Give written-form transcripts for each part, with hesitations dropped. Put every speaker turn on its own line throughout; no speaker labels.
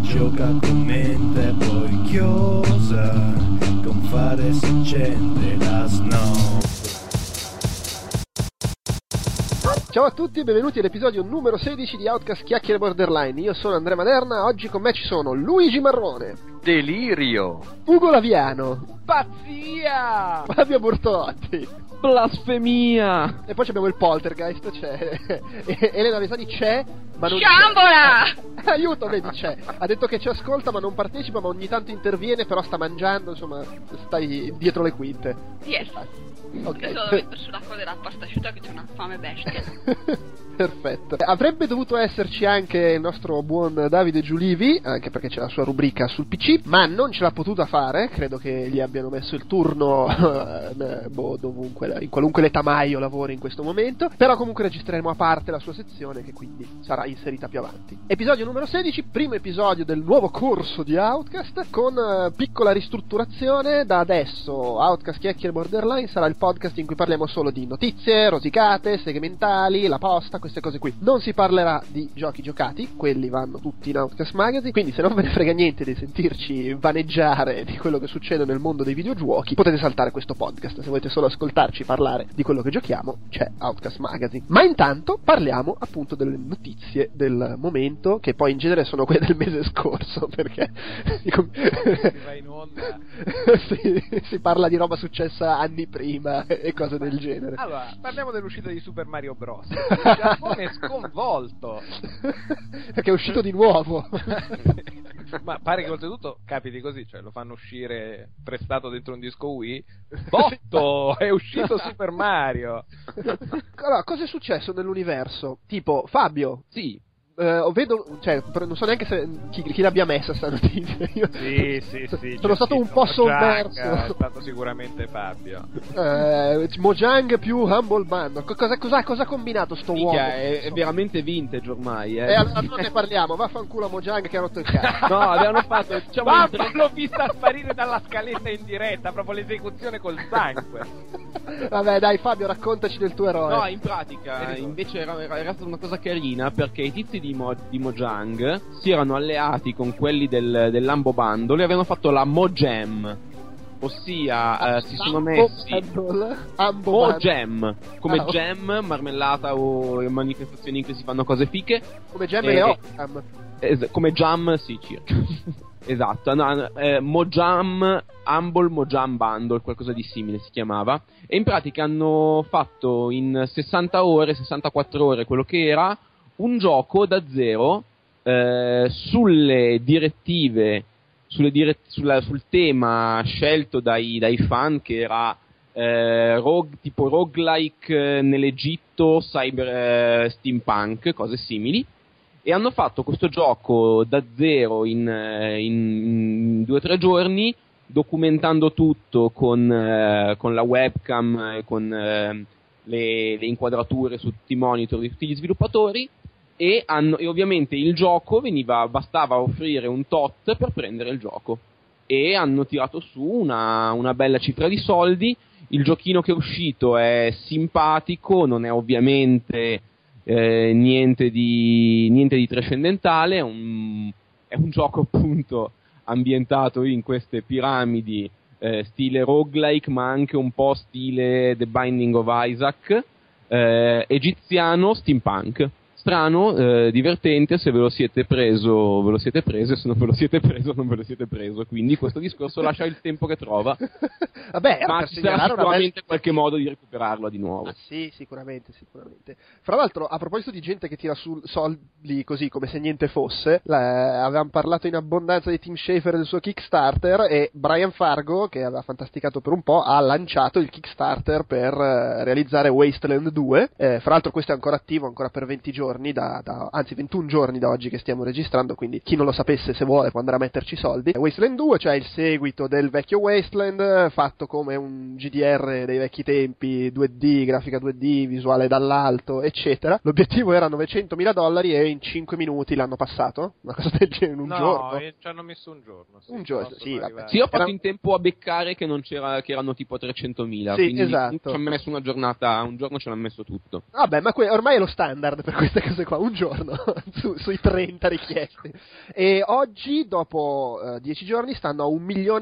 gioca con mente poi chiosa, con fare si accende la snow.
Ciao a tutti e benvenuti all'episodio numero 16 di Outcast Chiacchiere Borderline. Io sono Andrea Maderna, oggi con me ci sono Luigi Marrone,
Delirio,
Ugo Laviano,
pazzia,
Fabio Bortolotti,
blasfemia,
e poi abbiamo il Poltergeist, c'è Elena Vesani, c'è, ma non
Sciambola!
Aiuto, vedi, c'è. Ha detto che ci ascolta ma non partecipa, ma ogni tanto interviene, però sta mangiando, insomma, stai dietro le quinte.
Yes.
Ok.
Io sono metto sull'acqua della pasta asciutta che c'è una fame bestia.
Perfetto. Avrebbe dovuto esserci anche il nostro buon Davide Giulivi, anche perché c'è la sua rubrica sul PC, ma non ce l'ha potuta fare. Credo che gli abbiano messo il turno dovunque, in qualunque letamaio lavori in questo momento. Però comunque registreremo a parte la sua sezione, che quindi sarà inserita più avanti. Episodio numero 16, primo episodio del nuovo corso di Outcast, con piccola ristrutturazione. Da adesso Outcast Chiacchiere Borderline sarà il podcast in cui parliamo solo di notizie, rosicate, segmentali, la posta, queste cose qui. Non si parlerà di giochi giocati, quelli vanno tutti in Outcast Magazine, quindi se non ve ne frega niente di sentirci vaneggiare di quello che succede nel mondo dei videogiochi, potete saltare questo podcast. Se volete solo ascoltarci parlare di quello che giochiamo, c'è Outcast Magazine. Ma intanto parliamo appunto delle notizie del momento, che poi in genere sono quelle del mese scorso, perché
si va in onda.
si parla di roba successa anni prima e cose del genere.
Allora, parliamo dell'uscita di Super Mario Bros. Il Giappone è sconvolto
perché è uscito di nuovo.
Ma pare che oltretutto capiti così, cioè lo fanno uscire prestato dentro un disco Wii. Botto! È uscito Super Mario.
Allora, cosa è successo nell'universo? Tipo, Fabio?
Sì.
Vedo, cioè, non so neanche se chi l'abbia messa sta notizia. Io
Sì.
sono stato un po' sommerso.
È stato sicuramente Fabio.
Mojang più Humble Bundle. Cosa ha combinato sto uomo?
È veramente vintage ormai,
allora non ne parliamo, vaffanculo a Mojang che ha rotto il cazzo.
No, avevano fatto, diciamo,
l'ho vista sparire dalla scaletta in diretta, proprio l'esecuzione col sangue.
Vabbè, dai Fabio, raccontaci del tuo eroe.
No, in pratica invece era stata una cosa carina, perché i tizi di Mojang si erano alleati con quelli dell'Ambo Bundle e avevano fatto la Mojam, ossia si sono messi Mojam come jam, marmellata o manifestazioni in cui si fanno cose fiche,
come jam e le Occam.
Come jam, sì, circa. Esatto, Mojam, Humble Mojam Bundle, qualcosa di simile si chiamava, e in pratica hanno fatto in 60 ore, 64 ore, quello che era un gioco da zero sulle direttive, sul tema scelto dai fan, che era tipo roguelike nell'Egitto, cyber steampunk, cose simili. E hanno fatto questo gioco da zero in 2 o 3 giorni, documentando tutto con la webcam e con le inquadrature su tutti i monitor di tutti gli sviluppatori, e ovviamente il gioco bastava offrire un tot per prendere il gioco, e hanno tirato su una bella cifra di soldi. Il giochino che è uscito è simpatico, non è ovviamente niente di trascendentale, è un gioco appunto ambientato in queste piramidi, stile roguelike, ma anche un po' stile The Binding of Isaac, egiziano, steampunk. Strano, divertente. Se ve lo siete preso, e se non ve lo siete preso, non ve lo siete preso. Quindi questo discorso lascia il tempo che trova.
Vabbè,
ma ci sarà sicuramente qualche modo di recuperarlo di nuovo.
Sì, sicuramente. Fra l'altro, a proposito di gente che tira su soldi così come se niente fosse, avevamo parlato in abbondanza di Tim Schafer e del suo Kickstarter, e Brian Fargo, che aveva fantasticato per un po', ha lanciato il Kickstarter per realizzare Wasteland 2. Fra l'altro questo è ancora attivo, ancora per 20 giorni, anzi 21 giorni da oggi che stiamo registrando, quindi chi non lo sapesse, se vuole, può andare a metterci soldi. Wasteland 2, cioè il seguito del vecchio Wasteland, fatto come un GDR dei vecchi tempi, 2D, grafica 2D, visuale dall'alto, eccetera. L'obiettivo era $900.000 e in 5 minuti l'hanno passato, una cosa del genere, in un giorno.
No, ci hanno messo un giorno.
Un giorno, sì, vabbè.
Sì, ho fatto in tempo a beccare che non c'era, che erano tipo 300.000.
Sì,
quindi
esatto.
ci hanno messo una giornata, un giorno ce l'hanno messo tutto.
Vabbè, ma ormai è lo standard per questo queste cose qua, un giorno, sui 30 richiesti. E oggi, dopo 10 giorni, stanno a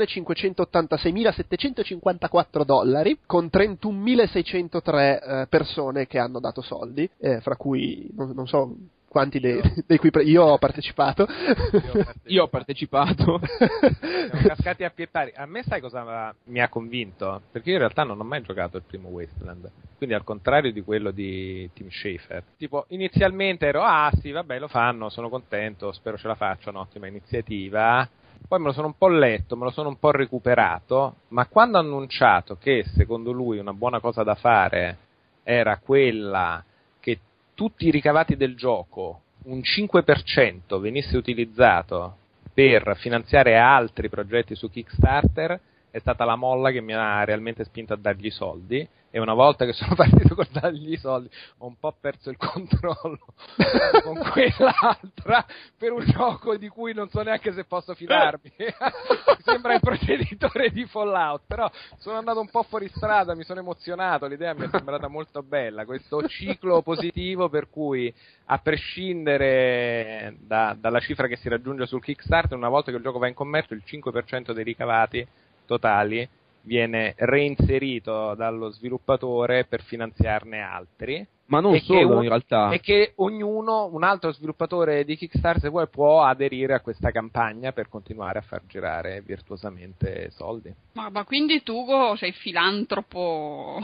$1.586.754, con 31.603 persone che hanno dato soldi, fra cui, non so quanti dei cui io ho partecipato.
Io ho partecipato.
Siamo cascati a piettari. A me sai cosa mi ha convinto? Perché io in realtà non ho mai giocato il primo Wasteland, quindi al contrario di quello di Tim Schafer. Tipo, inizialmente ero, sì, vabbè, lo fanno, sono contento, spero ce la facciano, ottima iniziativa. Poi me lo sono un po' letto, me lo sono un po' recuperato, ma quando ha annunciato che secondo lui una buona cosa da fare era quella che tutti i ricavati del gioco, un 5% venisse utilizzato per finanziare altri progetti su Kickstarter, è stata la molla che mi ha realmente spinto a dargli i soldi. E una volta che sono partito con dargli i soldi ho un po' perso il controllo con quell'altra per un gioco di cui non so neanche se posso fidarmi. Mi sembra il progenitore di Fallout, però sono andato un po' fuori strada, mi sono emozionato, l'idea mi è sembrata molto bella, questo ciclo positivo per cui, a prescindere dalla cifra che si raggiunge sul Kickstarter, una volta che il gioco va in commercio, il 5% dei ricavati totali viene reinserito dallo sviluppatore per finanziarne altri.
Ma non solo, in realtà.
E che ognuno, un altro sviluppatore di Kickstarter poi può aderire a questa campagna per continuare a far girare virtuosamente soldi.
Ma quindi tu sei filantropo?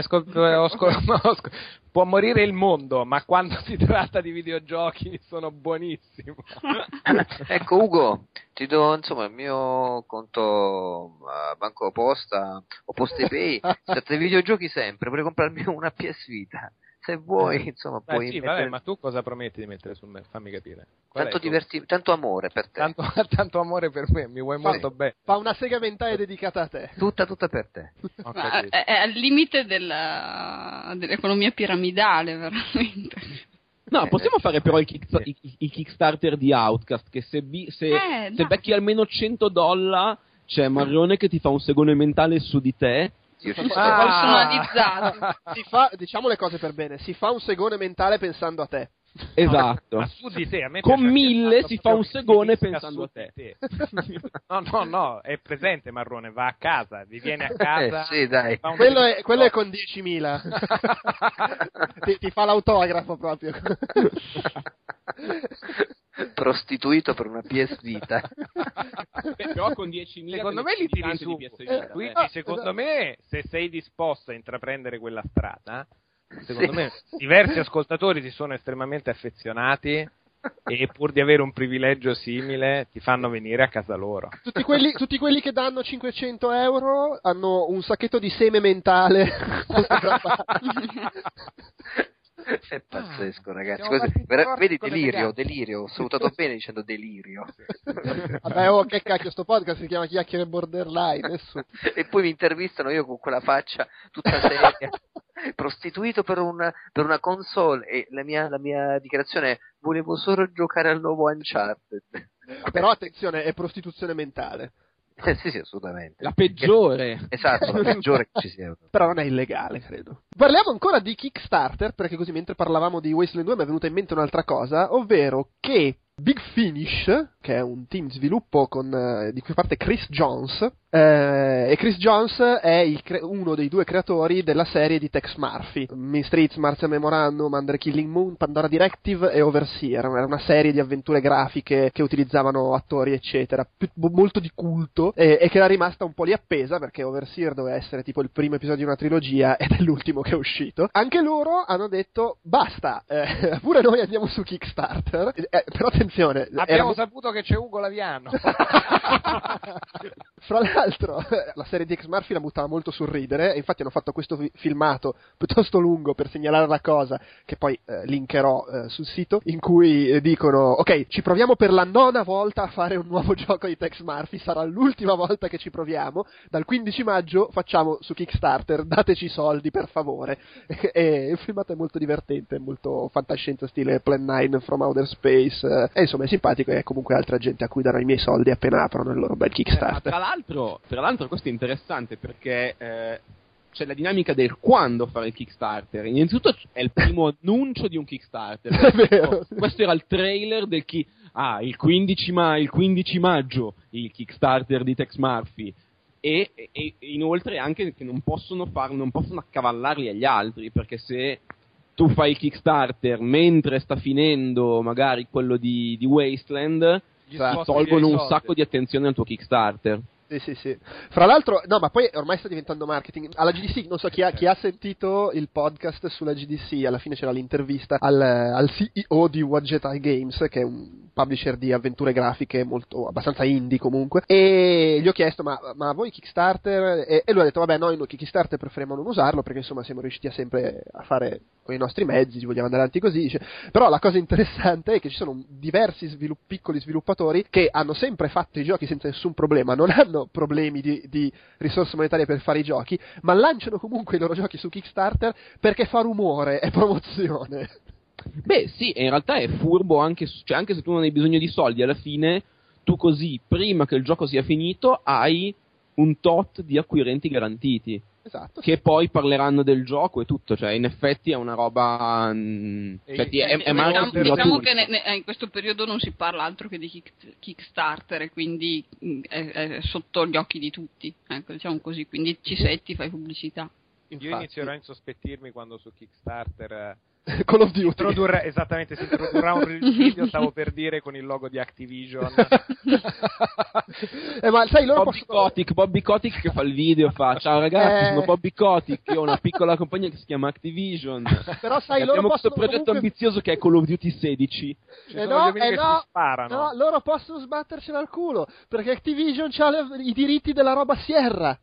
Può morire il mondo, ma quando si tratta di videogiochi sono buonissimo.
Ecco Ugo, ti do insomma il mio conto Banco Posta o PostePay, se te videogiochi sempre, vorrei comprarmi una PS Vita. Se vuoi, insomma, puoi
sì,
mettere...
vabbè, ma tu cosa prometti di mettere sul me? Fammi capire.
Tanto amore per te.
Tanto amore per me, mi vuoi molto bene.
Fa una sega mentale dedicata a te.
Tutta per te.
È al limite dell'economia piramidale, veramente.
No, possiamo fare però il Kickstarter di Outcast, che se becchi almeno $100 c'è Marrone che ti fa un segone mentale su di te.
Personalizzato.
Diciamo le cose per bene, si fa un segone mentale pensando a te.
Esatto.
Ma su di te, a me
con
piace
1000 si fa un segone pensando a te.
No, è presente Marrone, va a casa, vi viene a casa.
Sì, dai.
Quello è con 10.000. ti fa l'autografo proprio.
Prostituito per una PS Vita.
Però con 10.000
secondo me li tiri su. Quindi secondo me, se sei disposto a intraprendere quella strada, secondo me diversi ascoltatori ti sono estremamente affezionati e pur di avere un privilegio simile ti fanno venire a casa loro.
Tutti quelli che danno €500 hanno un sacchetto di seme mentale.
È pazzesco, ragazzi. Vedi, delirio. Ho salutato bene dicendo delirio.
Vabbè, che cacchio, sto podcast si chiama Chiacchiere Borderline. Adesso.
E poi mi intervistano io con quella faccia tutta seria, prostituito per una console, e la mia dichiarazione è: volevo solo giocare al nuovo Uncharted.
Però attenzione, è prostituzione mentale.
Sì, assolutamente.
La peggiore.
Esatto, la peggiore che ci sia.
Però non è illegale, credo. Parliamo ancora di Kickstarter, perché così mentre parlavamo di Wasteland 2 mi è venuta in mente un'altra cosa, ovvero che Big Finish, che è un team di sviluppo di cui parte Chris Jones, e Chris Jones è uno dei due creatori della serie di Tex Murphy, Mean Streets, Martian Memorandum, Under Killing Moon, Pandora Directive e Overseer. Era una serie di avventure grafiche che utilizzavano attori eccetera, molto di culto, e che era rimasta un po' lì appesa, perché Overseer doveva essere tipo il primo episodio di una trilogia ed è l'ultimo che è uscito. Anche loro hanno detto basta, pure noi andiamo su Kickstarter, però attenzione,
abbiamo saputo che c'è Ugo Laviano.
Fra l'altro la serie di Tex Murphy la buttava molto sul ridere, e infatti hanno fatto questo filmato piuttosto lungo per segnalare la cosa, che poi linkerò sul sito, in cui dicono: ok, ci proviamo per la 9ª volta a fare un nuovo gioco di Tex Murphy, sarà l'ultima volta che ci proviamo, dal 15 maggio facciamo su Kickstarter, dateci i soldi per favore. E il filmato è molto divertente, è molto fantascienza stile Plan 9 from Outer Space, e insomma è simpatico, e comunque altra gente a cui darò i miei soldi appena aprono il loro bel Kickstarter.
Tra l'altro questo è interessante, perché c'è la dinamica del quando fare il Kickstarter. Innanzitutto è il primo annuncio di un Kickstarter.
È vero.
Questo era il trailer del il 15 maggio il Kickstarter di Tex Murphy. E inoltre anche che non possono accavallarli agli altri, perché se tu fai il Kickstarter mentre sta finendo magari quello di Wasteland,
Gli
ti
sposti
tolgono
via i
un
soldi.
sacco di attenzione al tuo Kickstarter.
Sì. Fra l'altro, no, ma poi ormai sta diventando marketing. Alla GDC, non so chi ha sentito il podcast sulla GDC, alla fine c'era l'intervista al CEO di Wadjet Eye Games, che è un publisher di avventure grafiche abbastanza indie comunque, e gli ho chiesto ma voi Kickstarter, e lui ha detto vabbè noi Kickstarter preferiamo non usarlo perché insomma siamo riusciti sempre a fare con i nostri mezzi, vogliamo andare avanti così. Dice, però la cosa interessante è che ci sono diversi piccoli sviluppatori che hanno sempre fatto i giochi senza nessun problema, non hanno problemi di risorse monetarie per fare i giochi, ma lanciano comunque i loro giochi su Kickstarter perché fa rumore, è promozione.
Beh sì, in realtà è furbo anche se tu non hai bisogno di soldi, alla fine tu così, prima che il gioco sia finito, hai un tot di acquirenti garantiti.
Esatto.
Che poi parleranno del gioco e tutto, cioè in effetti è una roba è marketing
diciamo
gratuito.
che in questo periodo non si parla altro che di Kickstarter, e quindi è sotto gli occhi di tutti, ecco, diciamo così, quindi ci setti, fai pubblicità.
Io inizierò a insospettirmi quando su Kickstarter
Call of Duty.
si introdurrà un video, stavo per dire, con il logo di Activision.
Ma sai, loro
Bobby Kotick che fa il video, fa ciao ragazzi, sono Bobby Kotick, io ho una piccola compagnia che si chiama Activision.
Però sai,
e
loro
abbiamo questo
possono
progetto
comunque
ambizioso che è Call of Duty 16.
No, loro possono sbattercela al culo perché Activision ha i diritti della roba Sierra.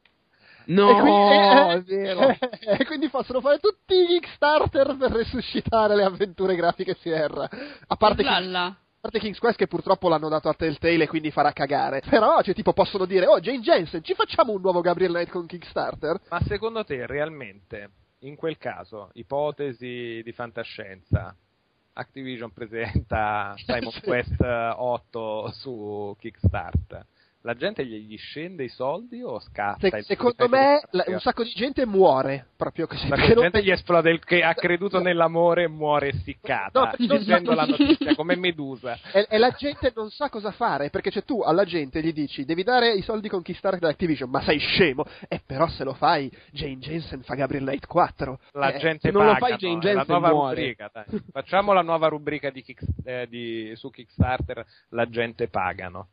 No, è vero.
E quindi possono fare tutti i Kickstarter per resuscitare le avventure grafiche Sierra. A parte King's Quest, che purtroppo l'hanno dato a Telltale e quindi farà cagare. Però, cioè, tipo, possono dire, Jane Jensen, ci facciamo un nuovo Gabriel Knight con Kickstarter?
Ma secondo te, realmente, in quel caso, ipotesi di fantascienza, Activision presenta Simon Quest 8 su Kickstarter, la gente gli scende i soldi o scatta?
Secondo me un sacco di gente muore proprio così.
La gente gli esplode che ha creduto nell'amore e muore essiccata, leggendo la notizia come Medusa.
E la gente non sa cosa fare, perché tu alla gente gli dici devi dare i soldi con Kickstarter da Activision, ma sei scemo? Però se lo fai, Jane Jensen fa Gabriel Knight 4.
La gente
non
paga,
lo fai, Jane Jensen
la nuova
muore.
rubrica, dai. Facciamo la nuova rubrica su Kickstarter, la gente pagano.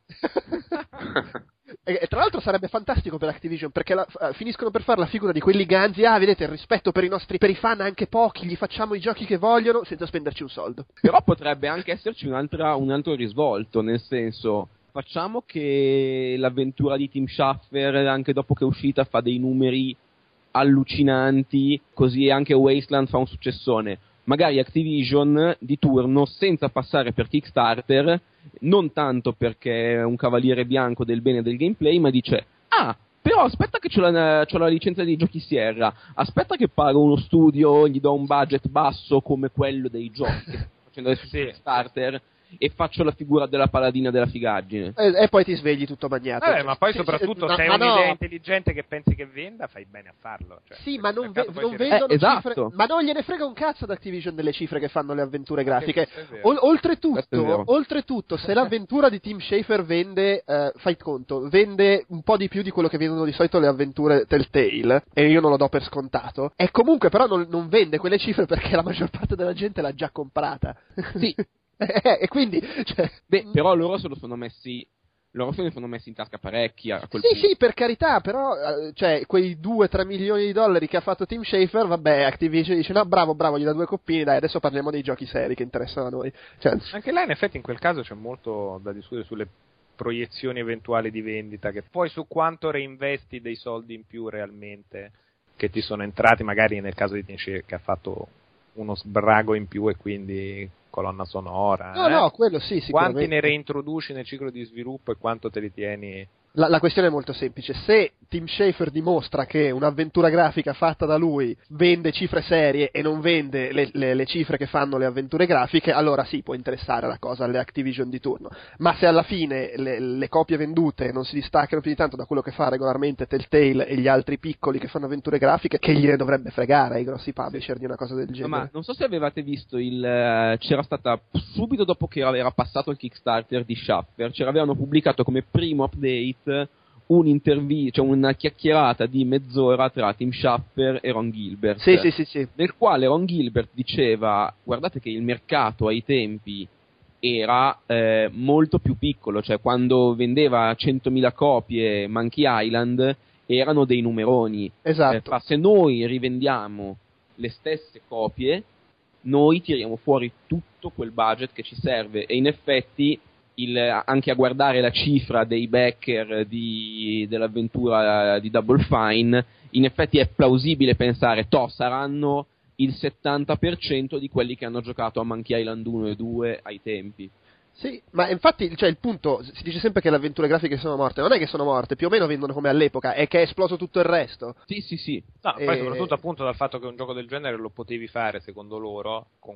E tra l'altro sarebbe fantastico per Activision, perché finiscono per fare la figura di quelli ganzi, vedete il rispetto per i fan, anche pochi, gli facciamo i giochi che vogliono senza spenderci un soldo.
Però potrebbe anche esserci un altro risvolto, nel senso, facciamo che l'avventura di Tim Schafer, anche dopo che è uscita, fa dei numeri allucinanti, così anche Wasteland fa un successone. Magari Activision di turno, senza passare per Kickstarter, non tanto perché è un cavaliere bianco del bene del gameplay, ma dice però aspetta che c'ho la licenza dei giochi Sierra, aspetta che pago uno studio, gli do un budget basso come quello dei giochi che sto facendo adesso su Kickstarter, e faccio la figura della paladina della figaggine.
E poi ti svegli tutto bagnato.
Ma poi soprattutto se hai un'idea intelligente che pensi che venda, fai bene a farlo. Cioè,
sì, ma non vendono
esatto.
cifre. Ma non gliene frega un cazzo ad Activision delle cifre che fanno le avventure grafiche. Oltretutto, se l'avventura di Tim Schafer vende, fai conto, vende un po' di più di quello che vendono di solito le avventure Telltale, e io non lo do per scontato, e comunque però non vende quelle cifre perché la maggior parte della gente l'ha già comprata.
Sì.
E quindi, cioè...
però loro se lo sono messi in tasca parecchi a quel punto.
Sì, per carità, però cioè quei 2-3 milioni di dollari che ha fatto Tim Schafer, vabbè, Activision dice no, bravo, gli dà 2 coppini, dai, adesso parliamo dei giochi seri che interessano a noi. Cioè...
Anche là in effetti in quel caso c'è molto da discutere sulle proiezioni eventuali di vendita, che poi su quanto reinvesti dei soldi in più realmente che ti sono entrati, magari nel caso di Tim Schafer che ha fatto uno sbrago in più e quindi colonna sonora.
No, quello sì, sicuramente.
Quanti ne reintroduci nel ciclo di sviluppo e quanto te li tieni
La questione è molto semplice. Se Tim Schafer dimostra che un'avventura grafica fatta da lui vende cifre serie e non vende le cifre che fanno le avventure grafiche, allora sì, può interessare la cosa alle Activision di turno. Ma se alla fine le copie vendute non si distaccano più di tanto da quello che fa regolarmente Telltale e gli altri piccoli che fanno avventure grafiche, che gliene dovrebbe fregare ai grossi publisher di una cosa del genere?
Ma non so se avevate visto c'era stata subito dopo che era passato il Kickstarter di Schaffer, avevano pubblicato come primo update un'intervista, cioè una chiacchierata di mezz'ora tra Tim Schafer e Ron Gilbert.
Sì.
Nel quale Ron Gilbert diceva: guardate che il mercato ai tempi era molto più piccolo, cioè quando vendeva 100.000 copie Monkey Island erano dei numeroni.
Esatto.
Se noi rivendiamo le stesse copie, noi tiriamo fuori tutto quel budget che ci serve, e in effetti anche a guardare la cifra dei backer dell'avventura di Double Fine, in effetti è plausibile pensare saranno il 70% di quelli che hanno giocato a Monkey Island 1 e 2 ai tempi.
Sì, ma infatti, cioè, il punto, si dice sempre che le avventure grafiche sono morte, non è che sono morte, più o meno vendono come all'epoca, è che è esploso tutto il resto.
Sì.
No, poi soprattutto appunto dal fatto che un gioco del genere lo potevi fare, secondo loro, con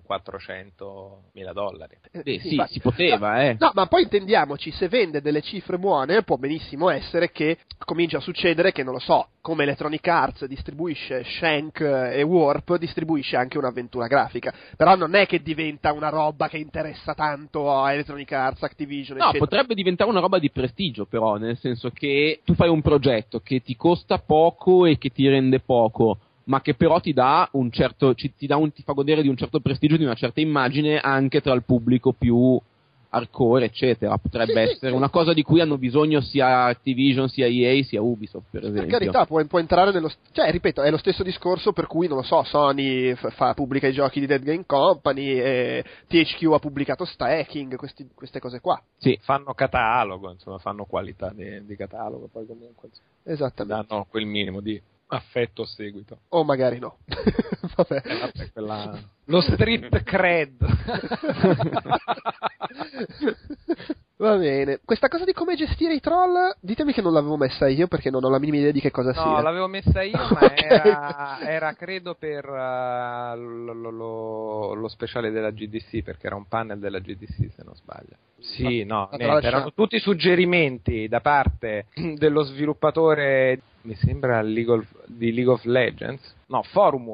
$400.000.
Sì, si poteva,
No, ma poi intendiamoci, se vende delle cifre buone, può benissimo essere che comincia a succedere che, non lo so, come Electronic Arts distribuisce Shank e Warp, distribuisce anche un'avventura grafica. Però non è che diventa una roba che interessa tanto a Electronic Arts, Activision, eccetera.
Potrebbe diventare una roba di prestigio, però, nel senso che tu fai un progetto che ti costa poco e che ti rende poco, ma che però ti dà ti fa godere di un certo prestigio, di una certa immagine anche tra il pubblico più hardcore, eccetera. Potrebbe essere una cosa di cui hanno bisogno sia Activision, sia EA, sia Ubisoft, per esempio.
Per carità, può entrare cioè, ripeto, è lo stesso discorso per cui, non lo so, Sony pubblica i giochi di Dead Game Company, e THQ ha pubblicato Stacking, queste cose qua.
Sì.
Fanno catalogo, insomma, fanno qualità di catalogo, poi comunque
Esattamente.
danno quel minimo di affetto o seguito.
O magari no. Vabbè.
Lo street cred.
Va bene. Questa cosa di come gestire i troll, ditemi che non l'avevo messa io, perché non ho la minima idea di che cosa sia.
No, l'avevo messa io, ma era credo per lo speciale della GDC, perché era un panel della GDC, se non sbaglio. Sì, no, niente, erano tutti suggerimenti da parte dello sviluppatore, mi sembra di League of Legends, no, Forum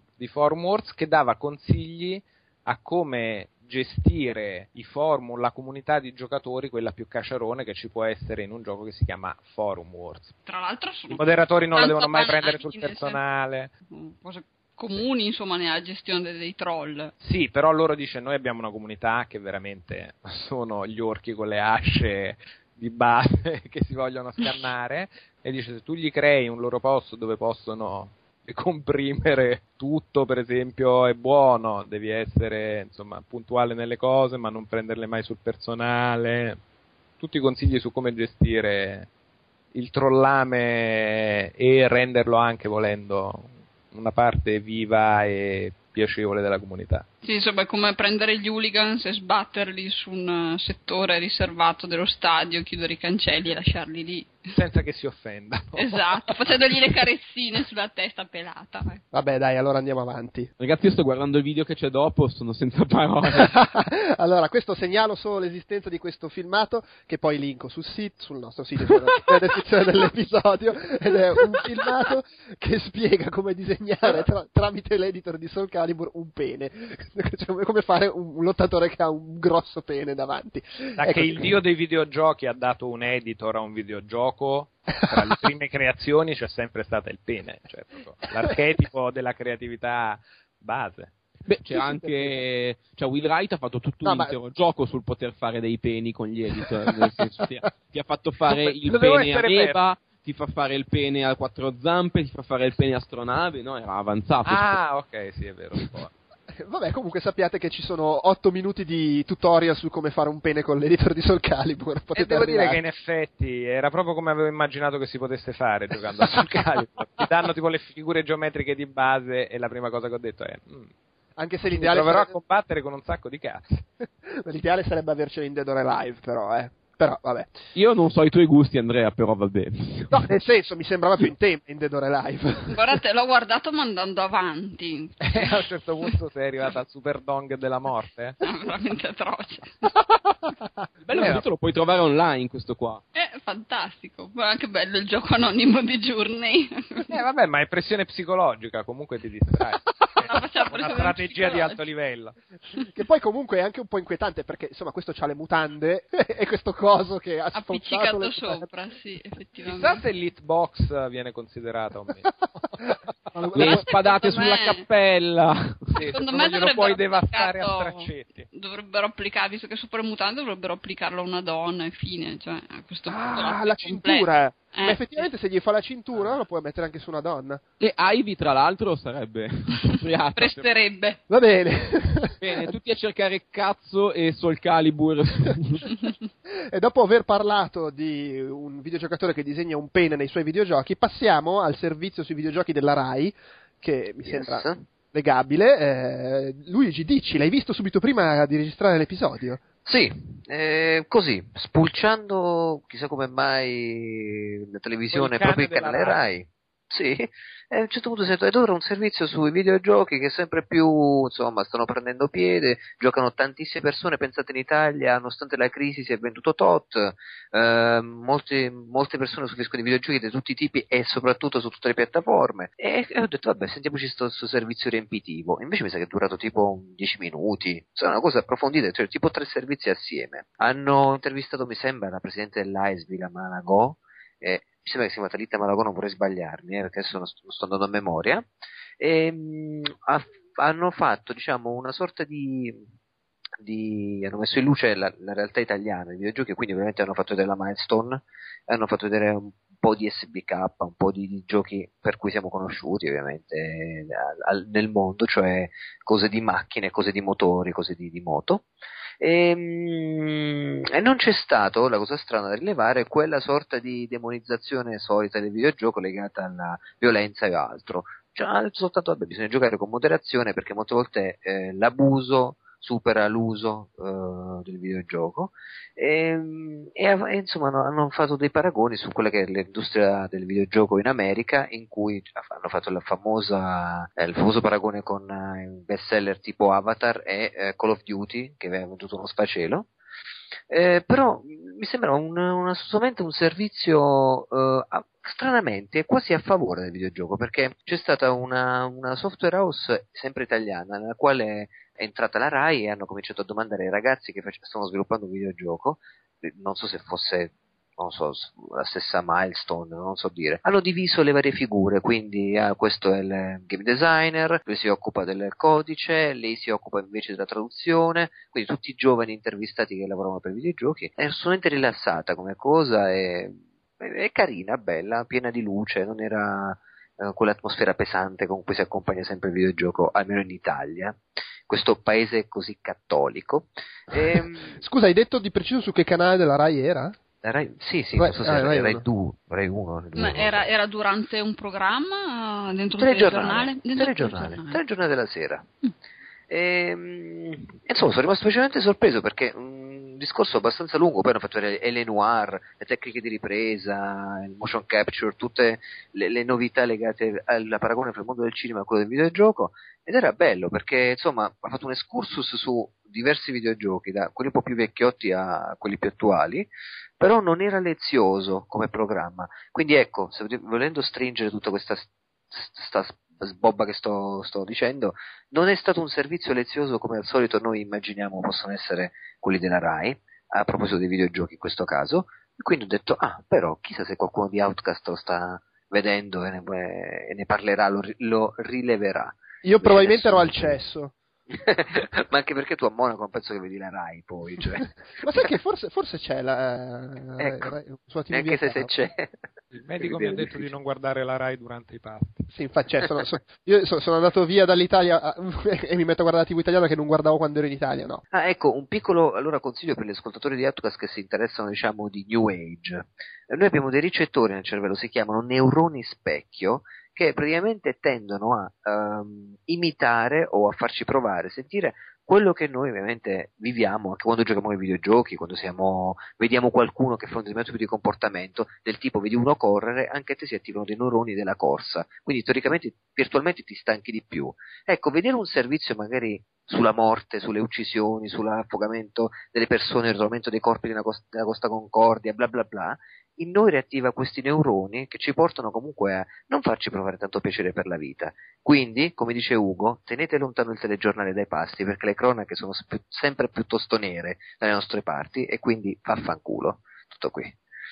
Wars, che dava consigli a come gestire i forum, la comunità di giocatori, quella più cacciarone che ci può essere in un gioco che si chiama Forum Wars.
Tra l'altro sono
i moderatori non lo devono mai prendere sul personale.
Cose comuni, insomma, nella gestione dei troll.
Sì, però loro dice: noi abbiamo una comunità che veramente sono gli orchi con le asce di base che si vogliono scannare, e dice: se tu gli crei un loro posto dove possono comprimere tutto, per esempio, è buono, devi essere, insomma, puntuale nelle cose, ma non prenderle mai sul personale. Tutti i consigli su come gestire il trollame e renderlo anche, volendo, una parte viva e piacevole della comunità.
Sì, insomma, è come prendere gli hooligans e sbatterli su un settore riservato dello stadio, chiudere i cancelli e lasciarli lì.
Senza che si offendano.
Esatto, facendogli le carezzine sulla testa pelata.
Vabbè, dai, allora andiamo avanti.
Ragazzi, io sto guardando il video che c'è dopo, sono senza parole.
Allora, questo segnalo solo l'esistenza di questo filmato, che poi linko sul nostro sito, nella descrizione dell'episodio, ed è un filmato che spiega come disegnare tramite l'editor di Soul Calibur un pene. Cioè, come fare un lottatore che ha un grosso pene davanti.
Che il dio dei videogiochi ha dato un editor a un videogioco, tra le prime creazioni c'è sempre stato il pene, cioè l'archetipo della creatività base.
Beh, c'è anche, cioè, Will Wright ha fatto tutto un intero gioco sul poter fare dei peni con gli editor, nel senso, ti ha fatto fare il pene a Eva, ti fa fare il pene a quattro zampe, ti fa fare il pene astronave, no? Era avanzato.
Ah, ok, sì, è vero.
Vabbè, comunque sappiate che ci sono 8 minuti di tutorial su come fare un pene con l'editor di Soul Calibur.
E devo dire che in effetti era proprio come avevo immaginato che si potesse fare giocando a Soul Calibur. Ti danno tipo le figure geometriche di base e la prima cosa che ho detto è
anche se l'ideale
proverò a combattere con un sacco di cazzi.
L'ideale sarebbe avercelo in Dead or Alive, però Però, vabbè.
Io non so i tuoi gusti, Andrea, però va bene.
No, nel senso, mi sembrava più in tema in Dead or Alive.
Guardate, l'ho guardato mandando avanti.
A un certo punto sei arrivata al super dong della morte.
È veramente atroce.
Il bello è che lo puoi trovare online, questo qua.
È fantastico. Ma anche bello il gioco anonimo di Journey.
Vabbè, ma è pressione psicologica, comunque ti distrai.
Facciamo
Una
pressione
strategia di
psicologica.
alto livello.
Che poi comunque è anche un po' inquietante perché insomma questo c'ha le mutande e questo coso che ha sfozzato
Appiccicato
le
sopra, sì, effettivamente.
Chissà se l'hitbox viene considerata o meno.
Le spadate
secondo
sulla
me-
cappella.
Sì,
Secondo
se
me
non glielo puoi
dovrebbero
devastare a
applicarlo-
straccetti.
Dovrebbero applicare, visto che è super mutante, dovrebbero applicarlo a una donna e fine. Cioè, a questo punto
Ah,
è
la
completo.
cintura! Ma
Eh,
effettivamente se gli fa la cintura lo puoi mettere anche su una donna.
E Ivy, tra l'altro, sarebbe appropriata.
Presterebbe.
Va bene.
Bene, tutti a cercare cazzo e Soul Calibur.
E dopo aver parlato di un videogiocatore che disegna un pene nei suoi videogiochi, passiamo al servizio sui videogiochi della Rai, che mi sembra legabile. Luigi, dici, l'hai visto subito prima di registrare l'episodio?
Sì, così, spulciando chissà come mai la televisione,
Quel cane
proprio il
della
canale Rai. Sì, e a un certo punto sento, ed ora un servizio sui videogiochi che sempre più, insomma, stanno prendendo piede, giocano tantissime persone, pensate in Italia, nonostante la crisi si è venduto tot, molte persone usufruiscono di videogiochi di tutti i tipi e soprattutto su tutte le piattaforme, e ho detto, vabbè, sentiamoci sto servizio riempitivo, invece mi sa che è durato tipo 10 minuti, insomma, una cosa approfondita, cioè tipo 3 servizi assieme. Hanno intervistato, mi sembra, la presidente dell'AISB, la Malagò, mi sembra che si chiama Talita Malagò, non vorrei sbagliarmi, perché adesso non sto andando a memoria, e hanno fatto, diciamo, una sorta hanno messo in luce la realtà italiana dei videogiochi, quindi ovviamente hanno fatto vedere la Milestone, hanno fatto vedere un po' di SBK, un po' di giochi per cui siamo conosciuti ovviamente nel mondo, cioè cose di macchine, cose di motori, cose di moto. E non c'è stato, la cosa strana da rilevare, quella sorta di demonizzazione solita del videogioco legata alla violenza e altro. Cioè, soltanto, vabbè, bisogna giocare con moderazione perché molte volte l'abuso supera l'uso del videogioco e insomma hanno fatto dei paragoni su quella che è l'industria del videogioco in America, in cui hanno fatto il famoso paragone con best seller tipo Avatar e Call of Duty, che aveva venduto uno sfacelo. Però mi sembra assolutamente un servizio stranamente quasi a favore del videogioco, perché c'è stata una software house sempre italiana nella quale è entrata la Rai e hanno cominciato a domandare ai ragazzi che stanno sviluppando un videogioco, non so se fosse la stessa Milestone, non so dire. Hanno diviso le varie figure, quindi questo è il game designer, lui si occupa del codice, lei si occupa invece della traduzione, quindi tutti i giovani intervistati che lavorano per i videogiochi. È assolutamente rilassata come cosa, è carina, bella, piena di luce, non era quell'atmosfera pesante con cui si accompagna sempre il videogioco, almeno in Italia, questo paese così cattolico.
Scusa, hai detto di preciso su che canale della Rai era?
Rai, sì,
Rai,
non so se era
Rai
Rai 2, Rai 1.
Ma era durante un programma dentro il
telegiornale,
telegiornale?
telegiornale della sera. Insomma, sono rimasto specialmente sorpreso perché un discorso abbastanza lungo, poi hanno fatto vedere le noir, le tecniche di ripresa, il motion capture, tutte le novità legate al paragone fra il mondo del cinema e quello del videogioco, ed era bello perché insomma ha fatto un excursus su diversi videogiochi, da quelli un po' più vecchiotti a quelli più attuali, però non era lezioso come programma. Quindi ecco, volendo stringere tutta questa sbobba che sto dicendo, non è stato un servizio lezioso come al solito noi immaginiamo possono essere quelli della Rai, a proposito dei videogiochi in questo caso, e quindi ho detto, però chissà se qualcuno di Outcast lo sta vedendo e ne parlerà, lo rileverà.
Io probabilmente ero al cesso.
Ma anche perché tu a Monaco non penso che vedi la Rai poi, cioè.
Ma sai che forse c'è
Ecco,
sua TV
neanche se c'è.
Il medico mi ha detto di non guardare la Rai durante i pasti.
Sì, infatti, io sono andato via dall'Italia e mi metto a guardare la TV italiana che non guardavo quando ero in Italia, no.
Ecco, un piccolo allora consiglio per gli ascoltatori di Outcast che si interessano, diciamo, di New Age. Noi abbiamo dei ricettori nel cervello, si chiamano neuroni specchio, che praticamente tendono a imitare o a farci provare, sentire quello che noi ovviamente viviamo anche quando giochiamo ai videogiochi, quando vediamo qualcuno che fa un determinato tipo di comportamento, del tipo vedi uno correre, anche a te si attivano dei neuroni della corsa, quindi teoricamente, virtualmente ti stanchi di più. Ecco, vedere un servizio magari sulla morte, sulle uccisioni, sull'affogamento delle persone, il ritrovamento dei corpi della Costa Concordia, bla bla bla, in noi riattiva questi neuroni che ci portano comunque a non farci provare tanto piacere per la vita. Quindi, come dice Ugo, tenete lontano il telegiornale dai pasti, perché le cronache sono sempre piuttosto nere dalle nostre parti, e quindi vaffanculo. Tutto qui.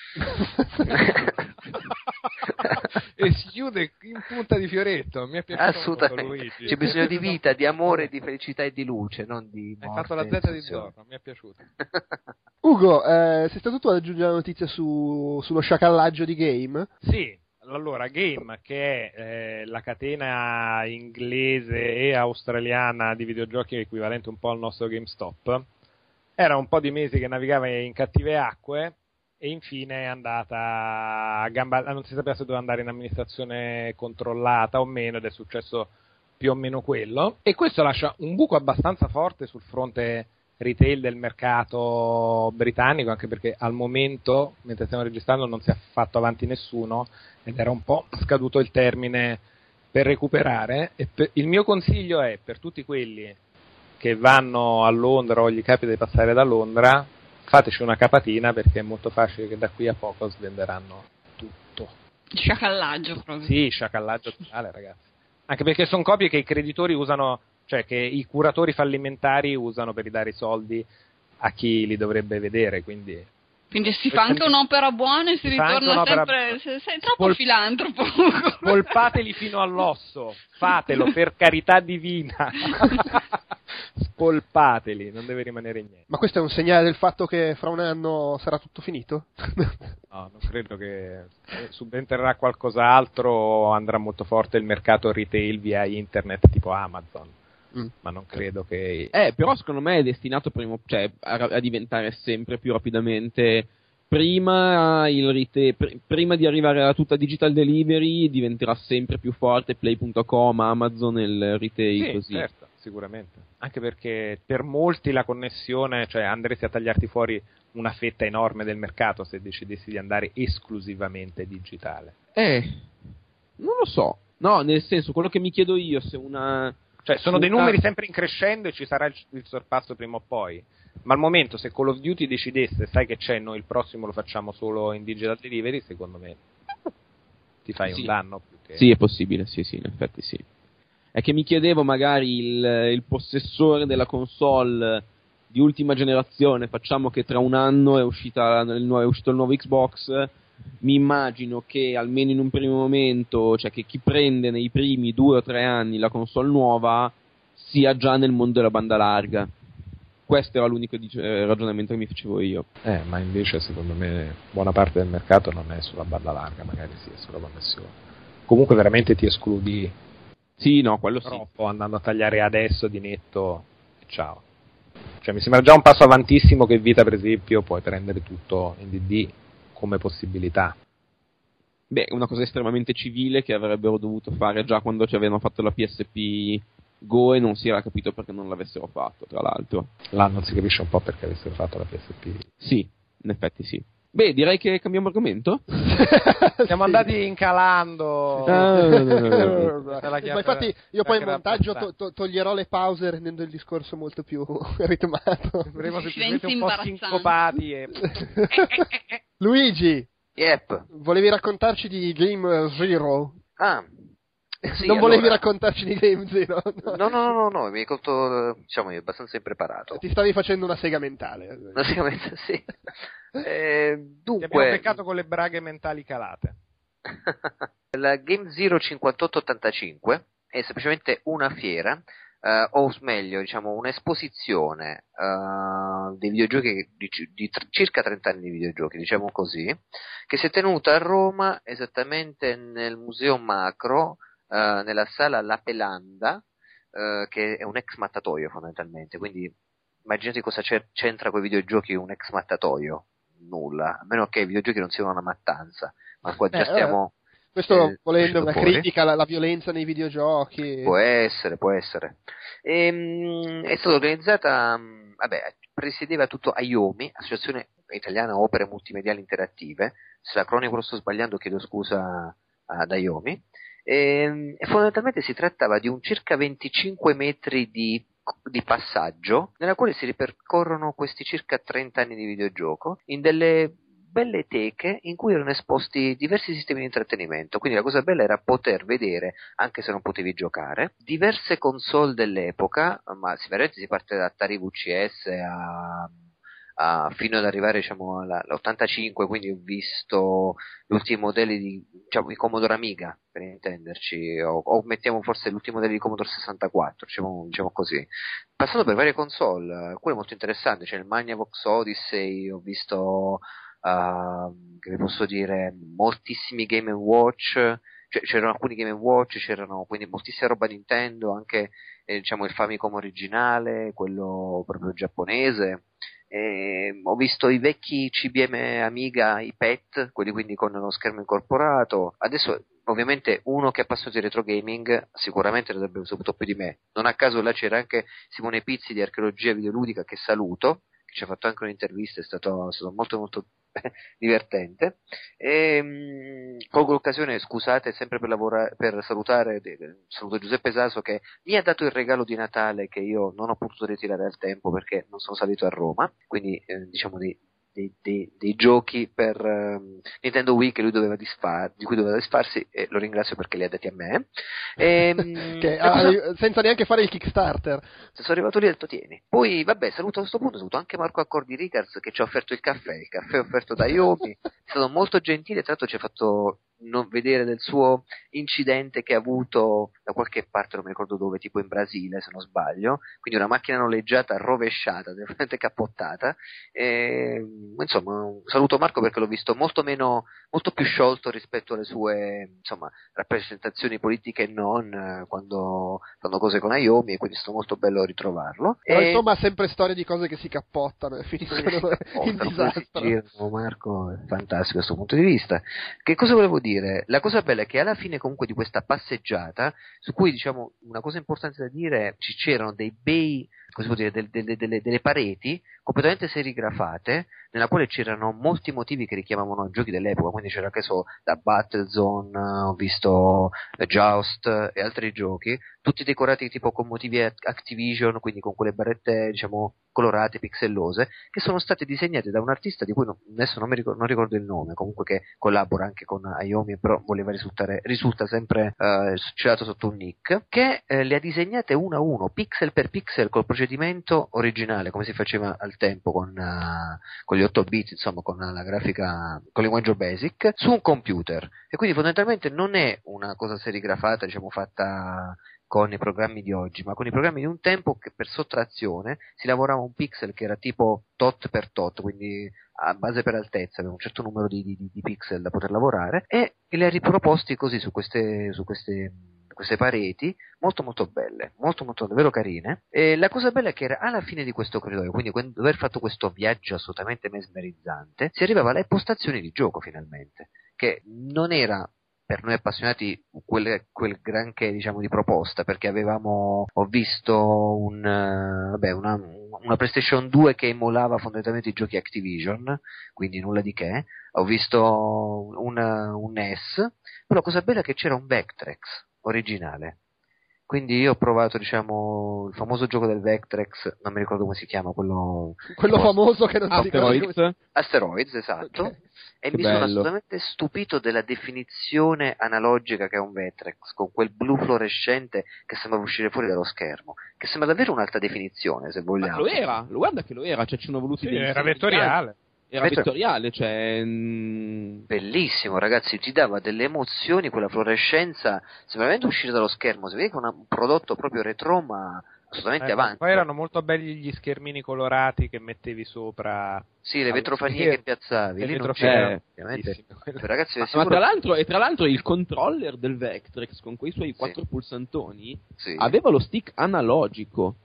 E si chiude in punta di fioretto. Mi è piaciuto
assolutamente
molto, Luigi.
C'è bisogno di vita, di amore, di felicità e di luce, non di morte.
Hai fatto la Z di Zorro, mi è piaciuto.
Ugo, sei stato tu ad aggiungere la notizia sullo sciacallaggio di Game?
Sì, allora Game, che è la catena inglese e australiana di videogiochi equivalente un po' al nostro GameStop, era un po' di mesi che navigava in cattive acque e infine è andata a gamba, non si sapeva se doveva andare in amministrazione controllata o meno, ed è successo più o meno quello, e questo lascia un buco abbastanza forte sul fronte retail del mercato britannico, anche perché al momento, mentre stiamo registrando, non si è fatto avanti nessuno ed era un po' scaduto il termine per recuperare. E il mio consiglio è, per tutti quelli che vanno a Londra o gli capita di passare da Londra, fateci una capatina, perché è molto facile che da qui a poco svenderanno tutto.
Sciacallaggio proprio.
Sì, sciacallaggio totale, ragazzi. Anche perché sono copie che i creditori usano, cioè che i curatori fallimentari usano per ridare i soldi a chi li dovrebbe vedere, quindi
si fa anche un'opera buona e si ritorna sempre. Sei troppo filantropo.
Spolpateli fino all'osso, fatelo per carità divina. Spolpateli, non deve rimanere niente.
Ma questo è un segnale del fatto che fra un anno sarà tutto finito?
No, non credo che subentrerà qualcos'altro, o andrà molto forte il mercato retail via internet tipo Amazon. Ma non credo che...
Però secondo me è destinato a diventare sempre più rapidamente. Prima prima di arrivare alla tutta digital delivery diventerà sempre più forte Play.com, Amazon e il retail,
sì,
così.
Certo, sicuramente. Anche perché per molti la connessione, cioè andresti a tagliarti fuori una fetta enorme del mercato se decidessi di andare esclusivamente digitale.
Non lo so. No, nel senso, quello che mi chiedo io, se una...
Cioè, sono dei numeri sempre in crescendo e ci sarà il sorpasso prima o poi. Ma al momento, se Call of Duty decidesse, sai che c'è, noi il prossimo lo facciamo solo in digital delivery, secondo me ti fai un danno. Più che...
Sì, è possibile, sì, in effetti sì. È che mi chiedevo magari il possessore della console di ultima generazione, facciamo che tra un anno è uscito il nuovo Xbox, mi immagino che almeno in un primo momento, cioè che chi prende nei primi 2 o 3 anni la console nuova sia già nel mondo della banda larga. Questo era l'unico ragionamento che mi facevo io.
Ma invece secondo me buona parte del mercato non è sulla banda larga, magari sì, è sulla connessione. Comunque veramente ti escludi.
Sì, no, quello
troppo, sì. Andando a tagliare adesso di netto e ciao. Cioè mi sembra già un passo avantissimo che Vita, per esempio, puoi prendere tutto in DD come possibilità.
Beh, una cosa estremamente civile che avrebbero dovuto fare già quando ci avevano fatto la PSP Go, e non si era capito perché non l'avessero fatto, tra l'altro.
Là non si capisce un po' perché avessero fatto la PSP.
Sì, in effetti sì. Beh, direi che cambiamo argomento.
Siamo andati incalando.
Ma infatti io poi in montaggio toglierò le pause rendendo il discorso molto più ritmato.
Sembreremo semplicemente un po' sincopati e...
Luigi,
Yep.
Volevi raccontarci di Game Zero?
Sì,
non volevi raccontarci di Game Zero?
No, mi hai colto, diciamo, abbastanza impreparato.
Ti stavi facendo una sega mentale.
Una sega mentale, sì. Dunque...
Ti abbiamo beccato con le braghe mentali calate.
La Game Zero 5885 è semplicemente una fiera, o meglio, diciamo, un'esposizione dei videogiochi di circa 30 anni di videogiochi, diciamo così, che si è tenuta a Roma, esattamente nel Museo Macro, nella sala La Pelanda, che è un ex mattatoio fondamentalmente, quindi immaginate cosa c'entra con i videogiochi un ex mattatoio. Nulla, a meno che i videogiochi non siano una mattanza, ma qua già stiamo
Questo volendo una critica alla violenza nei videogiochi.
Può essere. È stata organizzata, presiedeva tutto AIOMI, Associazione Italiana Opere Multimediali Interattive. Se la cronico lo sto sbagliando, chiedo scusa ad AIOMI. E fondamentalmente si trattava di un circa 25 metri di passaggio, nella quale si ripercorrono questi circa 30 anni di videogioco in delle belle teche in cui erano esposti diversi sistemi di intrattenimento. Quindi la cosa bella era poter vedere, anche se non potevi giocare, diverse console dell'epoca, ma veramente si parte da Atari VCS fino ad arrivare all'85, quindi ho visto gli ultimi modelli di i Commodore Amiga, per intenderci, o mettiamo forse l'ultimo modello di Commodore 64, diciamo così, passando per varie console, alcune molto interessanti. C'è il Magnavox Odyssey, ho visto che vi posso dire, moltissimi Game & Watch, c'erano alcuni Game & Watch, c'erano quindi moltissima roba Nintendo, anche il Famicom originale, quello proprio giapponese. Ho visto i vecchi CBM Amiga, i PET, quelli quindi con lo schermo incorporato. Adesso ovviamente uno che è appassionato di retro gaming sicuramente ne avrebbe saputo più di me. Non a caso là c'era anche Simone Pizzi di Archeologia Videoludica, che saluto, che ci ha fatto anche un'intervista, è stato molto molto divertente. Colgo l'occasione, scusate, sempre per salutare, saluto Giuseppe Saso, che mi ha dato il regalo di Natale che io non ho potuto ritirare al tempo perché non sono salito a Roma, quindi dei giochi per Nintendo Wii che lui di cui doveva disfarsi, e lo ringrazio perché li ha dati a me.
Senza neanche fare il Kickstarter.
Sono arrivato lì e ho detto tieni. Poi saluto a questo punto, saluto anche Marco Accordi Ricars che ci ha offerto il caffè offerto da Iomi, è stato molto gentile, tra l'altro ci ha fatto vedere del suo incidente che ha avuto da qualche parte, non mi ricordo dove, tipo in Brasile se non sbaglio, quindi una macchina noleggiata rovesciata, veramente cappottata. Insomma, saluto Marco perché l'ho visto molto più sciolto rispetto alle sue rappresentazioni politiche e non, quando fanno cose con Ayomi, e quindi è stato molto bello ritrovarlo.
Però insomma sempre storie di cose che si cappottano e finiscono in disastro.
Marco è fantastico da questo punto di vista. Che cosa volevo dire? La cosa bella è che alla fine comunque di questa passeggiata, su cui una cosa importante da dire, c'erano dei bei, come si può dire, delle pareti completamente serigrafate, nella quale c'erano molti motivi che richiamavano i giochi dell'epoca, quindi c'era, che so, da Battlezone, ho visto Joust e altri giochi, tutti decorati tipo con motivi Activision, quindi con quelle barrette colorate, pixellose, che sono state disegnate da un artista di cui adesso non ricordo il nome, comunque che collabora anche con Ayomi, però risulta sempre celato sotto un nick, che le ha disegnate uno a uno, pixel per pixel, col procedimento originale, come si faceva al tempo con gli 8 bit, insomma, con la grafica, con il linguaggio BASIC, su un computer, e quindi fondamentalmente non è una cosa serigrafata, fatta con i programmi di oggi, ma con i programmi di un tempo, che per sottrazione si lavorava un pixel che era tipo tot per tot, quindi a base per altezza, aveva un certo numero di pixel da poter lavorare, e li ha riproposti così su queste pareti, molto molto belle, molto molto davvero carine. E la cosa bella è che era alla fine di questo corridoio, quindi dopo aver fatto questo viaggio assolutamente mesmerizzante, si arrivava alle postazioni di gioco finalmente, che non era per noi appassionati quel granché di proposta, perché ho visto una PlayStation 2 che emulava fondamentalmente i giochi Activision, quindi nulla di che, ho visto un NES, però la cosa bella è che c'era un Vectrex originale, quindi io ho provato il famoso gioco del Vectrex, non mi ricordo come si chiama, quello
famoso che non si ricorda.
Asteroids, esatto. Okay. E
che
mi
bello.
Sono assolutamente stupito della definizione analogica che è un Vectrex, con quel blu fluorescente che sembrava uscire fuori dallo schermo, che sembra davvero un'alta definizione, se vogliamo.
Ma guarda che lo era, cioè ci sono voluti dei
era vettoriale.
Era vettoriale, cioè
bellissimo, ragazzi, ti dava delle emozioni, quella fluorescenza, sembra veramente uscire dallo schermo, si vede che è un prodotto proprio retro, ma assolutamente avanti.
Poi erano molto belli gli schermini colorati che mettevi sopra.
Sì, le vetrofanie che piazzavi, lì non c'era, ovviamente. Ragazzi,
ma tra l'altro il controller del Vectrex con quei suoi 4 pulsantoni aveva lo stick analogico.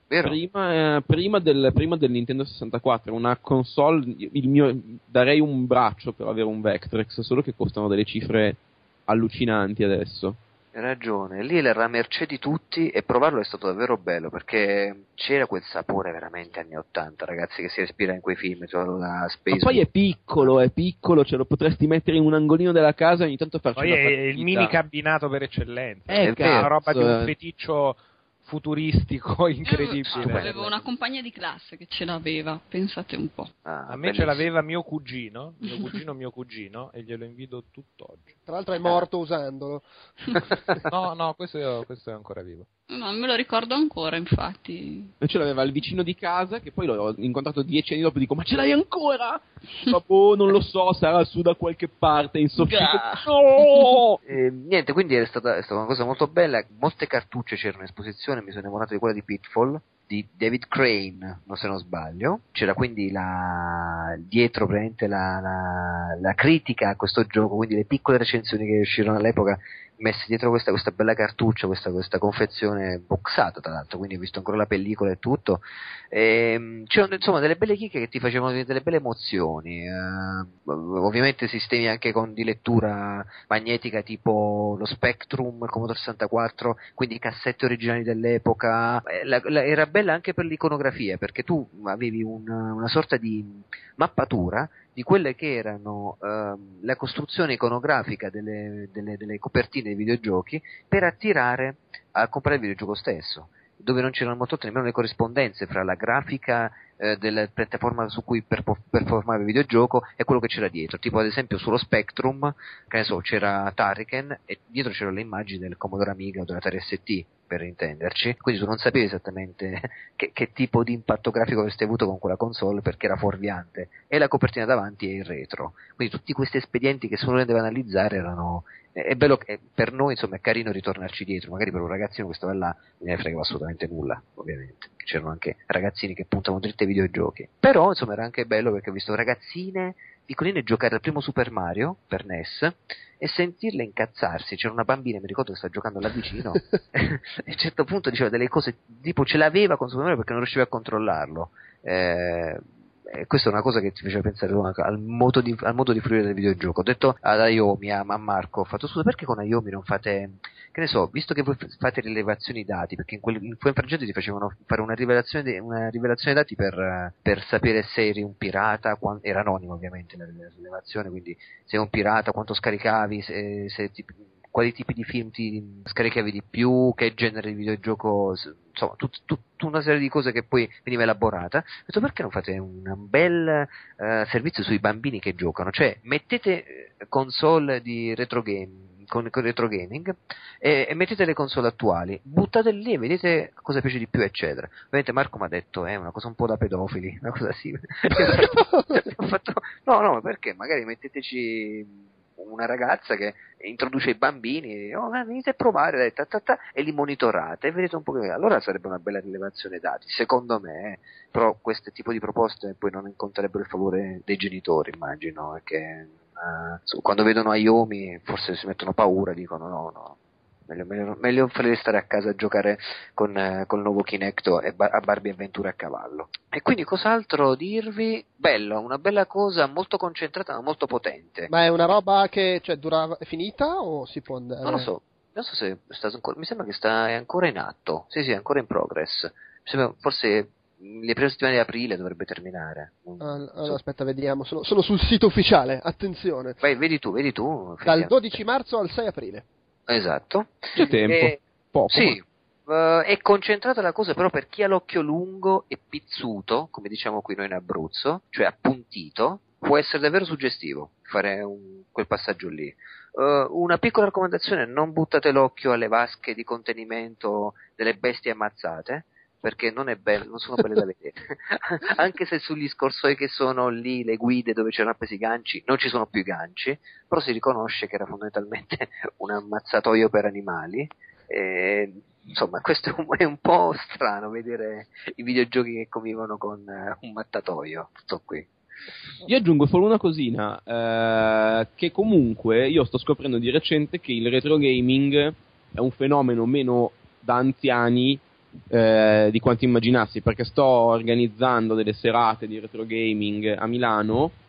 Prima del Nintendo 64, una console, darei un braccio per avere un Vectrex, solo che costano delle cifre allucinanti adesso.
Hai ragione, lì era la mercé di tutti e provarlo è stato davvero bello perché c'era quel sapore veramente anni 80, ragazzi, che si respira in quei film, cioè la Space.
Ma poi è piccolo, ce lo potresti mettere in un angolino della casa e ogni tanto farci
Poi
una
è
partita.
il mini cabinato per eccellenza.
È
È una roba
cazzo,
di un feticcio futuristico incredibile.
Avevo una compagna di classe che ce l'aveva, pensate un po'.
A me ce l'aveva mio cugino, e glielo invidio tutt'oggi.
Tra l'altro è morto usandolo.
No, questo è ancora vivo.
No, me lo ricordo ancora, infatti.
E ce l'aveva il vicino di casa, che poi l'ho incontrato 10 anni dopo, dico, ma ce l'hai ancora? Ma boh, non lo so, sarà su da qualche parte, in soffitta. No!
Niente, quindi è stata una cosa molto bella, molte cartucce c'erano in esposizione, mi sono innamorato di quella di Pitfall, di David Crane, se non sbaglio. C'era quindi dietro praticamente la critica a questo gioco, quindi le piccole recensioni che uscirono all'epoca messe dietro questa bella cartuccia, questa confezione boxata tra l'altro, quindi ho visto ancora la pellicola e tutto. C'erano insomma delle belle chicche che ti facevano venire delle belle emozioni, ovviamente sistemi anche di lettura magnetica tipo lo Spectrum, il Commodore 64, quindi cassette originali dell'epoca. Era bella anche per l'iconografia, perché tu avevi una sorta di mappatura di quelle che erano la costruzione iconografica delle copertine dei videogiochi per attirare a comprare il videogioco stesso, dove non c'erano molto nemmeno le corrispondenze fra la grafica della piattaforma su cui performava il videogioco e quello che c'era dietro. Tipo ad esempio sullo Spectrum, che ne so, c'era Turrican e dietro c'erano le immagini del Commodore Amiga o dell'Atari ST, per intenderci, quindi tu non sapevi esattamente che tipo di impatto grafico avresti avuto con quella console, perché era fuorviante, e la copertina davanti e il retro, quindi tutti questi espedienti che solo deve analizzare erano. È bello, per noi insomma è carino ritornarci dietro, magari per un ragazzino che stava là non ne fregava assolutamente nulla, ovviamente c'erano anche ragazzini che puntavano dritti ai videogiochi, però insomma era anche bello perché ho visto ragazzine piccoline giocare al primo Super Mario per NES e sentirle incazzarsi. C'era una bambina, mi ricordo, che sta giocando là vicino e a un certo punto diceva delle cose tipo ce l'aveva con Super Mario perché non riusciva a controllarlo. Questa è una cosa che ti faceva pensare al modo di fruire del videogioco. Ho detto ad Ayomi, a Marco, ho fatto scusa, perché con Ayomi non fate, che ne so, visto che voi fate rilevazioni dati, perché in quel frangente ti facevano fare una rivelazione dati per sapere se eri un pirata, era anonimo ovviamente la rilevazione, quindi se eri un pirata, quanto scaricavi, quali tipi di film ti scaricavi di più, che genere di videogioco, insomma tutta una serie di cose che poi veniva elaborata. Ho detto, perché non fate un bel servizio sui bambini che giocano, cioè mettete console di retro gaming e mettete le console attuali, buttate lì e vedete cosa piace di più, eccetera. Ovviamente Marco mi ha detto è una cosa un po' da pedofili, una cosa simile. Ho fatto, no, perché magari metteteci una ragazza che introduce i bambini, venite a provare, e li monitorate e vedete un po' che allora sarebbe una bella rilevazione dati, secondo me. Però questo tipo di proposte poi non incontrerebbero il favore dei genitori, immagino, che quando vedono Ayomi forse si mettono paura, dicono no, meglio farli stare a casa a giocare col nuovo Kinect a Barbie Avventure a cavallo. E quindi cos'altro dirvi? Bello, una bella cosa molto concentrata ma molto potente.
Ma è una roba che è finita o si può andare?
Non lo so se è stato ancora, mi sembra che è ancora in atto. Sì, è ancora in progress. Mi sembra, forse le prime settimane di aprile dovrebbe terminare.
Allora, aspetta, vediamo. Sono sul sito ufficiale, attenzione.
Vai, vedi tu.
Dal 12 marzo al 6 aprile.
Esatto.
C'è tempo. Poco.
Sì. È concentrata la cosa però per chi ha l'occhio lungo e pizzuto, come diciamo qui noi in Abruzzo, cioè appuntito, può essere davvero suggestivo fare quel passaggio lì. Una piccola raccomandazione: non buttate l'occhio alle vasche di contenimento delle bestie ammazzate, perché non sono belle da vedere. Anche se sugli scorsoi che sono lì, le guide dove c'erano appesi i ganci, non ci sono più i ganci, però si riconosce che era fondamentalmente un ammazzatoio per animali. Insomma, questo è un po' strano vedere i videogiochi che convivono con un mattatoio. Tutto qui.
Io aggiungo solo una cosina, che comunque io sto scoprendo di recente che il retro gaming è un fenomeno meno da anziani di quanto immaginassi, perché sto organizzando delle serate di retro gaming a Milano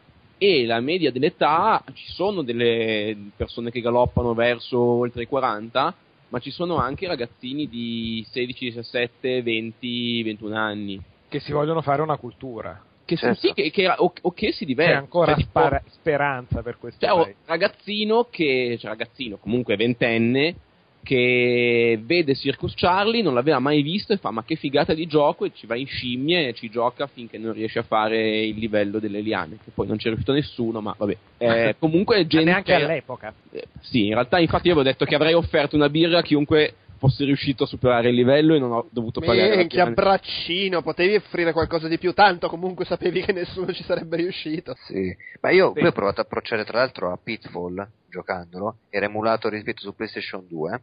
e la media dell'età, ci sono delle persone che galoppano verso oltre i 40, ma ci sono anche ragazzini di 16, 17, 20, 21 anni.
Che si vogliono fare una cultura.
Che
Certo.
sì, o che si diverte.
C'è ancora
Cioè, tipo,
speranza per questo
cioè, ragazzino, comunque ventenne, che vede Circus Charlie, non l'aveva mai visto e fa ma che figata di gioco, e ci va in scimmie e ci gioca finché non riesce a fare il livello delle liane, che poi non c'è riuscito nessuno, ma vabbè. Comunque
Ma
gente,
neanche all'epoca.
sì, in realtà infatti io avevo detto che avrei offerto una birra a chiunque fosse riuscito a superare il livello e non ho dovuto pagare la
Che
birra.
braccino, potevi offrire qualcosa di più, tanto comunque sapevi che nessuno ci sarebbe riuscito.
Sì, ma io ho provato a approcciare tra l'altro a Pitfall giocandolo, era emulato rispetto su PlayStation 2,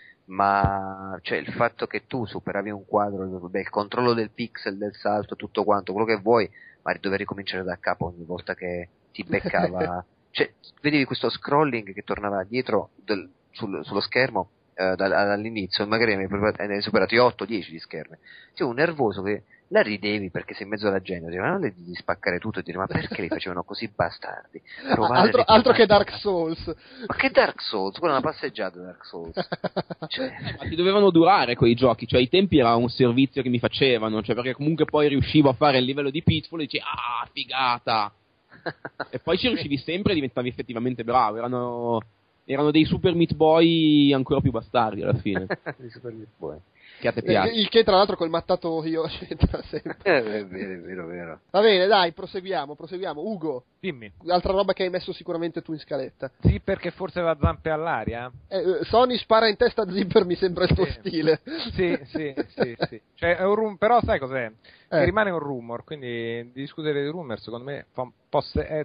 ma cioè il fatto che tu superavi un quadro, il controllo del pixel, del salto, tutto quanto, quello che vuoi, ma dover ricominciare da capo ogni volta che ti beccava, cioè vedevi questo scrolling che tornava dietro sullo schermo dall'inizio, magari ne hai superati 8-10 di schermi, c'è un nervoso che la ridevi perché sei in mezzo alla gente, ma non devi spaccare tutto e dire ma perché li facevano così bastardi?
Altro che Dark Souls.
Ma che Dark Souls? Quella è una passeggiata Dark Souls. Cioè,
Ma ti dovevano durare quei giochi, cioè ai tempi era un servizio che mi facevano, cioè perché comunque poi riuscivo a fare il livello di Pitfall e dici figata, e poi ci riuscivi sempre e diventavi effettivamente bravo, erano dei Super Meat Boy ancora più bastardi alla fine.
di Super Meat Boy.
Che a te piace.
Il che tra l'altro col mattatoio c'entra sempre.
È vero.
Va bene, dai, proseguiamo. Ugo,
Dimmi.
altra roba che hai messo sicuramente tu in scaletta.
Sì, perché forse va zampe all'aria?
Sony spara in testa a Zipper, mi sembra il tuo stile.
Sì. Cioè, è un però sai cos'è? Che rimane un rumor, quindi discutere di rumor secondo me fa un po' è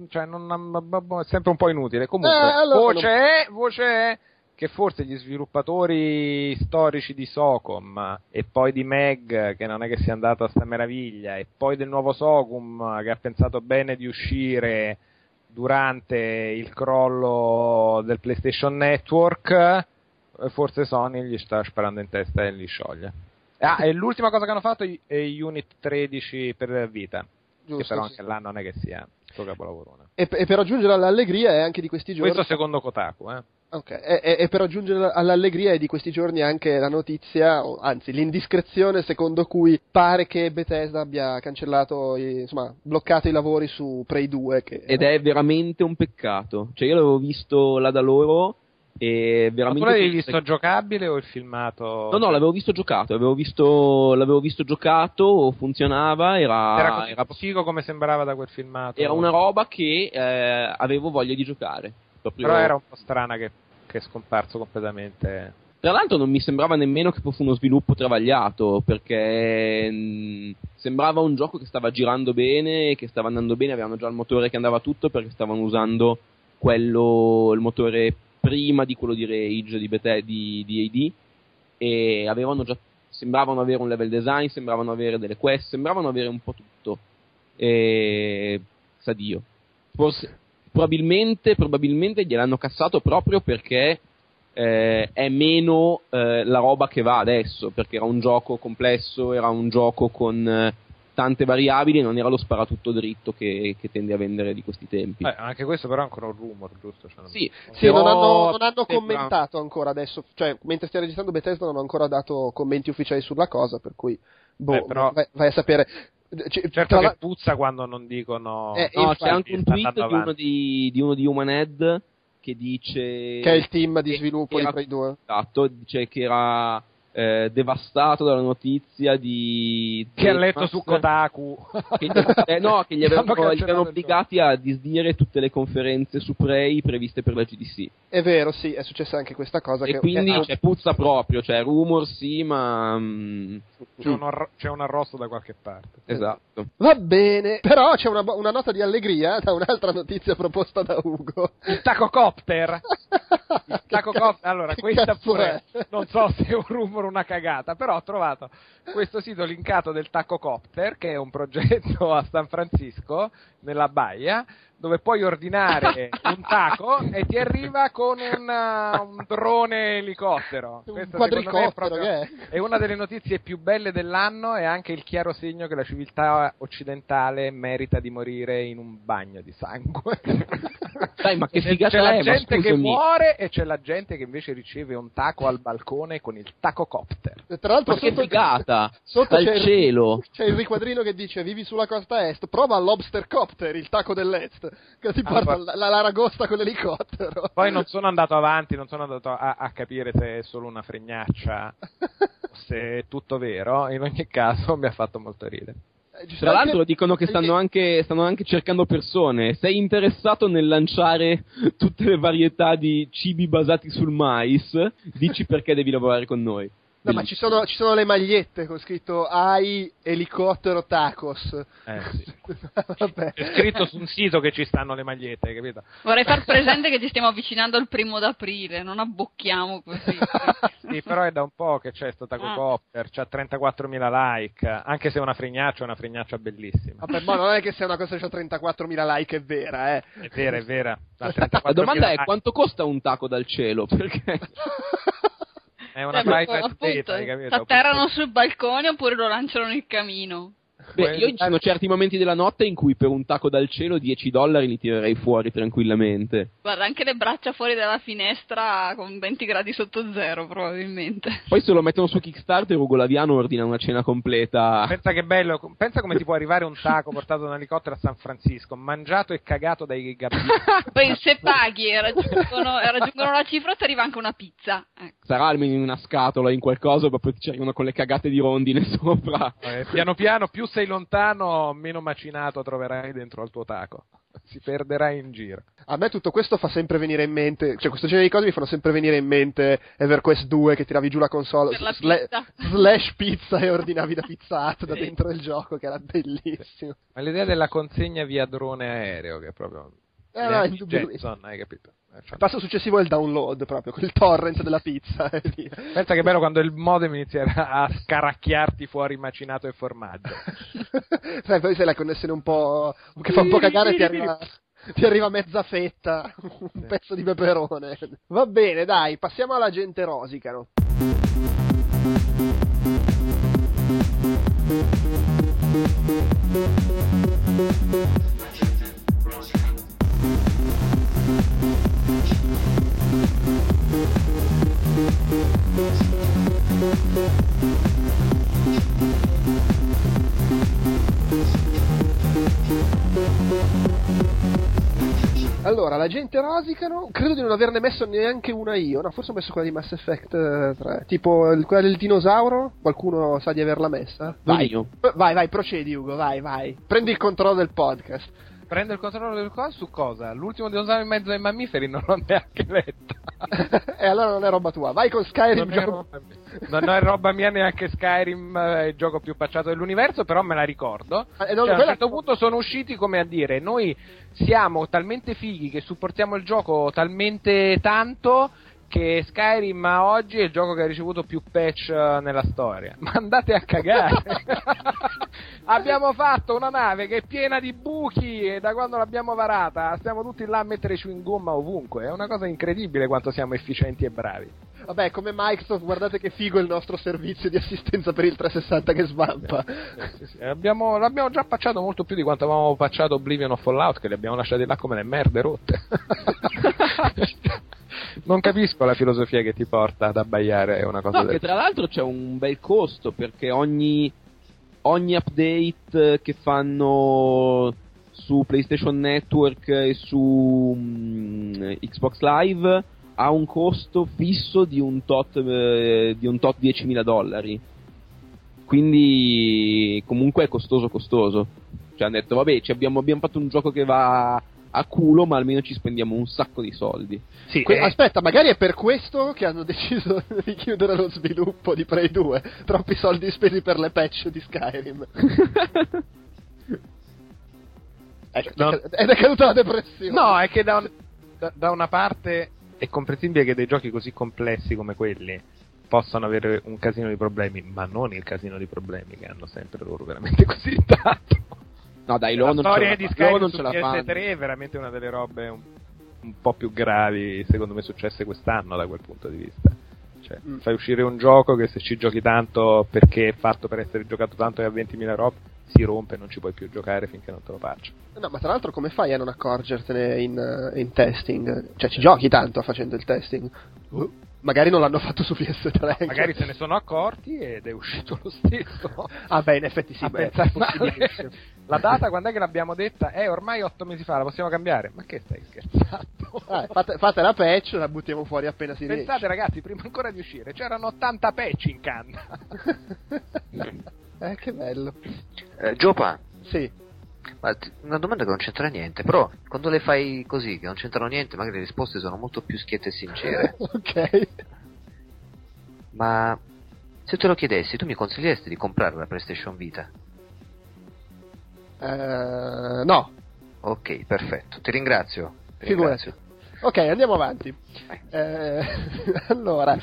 sempre un po' inutile. Comunque,
allora
voce è che forse gli sviluppatori storici di Socom e poi di Meg, che non è che sia andato a sta meraviglia, e poi del nuovo Socom, che ha pensato bene di uscire durante il crollo del PlayStation Network, forse Sony gli sta sparando in testa e li scioglie. E l'ultima cosa che hanno fatto è Unit 13 per Vita,
Giusto,
che però
sì.
anche là non è che sia sto capolavorone.
E per aggiungere all'allegria è anche di questi giorni.
Questo secondo Kotaku,
Ok, e per aggiungere all'allegria è di questi giorni anche la notizia, o anzi l'indiscrezione secondo cui pare che Bethesda abbia cancellato, bloccato i lavori su Prey 2.
Ed è veramente un peccato. Cioè io l'avevo visto là da loro e veramente...
Ma tu l'avevi visto giocabile o il filmato?
No, l'avevo visto giocato, l'avevo visto giocato, funzionava,
era figo come sembrava da quel filmato.
Era una roba che avevo voglia di giocare. Proprio...
Però era un po' strana che è scomparso completamente.
Tra l'altro non mi sembrava nemmeno che fosse uno sviluppo travagliato, perché sembrava un gioco che stava girando bene, che stava andando bene, avevano già il motore che andava tutto, perché stavano usando il motore prima di quello di Rage di AD, e sembravano avere un level design, sembravano avere delle quest, sembravano avere un po' tutto. E sa Dio. Forse probabilmente gliel'hanno cassato proprio perché è meno la roba che va adesso, perché era un gioco complesso, era un gioco con tante variabili, non era lo sparatutto dritto che tende a vendere di questi tempi.
Anche questo però è ancora un rumor, giusto? Cioè,
Sì,
però
non hanno commentato ancora adesso, cioè mentre stia registrando Bethesda non ha ancora dato commenti ufficiali sulla cosa, per cui
però...
vai a sapere.
Certo che puzza quando non dicono...
c'è anche un tweet di uno di Humanhead che dice...
Che è il team di sviluppo di Prey 2.
Esatto, dice che era devastato dalla notizia di...
Che ha letto su Kotaku.
Che gli avevano obbligati a disdire tutte le conferenze su Prey previste per la GDC.
È vero, sì, è successa anche questa cosa.
E quindi puzza proprio, cioè rumor sì, ma...
C'è un arrosto da qualche parte.
Esatto.
Va bene, però c'è una nota di allegria da un'altra notizia proposta da Ugo.
Il Tacocopter. Allora, questa pure non so se è un rumor o una cagata, però ho trovato questo sito linkato del Tacocopter, che è un progetto a San Francisco, nella Baia, dove puoi ordinare un taco e ti arriva con un drone elicottero.
Un quadricottero,
è una delle notizie più belle dell'anno e anche il chiaro segno che la civiltà occidentale merita di morire in un bagno di sangue.
Dai, ma che figata
c'è la
è,
gente
ma
che
scusami.
muore e c'è la gente che invece riceve un taco al balcone con il tacocopter.
Tra l'altro
Ma che figata!
sotto
Dal cielo!
C'è il riquadrino che dice vivi sulla costa est, prova l'Obster Copter, il taco dell'est, che ti porta l'aragosta con l'elicottero.
Poi non sono andato avanti, non sono andato a capire se è solo una fregnaccia o se è tutto vero. In ogni caso mi ha fatto molto ridere.
Tra l'altro dicono che stanno anche cercando persone. Sei interessato nel lanciare tutte le varietà di cibi basati sul mais? Dici perché devi lavorare con noi.
No, ma ci sono le magliette con scritto AI elicottero tacos.
Sì.
Vabbè.
È scritto su un sito che ci stanno le magliette, capito?
Vorrei far presente che ci stiamo avvicinando al 1° aprile, non abbocchiamo così.
Sì, però è da un po' che c'è sto tacocopter, c'ha 34.000 like, anche se è una fregnaccia bellissima.
Vabbè, ma non è che se una cosa c'ha 34.000 like è vera,
È vera.
La domanda è quanto costa un taco dal cielo? Perché...
È una private beta, hai capito?
Si atterrano sul balcone oppure lo lanciano nel camino?
Beh, io ci sono certi momenti della notte in cui per un taco dal cielo $10 li tirerei fuori tranquillamente.
Guarda, anche le braccia fuori dalla finestra con 20 gradi sotto zero probabilmente.
Poi se lo mettono su Kickstarter, Ugo Laviano ordina una cena completa.
Pensa che bello, pensa come ti può arrivare un taco portato da un elicottero a San Francisco, mangiato e cagato dai gabbini.
Poi se paghi e raggiungono la cifra ti arriva anche una pizza. Ecco.
Sarà almeno in una scatola, in qualcosa, ma poi ci arrivano con le cagate di rondine sopra.
Piano piano, più sei lontano, meno macinato troverai dentro al tuo taco. Si perderà in giro.
A me tutto questo fa sempre venire in mente, cioè questo genere di cose mi fanno sempre venire in mente EverQuest 2 che tiravi giù la console slash pizza e ordinavi da Pizza Hut da dentro il gioco, che era bellissimo.
Ma l'idea della consegna via drone aereo, che è proprio Jetson, hai capito?
Il passo successivo è il download, proprio con il torrent della pizza.
Pensa che bello quando il modem inizierà a scaracchiarti fuori macinato e formaggio.
Sai, poi sei la connessione un po' che fa un po' cagare e ti arriva mezza fetta, un pezzo di peperone. Va bene, dai, passiamo alla gente rosicano. Allora, la gente rosicano, credo di non averne messo neanche una io, no, forse ho messo quella di Mass Effect 3, tipo quella del dinosauro, qualcuno sa di averla messa? Vai, procedi Ugo, vai, prendi il controllo del podcast.
Prendo il controllo del cosa su cosa? L'ultimo dinosauro in mezzo ai mammiferi non l'ho neanche letto.
E allora non è roba tua, vai con Skyrim.
Non è roba mia neanche Skyrim, è il gioco più pacciato dell'universo, però me la ricordo. A un certo punto sono usciti come a dire, noi siamo talmente fighi che supportiamo il gioco talmente tanto che Skyrim a oggi è il gioco che ha ricevuto più patch nella storia. Ma andate a cagare. Abbiamo fatto una nave che è piena di buchi e da quando l'abbiamo varata stiamo tutti là a mettere chewing gum ovunque. È una cosa incredibile quanto siamo efficienti e bravi.
Vabbè, come Microsoft, guardate che figo il nostro servizio di assistenza per il 360 che svampa.
Sì. L'abbiamo già patchato molto più di quanto avevamo patchato Oblivion o Fallout, che li abbiamo lasciati là come le merde rotte. Non capisco la filosofia che ti porta ad abbaiare una cosa del...
che tra l'altro c'è un bel costo, perché ogni update che fanno su PlayStation Network e su Xbox Live ha un costo fisso di un tot $10.000. Quindi comunque è costoso. Cioè hanno detto vabbè, abbiamo fatto un gioco che va a culo, ma almeno ci spendiamo un sacco di soldi.
Sì,
aspetta, magari è per questo che hanno deciso di chiudere lo sviluppo di Prey 2. Troppi soldi spesi per le patch di Skyrim. Ed è caduta la depressione.
No, è che da una parte è comprensibile che dei giochi così complessi come quelli possano avere un casino di problemi, ma non il casino di problemi che hanno sempre loro veramente così tanto.
No dai, loro
la
non
storia
ce
di
la
Skyrim
non
su
ce la
PS3
fanno.
è veramente una delle robe un po' più gravi, secondo me, successe quest'anno da quel punto di vista. Cioè, fai uscire un gioco che se ci giochi tanto perché è fatto per essere giocato tanto e ha 20.000 robe, si rompe e non ci puoi più giocare finché non te lo faccio.
No, ma tra l'altro come fai a non accorgertene in testing? Cioè ci giochi tanto facendo il testing? Magari non l'hanno fatto su PS3.
No, magari se ne sono accorti ed è uscito lo stesso.
Ah beh, in effetti sì, beh, è possibilissimo.
La data quando è che l'abbiamo detta? Ormai 8 mesi fa, la possiamo cambiare? Ma che stai scherzando?
Fate la patch, la buttiamo fuori appena si riesce.
Pensate ragazzi, prima ancora di uscire c'erano 80 patch in canna.
Che bello.
Giopa,
Sì.
ma una domanda che non c'entra niente, però quando le fai così, che non c'entrano niente, magari le risposte sono molto più schiette e sincere.
Ok.
Ma se te lo chiedessi, tu mi consiglieresti di comprare la PlayStation Vita?
No.
Ok, perfetto, ti ringrazio.
Figurati. Ok, andiamo avanti. Allora,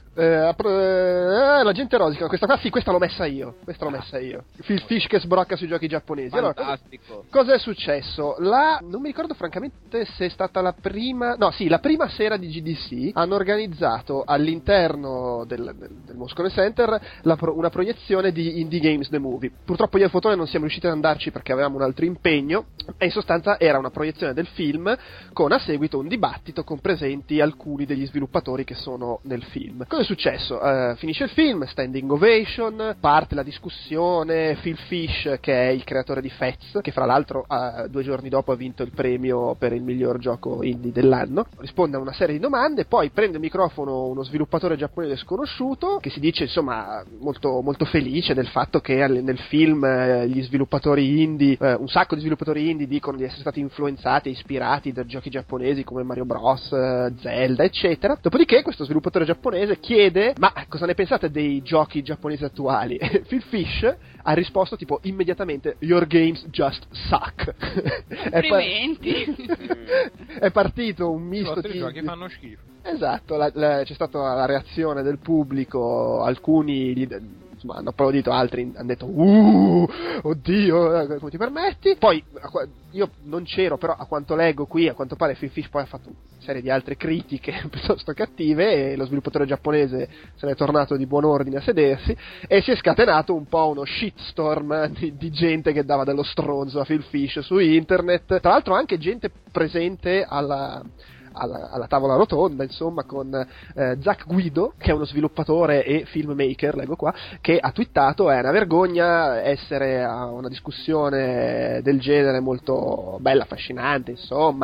la gente rosica, questa qua sì, questa l'ho messa io. Phil Fish che sbrocca sui giochi giapponesi.
Fantastico.
Allora, cosa è successo? Non mi ricordo francamente se è stata la prima sera di GDC hanno organizzato all'interno del Moscone Center una proiezione di Indie Games The Movie. Purtroppo io e Fotone non siamo riusciti ad andarci perché avevamo un altro impegno e in sostanza era una proiezione del film con a seguito un dibattito con presenti alcuni degli sviluppatori che sono nel film. Cosa è successo? Finisce il film, standing ovation, parte la discussione, Phil Fish, che è il creatore di Fez, che fra l'altro 2 giorni dopo ha vinto il premio per il miglior gioco indie dell'anno, risponde a una serie di domande, poi prende il microfono uno sviluppatore giapponese sconosciuto, che si dice insomma molto, molto felice del fatto che nel film gli sviluppatori indie, un sacco di sviluppatori indie dicono di essere stati influenzati e ispirati da giochi giapponesi come Mario Bros, Zelda, eccetera. Dopodiché questo sviluppatore giapponese chiede: ma cosa ne pensate dei giochi giapponesi attuali? Phil Fish ha risposto tipo immediatamente: your games just suck.
Complimenti.
È partito un misto
I giochi fanno schifo.
Esatto, c'è stata la reazione del pubblico, alcuni insomma, hanno applaudito, altri hanno detto oddio, come ti permetti? Poi io non c'ero, però a quanto leggo qui, a quanto pare Phil Fish poi ha fatto una serie di altre critiche piuttosto cattive e lo sviluppatore giapponese se n'è tornato di buon ordine a sedersi e si è scatenato un po' uno shitstorm di gente che dava dello stronzo a Phil Fish su internet, tra l'altro anche gente presente alla tavola rotonda, insomma, con Zach Guido, che è uno sviluppatore e filmmaker, leggo qua, che ha twittato: è una vergogna essere a una discussione del genere, molto bella, affascinante, insomma,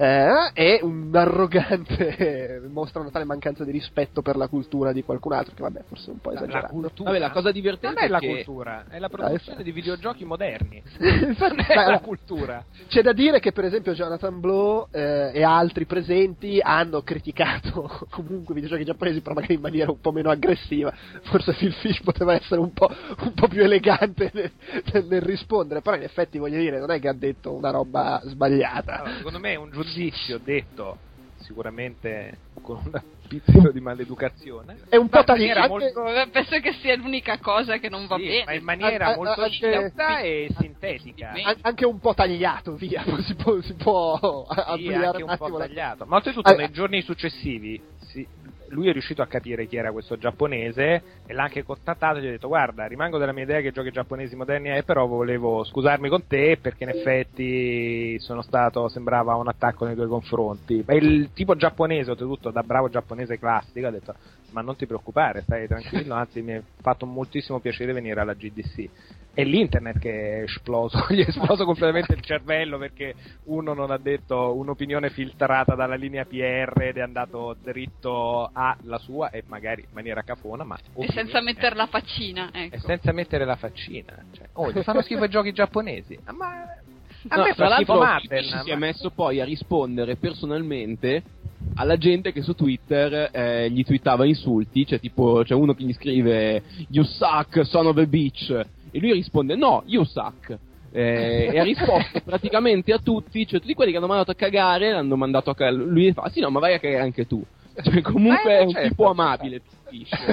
è un arrogante, mostra una tale mancanza di rispetto per la cultura di qualcun altro, che vabbè, forse è un po' esagerato.
Vabbè, la cosa divertente
non è la
che...
cultura, è la produzione di videogiochi moderni.
Non
è la cultura.
C'è da dire che per esempio Jonathan Blow e altri presenti hanno criticato comunque i videogiochi giapponesi, però magari in maniera un po' meno aggressiva. Forse Phil Fish poteva essere un po' più elegante nel rispondere, però in effetti, voglio dire, non è che ha detto una roba sbagliata.
Allora, secondo me è un giudizio detto sicuramente con un pizzico di maleducazione,
è un po'
tagliato,
penso che sia l'unica cosa che non va bene,
ma in maniera molto sciolta e sintetica,
anche un po' tagliato via, si può ampliare
anche un po' tagliato, ma oltretutto nei giorni successivi lui è riuscito a capire chi era questo giapponese e l'ha anche contattato e gli ha detto: guarda, rimango della mia idea che i giochi giapponesi moderni però volevo scusarmi con te perché in effetti sembrava un attacco nei tuoi confronti. Ma il tipo giapponese, oltretutto da bravo giapponese classico, ha detto: ma non ti preoccupare, stai tranquillo, anzi mi è fatto moltissimo piacere venire alla GDC. È l'internet che è esploso, gli è esploso completamente il cervello perché uno non ha detto un'opinione filtrata dalla linea PR ed è andato dritto alla sua e magari in maniera cafona, ma
e senza mettere la faccina, ecco.
E senza mettere la faccina, cioè, gli fanno schifo i giochi giapponesi, ma a me
tra
fa schifo
l'altro
Madden,
si è messo poi a rispondere personalmente alla gente che su Twitter gli twittava insulti, cioè tipo c'è uno che gli scrive "you suck, son of a bitch", e lui risponde "no, you suck", e ha risposto praticamente a tutti, cioè tutti quelli che hanno mandato a cagare l'hanno mandato a cagare, lui fa "sì, no, ma vai a cagare anche tu", cioè comunque è un tipo amabile.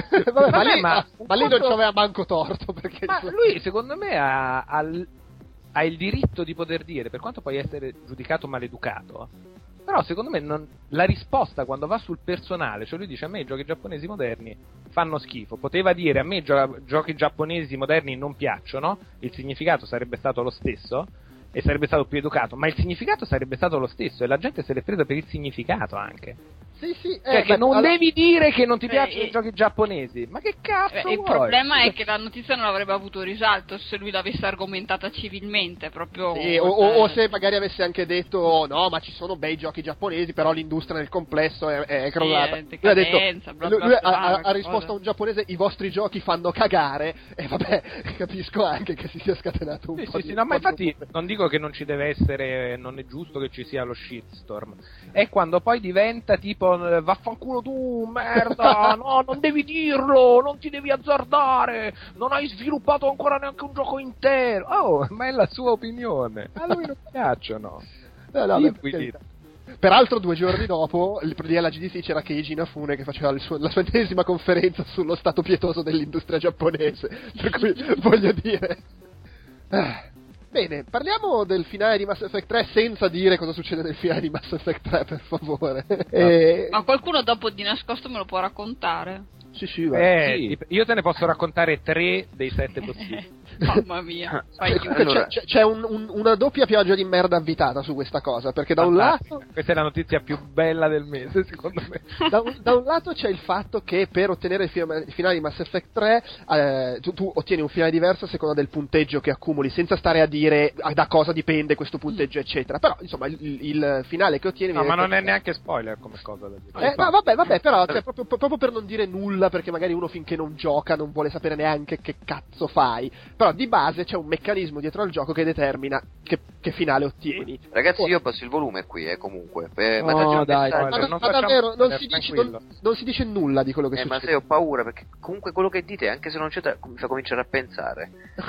Vabbè, ma lì non ci aveva manco torto, perché
ma lui secondo me ha hai il diritto di poter dire, per quanto puoi essere giudicato maleducato, però secondo me la risposta quando va sul personale, cioè lui dice a me i giochi giapponesi moderni fanno schifo, poteva dire a me giochi giapponesi moderni non piacciono, il significato sarebbe stato lo stesso e sarebbe stato più educato, ma il significato sarebbe stato lo stesso e la gente se l'è presa per il significato anche.
Sì,
cioè che non devi dire che non ti piacciono i giochi giapponesi, ma che cazzo
il problema è che la notizia non avrebbe avuto risalto se lui l'avesse argomentata civilmente, proprio
sì, o se magari avesse anche detto no, ma ci sono bei giochi giapponesi, però l'industria nel complesso è crollata. Lui ha risposto a un giapponese i vostri giochi fanno cagare, e vabbè, capisco anche che si sia scatenato un po'.
No, ma infatti non dico che non ci deve essere, non è giusto che ci sia lo shitstorm, è quando poi diventa tipo vaffanculo tu, merda, no, non devi dirlo, non ti devi azzardare, non hai sviluppato ancora neanche un gioco intero. Oh, ma è la sua opinione, a lui non piacciono.
Peraltro 2 giorni dopo, alla GDC c'era Keiji Inafune che faceva la sua ennesima conferenza sullo stato pietoso dell'industria giapponese, per cui voglio dire... Bene, parliamo del finale di Mass Effect 3 senza dire cosa succede nel finale di Mass Effect 3, per favore.
Ma qualcuno dopo di nascosto me lo può raccontare?
Sì, va. Sì.
Io te ne posso raccontare 3 dei 7 possibili.
Mamma mia.
Allora, c'è una doppia pioggia di merda avvitata su questa cosa, perché da un lato...
Questa è la notizia più bella del mese, secondo me.
Da un lato c'è il fatto che per ottenere il finale di Mass Effect 3 tu ottieni un finale diverso a seconda del punteggio che accumuli, senza stare a dire da cosa dipende questo punteggio, eccetera. Però, insomma, il finale che ottieni...
No, ma non è neanche spoiler come cosa da dire.
No, vabbè, però, cioè, proprio per non dire nulla, perché magari uno finché non gioca non vuole sapere neanche che cazzo fai. Però di base c'è un meccanismo dietro al gioco che determina che finale ottieni.
Ragazzi, io passo il volume qui, comunque.
No, dai, ma davvero, non si dice nulla di quello che succede.
Ma sai, ho paura, perché comunque quello che dite, anche se non c'è, mi fa cominciare a pensare.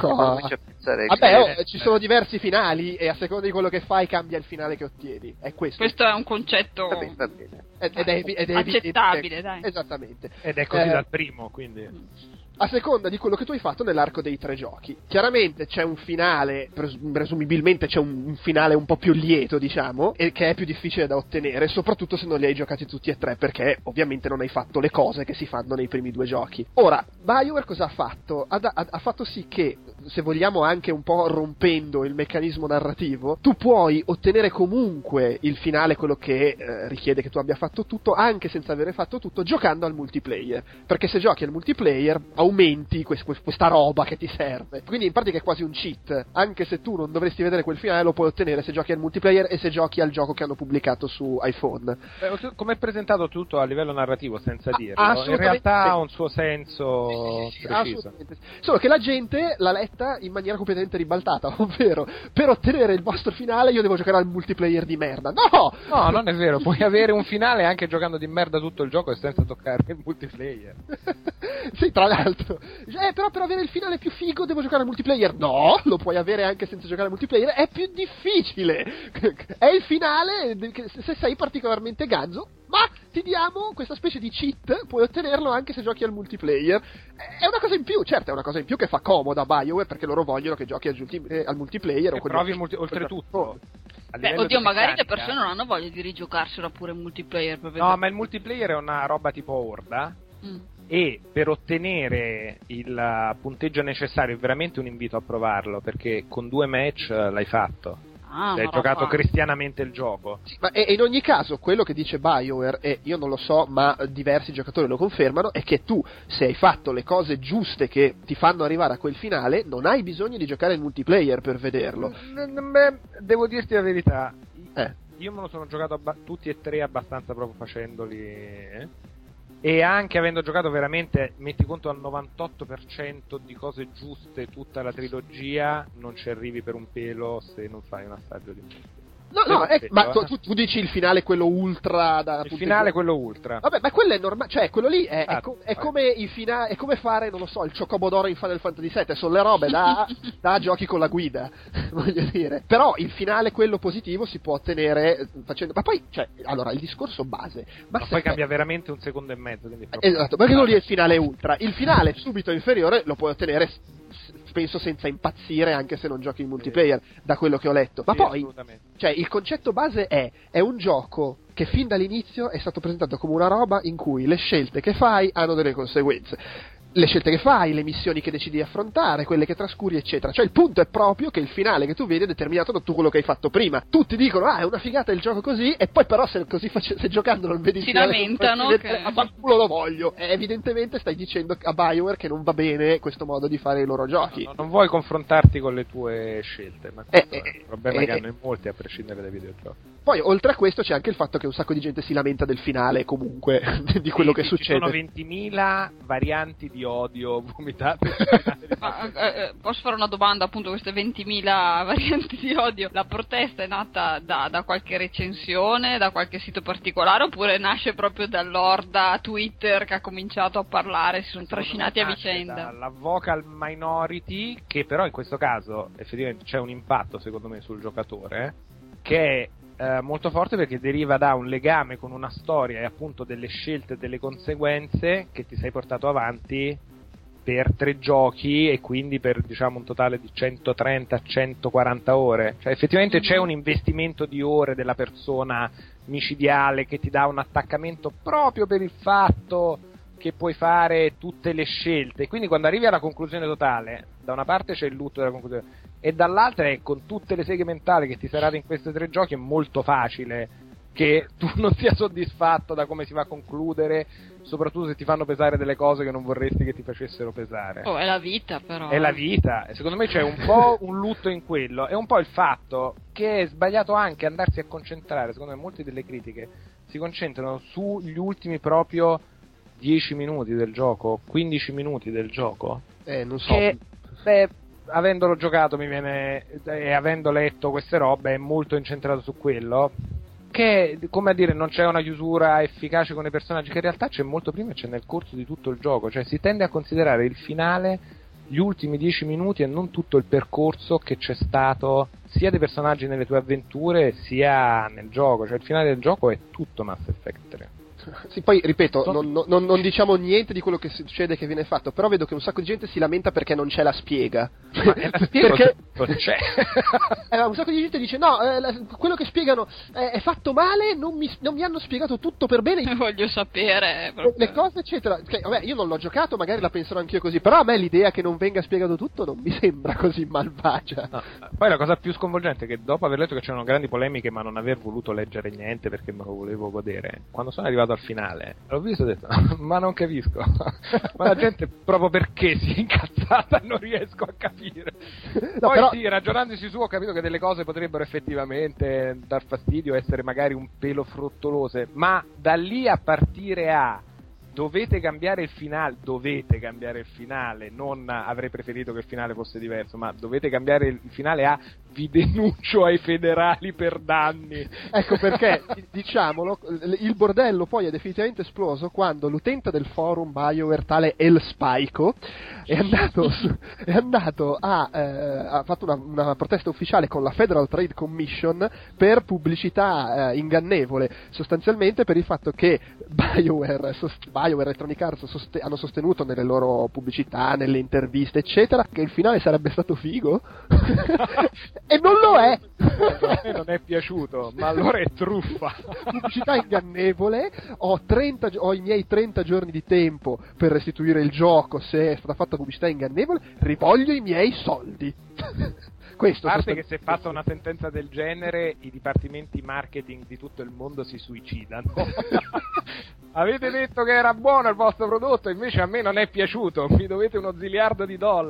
Vabbè, ci sono diversi finali e a seconda di quello che fai cambia il finale che ottieni. È questo.
Questo è un concetto
va bene.
Ed è
accettabile, dai.
Esattamente.
Ed è così dal primo, quindi...
A seconda di quello che tu hai fatto nell'arco dei 3 giochi. Chiaramente c'è un finale, presumibilmente c'è un finale un po' più lieto, diciamo, e che è più difficile da ottenere, soprattutto se non li hai giocati tutti e 3, perché ovviamente non hai fatto le cose che si fanno nei primi 2 giochi. Ora, BioWare cosa ha fatto? Ha fatto sì che, se vogliamo anche un po' rompendo il meccanismo narrativo, tu puoi ottenere comunque il finale, quello che richiede che tu abbia fatto tutto, anche senza avere fatto tutto, giocando al multiplayer. Perché se giochi al multiplayer aumenti questa roba che ti serve. Quindi in pratica è quasi un cheat. Anche se tu non dovresti vedere quel finale, lo puoi ottenere se giochi al multiplayer e se giochi al gioco che hanno pubblicato su iPhone.
Come è presentato tutto a livello narrativo, senza dirlo, in realtà ha un suo senso preciso.
Solo che la gente l'ha letta in maniera completamente ribaltata, ovvero per ottenere il vostro finale io devo giocare al multiplayer di merda. No,
non è vero, puoi avere un finale anche giocando di merda tutto il gioco e senza toccare il multiplayer.
Sì, tra l'altro. Però per avere il finale più figo devo giocare al multiplayer. No, lo puoi avere anche senza giocare al multiplayer, è più difficile. È il finale se sei particolarmente ganzo, ma ti diamo questa specie di cheat, puoi ottenerlo anche se giochi al multiplayer. È una cosa in più, certo, è una cosa in più che fa comoda a BioWare, perché loro vogliono che giochi al multiplayer.
E provi oltretutto.
Oddio, magari le persone non hanno voglia di rigiocarsela pure in multiplayer.
No, ma il multiplayer è una roba tipo Horda. E per ottenere il punteggio necessario è veramente un invito a provarlo, perché con 2 match l'hai fatto. Hai giocato cristianamente il gioco.
Sì, ma in ogni caso quello che dice BioWare, e io non lo so ma diversi giocatori lo confermano, è che tu, se hai fatto le cose giuste che ti fanno arrivare a quel finale, non hai bisogno di giocare in multiplayer per vederlo.
Devo dirti la verità, io me lo sono giocato tutti e 3 abbastanza proprio facendoli e anche avendo giocato veramente, metti conto, al 98% di cose giuste tutta la trilogia, non ci arrivi per un pelo se non fai un assaggio di multiplayer.
Ma tu dici il finale quello ultra
il finale quello ultra.
Vabbè, ma quello è normale, cioè quello lì è come il finale, è come fare, non lo so, il Chocobo d'oro in Final Fantasy VII, sono le robe da giochi con la guida, voglio dire. Però il finale quello positivo si può ottenere facendo, ma poi, cioè, allora, il discorso base,
ma poi cambia veramente 1 secondo e mezzo, quindi
esatto, perché quello lì è il finale ultra. Il finale subito inferiore lo puoi ottenere penso senza impazzire, anche se non giochi in multiplayer, da quello che ho letto. Ma
Sì,
poi, cioè, il concetto base è un gioco che fin dall'inizio è stato presentato come una roba in cui le scelte che fai hanno delle conseguenze. Le scelte che fai, le missioni che decidi di affrontare, quelle che trascuri, eccetera. Cioè il punto è proprio che il finale che tu vedi è determinato da tutto quello che hai fatto prima. Tutti dicono, è una figata il gioco così, e poi però se giocando non vedi il finale,
lamentano
a fanculo lo voglio. E evidentemente stai dicendo a BioWare che non va bene questo modo di fare i loro giochi.
Non vuoi confrontarti con le tue scelte, ma questo è un problema che hanno in molti, a prescindere dai videogiochi.
Poi oltre a questo c'è anche il fatto che un sacco di gente si lamenta del finale comunque, di quello che succede.
Ci sono 20.000 varianti di odio vomitate.
Posso fare una domanda, appunto, queste 20.000 varianti di odio? La protesta è nata da qualche recensione, da qualche sito particolare, oppure nasce proprio dall'orda Twitter che ha cominciato a parlare, si sono trascinati a vicenda?
La vocal minority, che però in questo caso effettivamente c'è un impatto secondo me sul giocatore, che è molto forte, perché deriva da un legame con una storia e appunto delle scelte e delle conseguenze che ti sei portato avanti per 3 giochi, e quindi per, diciamo, un totale di 130-140 ore. Cioè effettivamente c'è un investimento di ore della persona micidiale che ti dà un attaccamento proprio per il fatto che puoi fare tutte le scelte. Quindi quando arrivi alla conclusione totale, da una parte c'è il lutto della conclusione, e dall'altra è con tutte le seghe mentali che ti saranno in questi 3 giochi, è molto facile che tu non sia soddisfatto da come si va a concludere, soprattutto se ti fanno pesare delle cose che non vorresti che ti facessero pesare.
È la vita, però.
È la vita, e secondo me c'è un po' un lutto in quello, e un po' il fatto che è sbagliato anche andarsi a concentrare. Secondo me molte delle critiche si concentrano sugli ultimi proprio 10 minuti del gioco, 15 minuti del gioco.
Non so.
Avendolo giocato mi viene, e avendo letto queste robe, è molto incentrato su quello, che, come a dire, non c'è una chiusura efficace con i personaggi, che in realtà c'è molto prima e c'è nel corso di tutto il gioco. Cioè si tende a considerare il finale gli ultimi 10 minuti e non tutto il percorso che c'è stato sia dei personaggi nelle tue avventure sia nel gioco. Cioè il finale del gioco è tutto Mass Effect 3.
Sì, poi ripeto, non diciamo niente di quello che succede, che viene fatto, però vedo che un sacco di gente si lamenta perché non c'è la spiega.
Ma la spiega
perché
non c'è.
Un sacco di gente dice no, quello che spiegano è fatto male, non mi hanno spiegato tutto per bene.
Voglio sapere
le cose, eccetera. Vabbè, io non l'ho giocato, magari la penserò anch'io così, però a me l'idea che non venga spiegato tutto non mi sembra così malvagia.
No. Poi la cosa più sconvolgente è che dopo aver letto che c'erano grandi polemiche ma non aver voluto leggere niente perché me lo volevo godere, quando sono arrivato al finale l'ho visto e ho detto ma non capisco. Ma la gente proprio perché si è incazzata non riesco a capire.
No,
poi
però...
sì, ragionandosi su ho capito che delle cose potrebbero effettivamente dar fastidio, essere magari un pelo frettolose, ma da lì a partire a dovete cambiare il finale, non avrei preferito che il finale fosse diverso, ma dovete cambiare il finale a vi denuncio ai federali per danni.
Ecco perché, diciamolo, il bordello poi è definitivamente esploso quando l'utente del forum BioWare, tale El Spaico, è andato ha fatto una protesta ufficiale con la Federal Trade Commission per pubblicità ingannevole, sostanzialmente per il fatto che BioWare Electronic Arts hanno sostenuto nelle loro pubblicità, nelle interviste eccetera, che il finale sarebbe stato figo e non lo è.
A me non è piaciuto, ma allora è truffa.
Pubblicità ingannevole. Ho i miei 30 giorni di tempo per restituire il gioco se è stata fatta pubblicità ingannevole, rivoglio i miei soldi. Questo,
a parte che se passa una sentenza del genere i dipartimenti marketing di tutto il mondo si suicidano. Avete detto che era buono il vostro prodotto, invece a me non è piaciuto, mi dovete $1 ziliardo.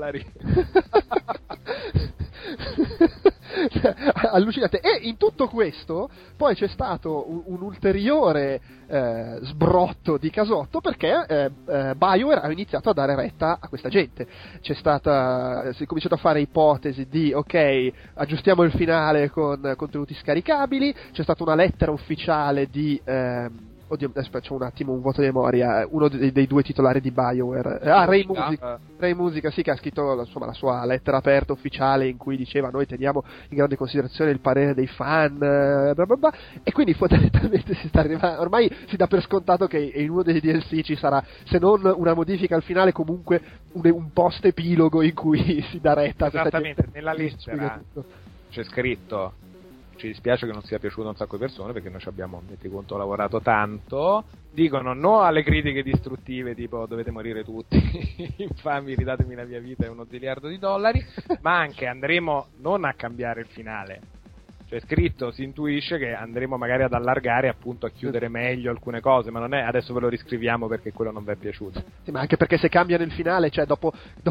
Allucinante. E in tutto questo poi c'è stato un ulteriore sbrotto di casotto, perché BioWare ha iniziato a dare retta a questa gente. Si è cominciato a fare ipotesi di ok, aggiustiamo il finale con contenuti scaricabili. C'è stata una lettera ufficiale di Oddio, aspetta, c'ho un attimo un vuoto di memoria. Uno dei due titolari di BioWare. Ray Musica, sì, che ha scritto insomma la sua lettera aperta ufficiale in cui diceva noi teniamo in grande considerazione il parere dei fan, bla bla bla, e quindi fondamentalmente si sta arrivando, ormai si dà per scontato che in uno dei DLC ci sarà, se non una modifica al finale, comunque un post epilogo in cui si dà retta a questa
esattamente,
gente.
nella lettera c'è scritto: ci dispiace che non sia piaciuto a un sacco di persone perché noi ci abbiamo, metti conto, lavorato tanto. Dicono no alle critiche distruttive tipo dovete morire tutti, infami, ridatemi la mia vita e $1 ziliardo, ma anche andremo non a cambiare il finale. Cioè scritto, si intuisce che andremo magari ad allargare, appunto a chiudere meglio alcune cose, ma non è adesso ve lo riscriviamo perché quello non vi è piaciuto.
Sì, ma anche perché se cambiano il finale, cioè dopo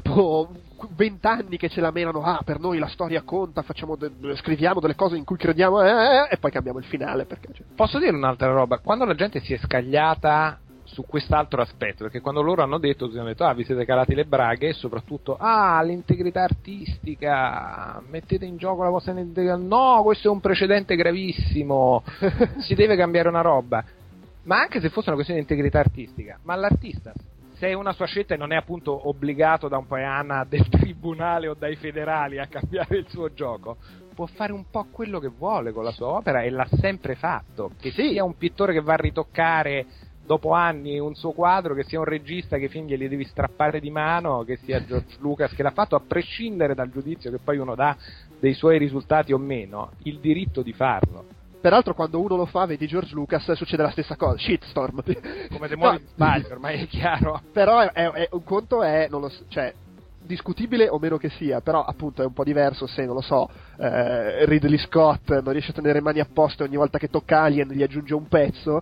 20 anni che ce la menano, per noi la storia conta, scriviamo delle cose in cui crediamo, e poi cambiamo il finale. Perché, cioè.
Posso dire un'altra roba? Quando la gente si è scagliata su quest'altro aspetto, perché quando loro hanno detto, si hanno detto vi siete calati le braghe, e soprattutto l'integrità artistica, mettete in gioco la vostra integrità, no, questo è un precedente gravissimo, si deve cambiare una roba. Ma anche se fosse una questione di integrità artistica, ma l'artista, se è una sua scelta e non è appunto obbligato da un poiana del tribunale o dai federali a cambiare il suo gioco, può fare un po' quello che vuole con la sua opera, e l'ha sempre fatto, che sia un pittore che va a ritoccare dopo anni un suo quadro, che sia un regista che fin glieli devi strappare di mano, che sia George Lucas che l'ha fatto, a prescindere dal giudizio che poi uno dà dei suoi risultati o meno, il diritto di farlo.
Peraltro quando uno lo fa, vedi George Lucas, succede la stessa cosa, shitstorm.
Come demoni di sbaglio, ormai è chiaro.
Però un conto è, non lo so, cioè, discutibile o meno che sia, però appunto è un po' diverso se, non lo so, Ridley Scott non riesce a tenere le mani a posto e ogni volta che tocca Alien gli aggiunge un pezzo,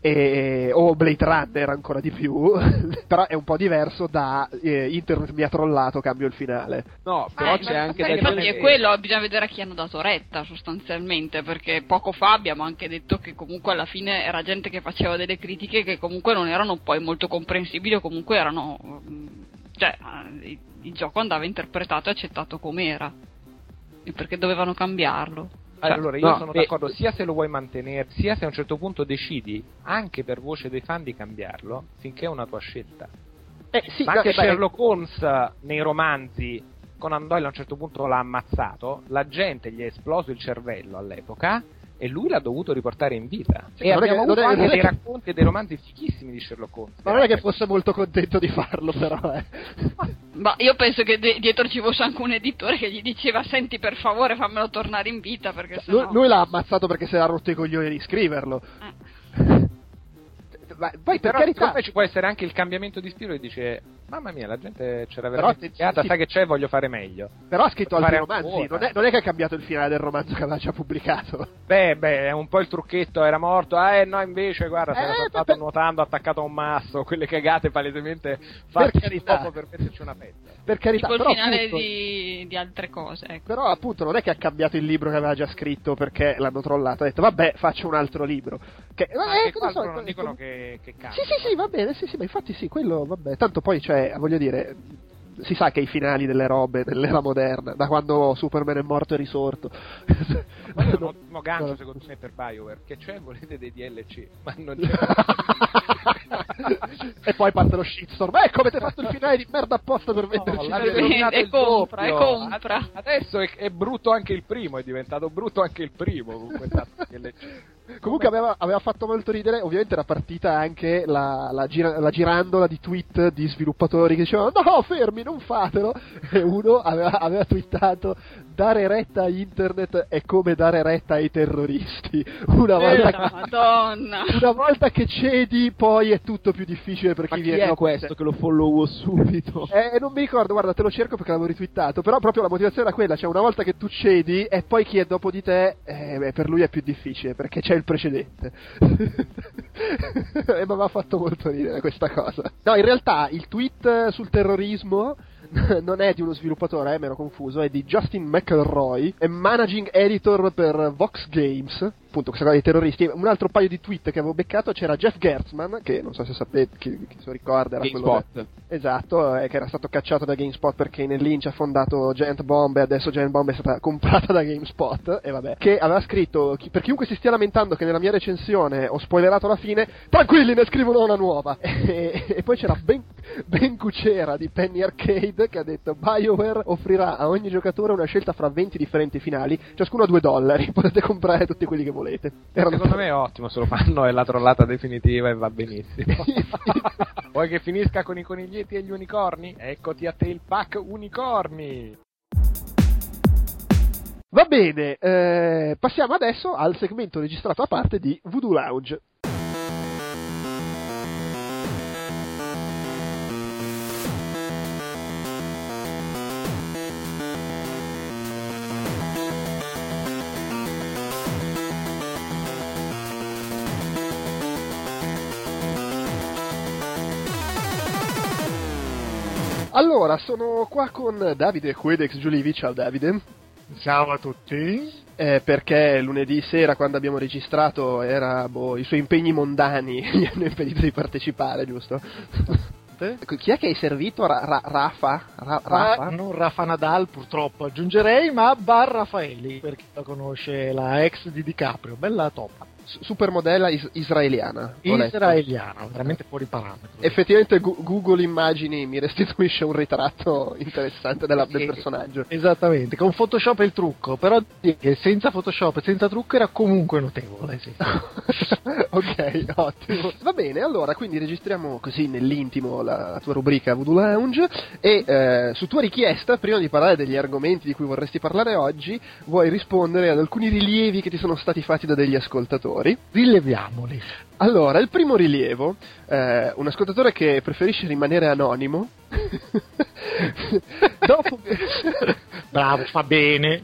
o Blade Runner ancora di più. Però è un po' diverso da internet mi ha trollato, cambio il finale.
No, però c'è anche da
infatti è quello, bisogna vedere a chi hanno dato retta sostanzialmente, perché poco fa abbiamo anche detto che comunque alla fine era gente che faceva delle critiche che comunque non erano poi molto comprensibili, o comunque erano, cioè il gioco andava interpretato e accettato com'era, e perché dovevano cambiarlo.
Allora io sono d'accordo sia se lo vuoi mantenere, sia se a un certo punto decidi anche per voce dei fan di cambiarlo, finché è una tua scelta.
Sì,
ma anche Sherlock Holmes nei romanzi, Conan Doyle a un certo punto l'ha ammazzato, la gente gli è esploso il cervello all'epoca e lui l'ha dovuto riportare in vita. E abbiamo avuto anche dei racconti e dei romanzi fichissimi di Sherlock Holmes.
Ma non è che fosse molto contento di farlo, però.
Ma io penso che dietro ci fosse anche un editore che gli diceva: senti, per favore fammelo tornare in vita, perché sennò...
lui l'ha ammazzato perché si era rotto i coglioni di scriverlo. Poi per carità
ci può essere anche il cambiamento di spirito e dice: mamma mia, la gente c'era veramente sai che c'è, voglio fare meglio.
Però ha scritto altri romanzi, non è che ha cambiato il finale del romanzo che aveva già pubblicato.
Beh, è un po' il trucchetto, era morto, no invece guarda, si era saltato nuotando attaccato a un masso, quelle cagate palesemente fatte dopo per metterci una pezza.
Per carità,
tipo
però,
il finale
appunto,
di altre cose, ecco.
Però appunto non è che ha cambiato il libro che aveva già scritto perché l'hanno trollato, ha detto vabbè, faccio un altro libro.
Non dicono che cambia.
Sì, va bene, sì, ma infatti sì, quello vabbè, tanto poi voglio dire, si sa che i finali delle robe dell'era moderna, da quando Superman è morto e risorto.
Ma è un ottimo gancio secondo me per BioWare, che c'è, volete dei DLC, ma non c'è.
E poi parte lo shitstorm, ecco, avete fatto il finale di merda apposta per venderci
e compra.
Adesso è brutto anche il primo, è diventato brutto anche il primo con quest'altro DLC.
Comunque aveva fatto molto ridere, ovviamente era partita anche la girandola di tweet di sviluppatori che dicevano no, fermi, non fatelo, e uno aveva twittato: dare retta a internet è come dare retta ai terroristi, una volta che cedi poi è tutto più difficile per chi viene.
Ma chi è questo che lo followo subito?
Non mi ricordo, guarda, te lo cerco perché l'avevo retweetato, però proprio la motivazione era quella, cioè una volta che tu cedi e poi chi è dopo di te, per lui è più difficile perché c'è il precedente. E mi aveva fatto molto ridere questa cosa. No, in realtà il tweet sul terrorismo non è di uno sviluppatore, mi ero confuso, è di Justin McElroy, è managing editor per Vox Games, appunto questa cosa dei terroristi. Un altro paio di tweet che avevo beccato, c'era Jeff Gertzman, che non so se sapete, chi se lo ricorda, era
GameSpot.
quello esatto, che era stato cacciato da GameSpot perché Kane Lynch ha fondato Giant Bomb e adesso Giant Bomb è stata comprata da GameSpot, e vabbè, che aveva scritto: per chiunque si stia lamentando che nella mia recensione ho spoilerato la fine, tranquilli, ne scrivono una nuova. E poi c'era Ben Kuchera di Penny Arcade che ha detto: BioWare offrirà a ogni giocatore una scelta fra 20 differenti finali, ciascuno a $2, potete comprare tutti quelli che volete.
Secondo me è ottimo, se lo fanno è la trollata definitiva e va benissimo. Vuoi che finisca con i coniglietti e gli unicorni? Eccoti a te il pack unicorni.
Va bene, passiamo adesso al segmento registrato a parte di Voodoo Lounge. Allora, sono qua con Davide Quedex Giulivi. Ciao Davide.
Ciao a tutti.
Perché lunedì sera, quando abbiamo registrato, i suoi impegni mondani gli hanno impedito di partecipare, giusto? Chi è che hai servito? Rafa? Rafa?
Non Rafa Nadal, purtroppo aggiungerei, ma Bar Raffaeli, per chi la conosce, la ex di DiCaprio, bella top.
Supermodella israeliana.
Israeliana, veramente fuori parametro.
Effettivamente Google Immagini mi restituisce un ritratto interessante del personaggio.
Esattamente, con Photoshop e il trucco, però senza Photoshop e senza trucco era comunque notevole, sì.
Ok, ottimo. Va bene, allora, quindi registriamo così nell'intimo la tua rubrica Voodoo Lounge e su tua richiesta, prima di parlare degli argomenti di cui vorresti parlare oggi, vuoi rispondere ad alcuni rilievi che ti sono stati fatti da degli ascoltatori.
Rileviamoli.
Allora, il primo rilievo, un ascoltatore che preferisce rimanere anonimo.
Bravo, fa bene.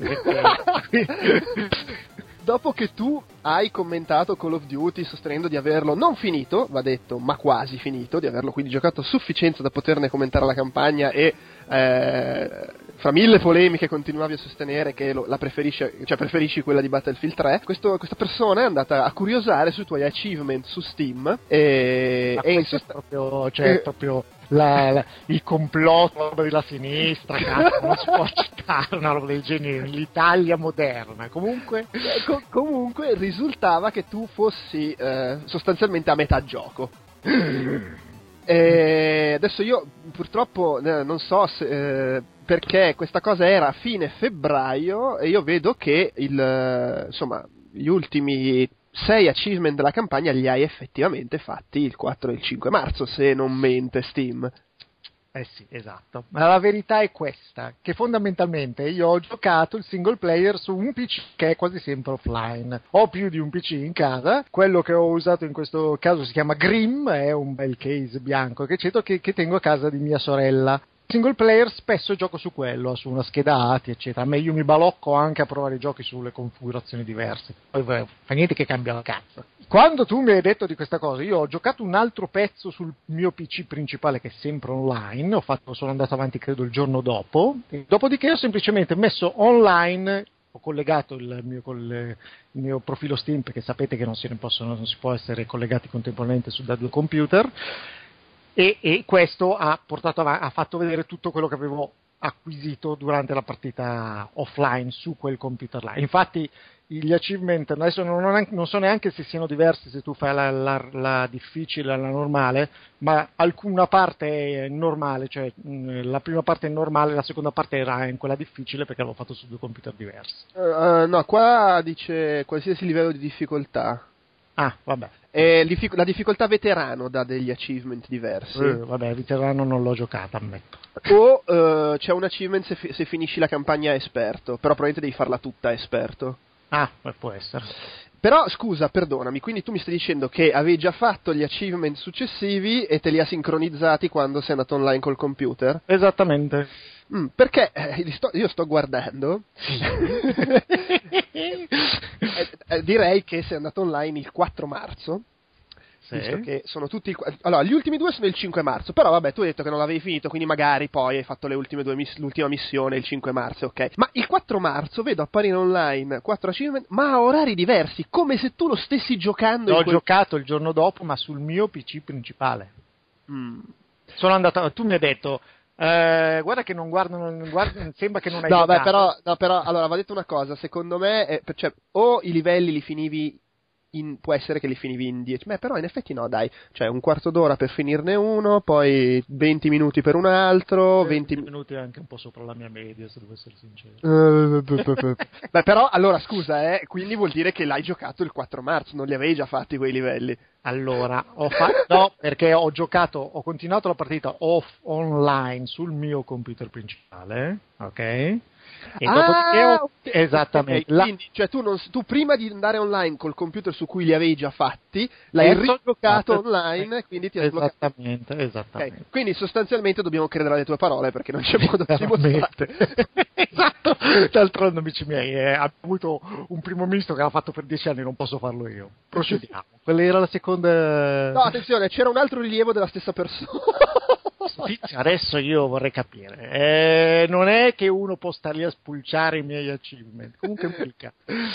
Dopo che tu hai commentato Call of Duty sostenendo di averlo non finito, va detto, ma quasi finito, di averlo quindi giocato a sufficienza da poterne commentare la campagna e fra mille polemiche continuavi a sostenere che la preferisci quella di Battlefield 3, questa persona è andata a curiosare sui tuoi achievement su Steam e
proprio il complotto della sinistra, cazzo, non si può accettare una roba del genere nell'Italia moderna. Comunque
risultava che tu fossi sostanzialmente a metà gioco. Adesso io purtroppo non so se, perché questa cosa era a fine febbraio e io vedo che gli ultimi 6 achievement della campagna li hai effettivamente fatti il 4 e il 5 marzo, se non mente Steam.
Sì, esatto. Ma la verità è questa, che fondamentalmente io ho giocato il single player su un PC che è quasi sempre offline. Ho più di un PC in casa, quello che ho usato in questo caso si chiama Grim, è un bel case bianco che tengo a casa di mia sorella. Single player spesso gioco su quello, su una scheda ATI eccetera, ma io mi balocco anche a provare i giochi sulle configurazioni diverse, poi fa niente che cambia la cazzo. Quando tu mi hai detto di questa cosa, io ho giocato un altro pezzo sul mio PC principale che è sempre online, sono andato avanti credo il giorno dopo, dopodiché ho semplicemente messo online, ho collegato il mio profilo Steam, perché sapete che non si può essere collegati contemporaneamente da due computer, e questo ha fatto vedere tutto quello che avevo acquisito durante la partita offline su quel computer là. Infatti gli achievement adesso non so neanche se siano diversi se tu fai la difficile e la normale, ma alcuna parte è normale, cioè la prima parte è normale, la seconda parte era in quella difficile perché l'avevo fatto su due computer diversi.
No, qua dice qualsiasi livello di difficoltà.
Ah, vabbè.
La difficoltà veterano dà degli achievement diversi.
Vabbè, veterano non l'ho giocata, ammetto.
O c'è un achievement se finisci la campagna esperto, però probabilmente devi farla tutta esperto.
Ah, può essere.
Però, scusa, perdonami, quindi tu mi stai dicendo che avevi già fatto gli achievement successivi e te li ha sincronizzati quando sei andato online col computer?
Esattamente.
Perché io sto guardando direi che sei andato online il 4 marzo
Sì.
Visto che sono tutti... Allora, gli ultimi 2 sono il 5 marzo, però vabbè, tu hai detto che non l'avevi finito, quindi magari poi hai fatto le ultime 2 l'ultima missione il 5 marzo, ok? Ma il 4 marzo vedo apparire online 4 achievement, ma a orari diversi, come se tu lo stessi giocando
L'ho giocato il giorno dopo, ma sul mio PC principale. Sono andato... Tu mi hai detto... guarda che non guardano, sembra che non hai giocato.
però allora va detto una cosa, secondo me cioè, o i livelli li finivi può essere che li finivi in 10, però in effetti no, dai, cioè un quarto d'ora per finirne uno, poi 20 minuti per un altro, 20
minuti è anche un po' sopra la mia media, se devo essere sincero.
Beh, però allora scusa, quindi vuol dire che l'hai giocato il 4 marzo, non li avevi già fatti quei livelli?
Allora, no, perché ho continuato la partita online sul mio computer principale, ok? E dopodiché esattamente.
Okay. Quindi, cioè tu prima di andare online col computer su cui li avevi già fatti, l'hai rigiocato online, quindi ti hai sbloccato.
Esattamente.
Okay. Quindi sostanzialmente dobbiamo credere alle tue parole, perché non c'è modo di dimostrare.
Esatto. D'altronde, amici miei, abbiamo avuto un primo ministro che l'ha fatto per 10 anni, non posso farlo io. Procediamo. Quella era la seconda...
No, attenzione, c'era un altro rilievo della stessa persona.
Adesso io vorrei capire, non è che uno può star lì a spulciare i miei achievement, comunque implica.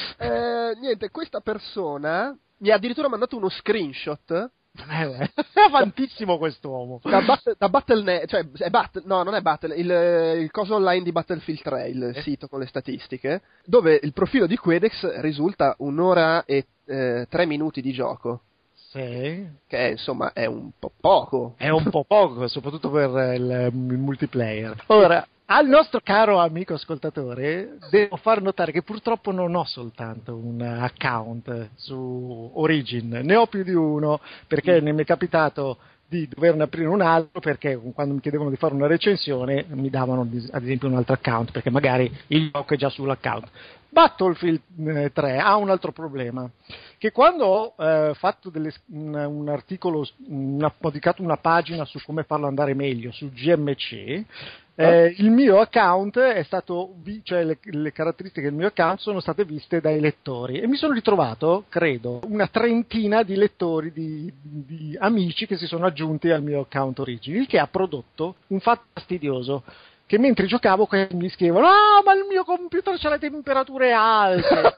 Niente, questa persona mi ha addirittura mandato uno screenshot.
È fantissimo quest'uomo.
Da Battle.net, cioè no, non è Battle, il coso online di Battlefield 3, il sito con le statistiche, dove il profilo di Quedex risulta 1 ora e 3 minuti di gioco.
Sì.
Che insomma è un po' poco.
È un po' poco, soprattutto per il multiplayer. Ora, al nostro caro amico ascoltatore devo far notare che purtroppo non ho soltanto un account su Origin, ne ho più di uno, perché mi è capitato di doverne aprire un altro, perché quando mi chiedevano di fare una recensione mi davano ad esempio un altro account, perché magari il gioco è già sull'account. Battlefield 3 ha un altro problema, che quando ho fatto un articolo, ho dedicato una pagina su come farlo andare meglio su GMC, il mio account è stato, cioè le caratteristiche del mio account sono state viste dai lettori, e mi sono ritrovato, credo, una trentina di lettori, di amici che si sono aggiunti al mio account Origin, il che ha prodotto un fatto fastidioso, che mentre giocavo mi scrivono: ma il mio computer c'ha le temperature alte.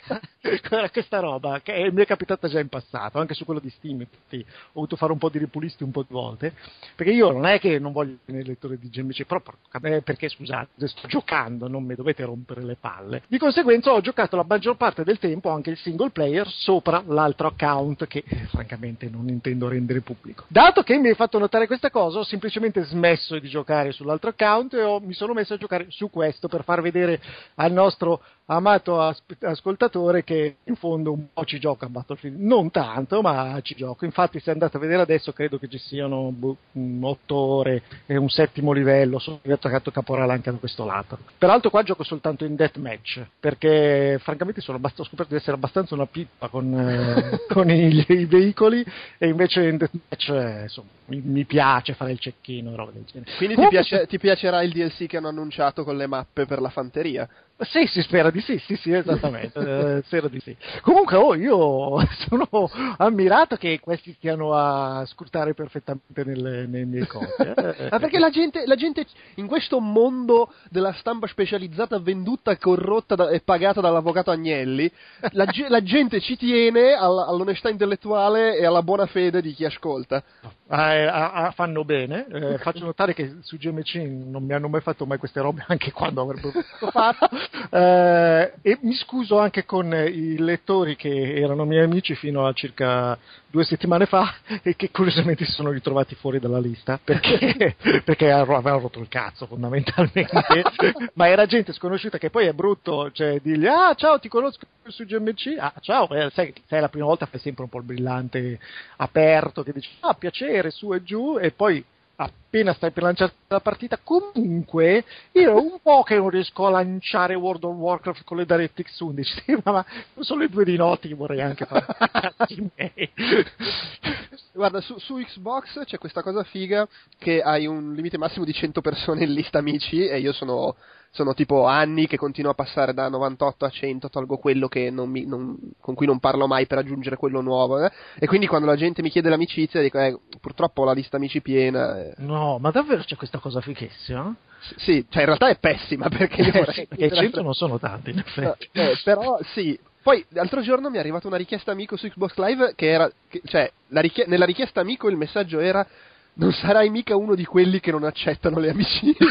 Questa roba che mi è capitata già in passato, anche su quello di Steam, infatti ho dovuto fare un po' di ripulisti un po' di volte, perché io non è che non voglio tenere il lettore di GMC, però perché scusate, sto giocando, non mi dovete rompere le palle. Di conseguenza ho giocato la maggior parte del tempo anche il single player sopra l'altro account, che francamente non intendo rendere pubblico. Dato che mi hai fatto notare questa cosa, ho semplicemente smesso di giocare sull'altro account e mi sono messo a giocare su questo, per far vedere al nostro amato ascoltatore che in fondo un po' ci gioca a Battlefield, non tanto, ma ci gioco. Infatti, se andate a vedere adesso, credo che ci siano 8 ore e un 7° livello. Sono diventato caporale anche da questo lato. Peraltro qua gioco soltanto in deathmatch, perché francamente ho scoperto di essere abbastanza una pippa con i veicoli, e invece in deathmatch insomma mi piace fare il cecchino e roba del genere.
Quindi ti piacerà il DLC che hanno annunciato con le mappe per la fanteria?
Sì, si spera di sì, esattamente, spero di sì. Comunque io sono ammirato che questi stiano a scrutare perfettamente nelle mie cose.
Ma perché la gente in questo mondo della stampa specializzata, venduta, corrotta e pagata dall'avvocato Agnelli, la gente ci tiene all'onestà intellettuale e alla buona fede di chi ascolta.
Fanno bene, faccio notare che su GMC non mi hanno mai fatto queste robe, anche quando avrebbero potuto farlo. E mi scuso anche con i lettori che erano miei amici fino a circa 2 settimane fa e che curiosamente si sono ritrovati fuori dalla lista perché avevano rotto il cazzo fondamentalmente. Ma era gente sconosciuta, che poi è brutto, cioè dirgli: ciao, ti conosco su GMC, ciao, sai la prima volta fai sempre un po' il brillante aperto che dici piacere, su e giù, e poi appena stai per lanciare la partita. Comunque io un po' che non riesco a lanciare World of Warcraft con le DirectX 11, sì, ma non sono le 2 di notte che vorrei anche fare.
Guarda, su Xbox c'è questa cosa figa che hai un limite massimo di 100 persone in lista amici, e io sono tipo anni che continuo a passare da 98 a 100, tolgo quello che con cui non parlo mai per aggiungere quello nuovo, e quindi quando la gente mi chiede l'amicizia dico purtroppo ho la lista amici piena.
No, ma davvero c'è questa cosa fighissima?
Sì, cioè in realtà è pessima, perché io vorrei...
perché 100 non sono tanti in effetti.
Però sì. Poi l'altro giorno mi è arrivata una richiesta amico su Xbox Live nella richiesta amico il messaggio era: non sarai mica uno di quelli che non accettano le amicizie.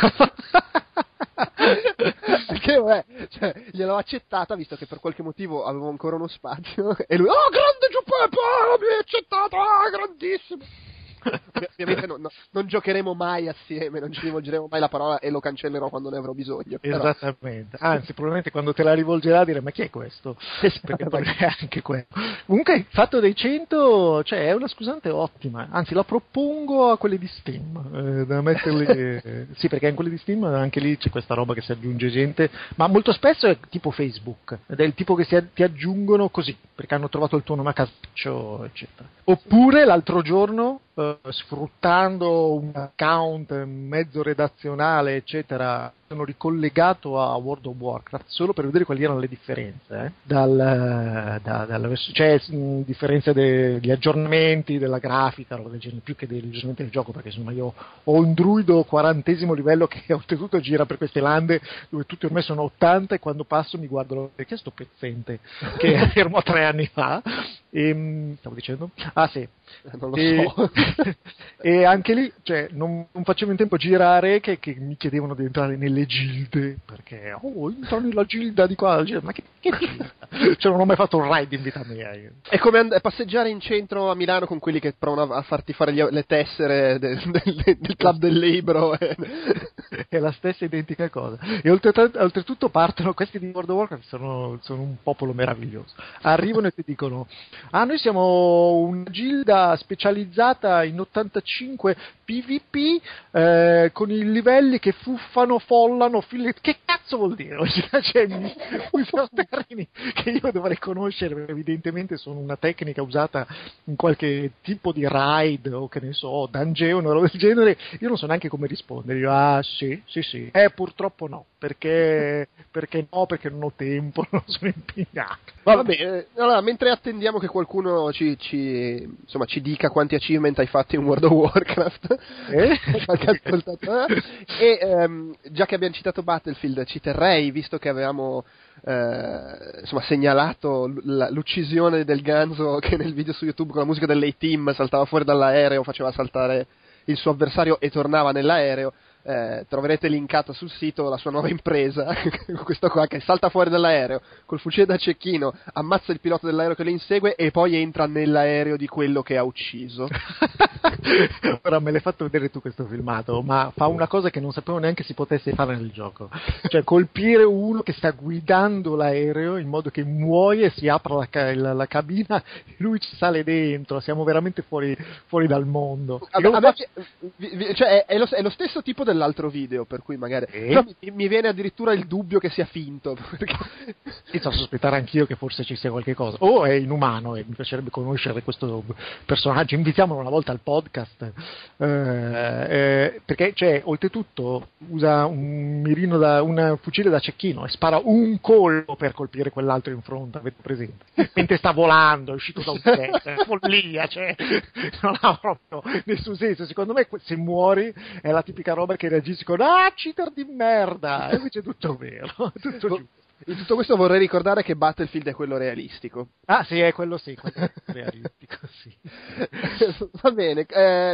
Perché cioè, gliel'ho accettata visto che per qualche motivo avevo ancora uno spazio, e lui: oh, grande Giuseppe, mi hai accettato, grandissimo. Ovviamente non giocheremo mai assieme, non ci rivolgeremo mai la parola, e lo cancellerò quando ne avrò bisogno.
Esattamente, anzi probabilmente quando te la rivolgerà dire: ma chi è questo? Perché poi è anche quello. Comunque il fatto dei 100, cioè, è una scusante ottima, anzi la propongo a quelli di Steam, da metterli. Sì, perché in quelli di Steam anche lì c'è questa roba che si aggiunge gente, ma molto spesso è tipo Facebook, ed è il tipo che ti aggiungono così perché hanno trovato il tuo nome a casaccio, eccetera. Oppure l'altro giorno, sfruttando un account mezzo redazionale, eccetera, sono ricollegato a World of Warcraft solo per vedere quali erano le differenze, cioè differenze degli aggiornamenti, della grafica, roba del genere, più che degli aggiornamenti del gioco, perché insomma io ho un druido 40° livello che oltretutto gira per queste lande dove tutti ormai sono 80, e quando passo mi guardo: perché sto pezzente che è fermo 3 anni fa. E stavo dicendo? Ah sì,
non lo so.
E anche lì, cioè, non facevo in tempo a girare che mi chiedevano di entrare nelle gilde, perché entro nella gilda di qua, ma che gilda? Cioè, non ho mai fatto un ride in vita mia.
È come passeggiare in centro a Milano con quelli che provano a farti fare le tessere del club del libro.
È la stessa identica cosa. E oltretutto partono questi di World of Warcraft, sono un popolo meraviglioso. Arrivano e ti dicono: ah, noi siamo una gilda specializzata in 85 PvP, con i livelli che fuffano, follano, che cazzo vuol dire? Cioè, usano termini che io dovrei conoscere, perché evidentemente sono una tecnica usata in qualche tipo di raid, o che ne so, dungeon o roba del genere. Io non so neanche come rispondere. Io, sì. Purtroppo no, perché no, perché non ho tempo, non sono impegnato.
Vabbè, allora, mentre attendiamo che qualcuno ci dica quanti achievement hai fatto in World of Warcraft, qualche ascoltatore, e già che abbiamo citato Battlefield, ci terrei, visto che avevamo segnalato l'uccisione del ganzo che nel video su YouTube con la musica dell'A-Team saltava fuori dall'aereo, faceva saltare il suo avversario e tornava nell'aereo. Troverete linkata sul sito la sua nuova impresa, questo qua che salta fuori dall'aereo col fucile da cecchino, ammazza il pilota dell'aereo che lo insegue e poi entra nell'aereo di quello che ha ucciso.
Ora me l'hai fatto vedere tu questo filmato, ma fa una cosa che non sapevo neanche si potesse fare nel gioco, cioè colpire uno che sta guidando l'aereo in modo che muoia e si apra la cabina e lui ci sale dentro. Siamo veramente fuori dal mondo.
Cioè è lo stesso tipo dell'altro video, per cui magari però mi viene addirittura il dubbio che sia finto, perché
inizio a sospettare anch'io che forse ci sia qualche cosa, o è inumano, e mi piacerebbe conoscere questo personaggio. Invitiamolo una volta al podcast, perché cioè, oltretutto usa un mirino un fucile da cecchino e spara un colpo per colpire quell'altro in fronte, avete presente? Mentre sta volando, è uscito da un set, follia, cioè non ha proprio nessun senso. Secondo me se muori è la tipica roba che reagisci con cheater di merda, e invece è tutto vero, tutto giusto.
In tutto questo vorrei ricordare che Battlefield è quello realistico.
Ah sì, è quello realistico, sì.
Va bene,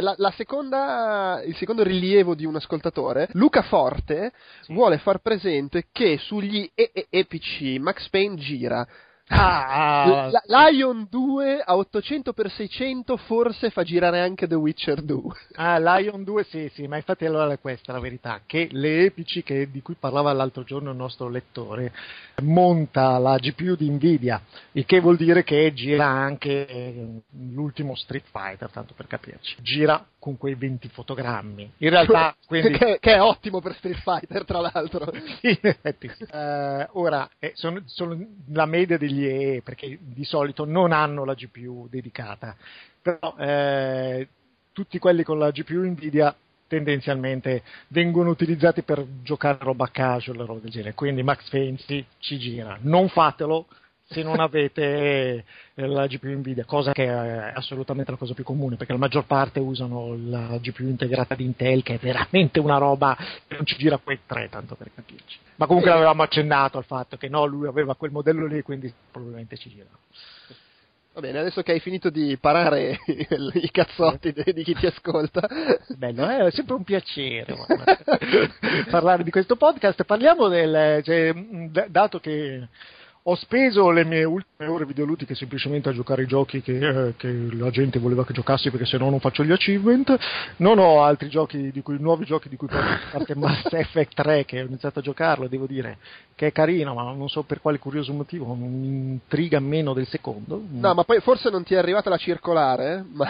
il secondo rilievo di un ascoltatore, Luca Forte, vuole far presente che sugli EPC Max Payne gira Lion 2 a 800x600 forse fa girare anche The Witcher 2.
Lion 2 sì, ma infatti allora è questa la verità, che le Epici di cui parlava l'altro giorno il nostro lettore monta la GPU di Nvidia, il che vuol dire che gira anche l'ultimo Street Fighter, tanto per capirci, gira con quei 20 fotogrammi in realtà, quindi...
che è ottimo per Street Fighter tra l'altro.
Sì, in effetti. Ora sono la media degli EE, perché di solito non hanno la GPU dedicata, però tutti quelli con la GPU Nvidia tendenzialmente vengono utilizzati per giocare roba casual, roba del genere, quindi Max Payne sì, ci gira, non fatelo se non avete la GPU Nvidia, cosa che è assolutamente la cosa più comune, perché la maggior parte usano la GPU integrata di Intel, che è veramente una roba che non ci gira quei 3, tanto per capirci. Ma comunque l'avevamo accennato al fatto che no, lui aveva quel modello lì, quindi probabilmente ci gira.
Va bene, adesso che hai finito di parare i cazzotti di chi ti ascolta.
Bello, è sempre un piacere parlare di questo podcast. Parliamo dato che ho speso le mie ultime ore videoludiche semplicemente a giocare ai giochi che la gente voleva che giocassi, perché se no non faccio gli achievement. Non ho altri giochi nuovi giochi di cui parlo, a parte Mass Effect 3, che ho iniziato a giocarlo, devo dire che è carino, ma non so per quale curioso motivo non mi intriga meno del secondo.
No, ma poi forse non ti è arrivata la circolare, ma...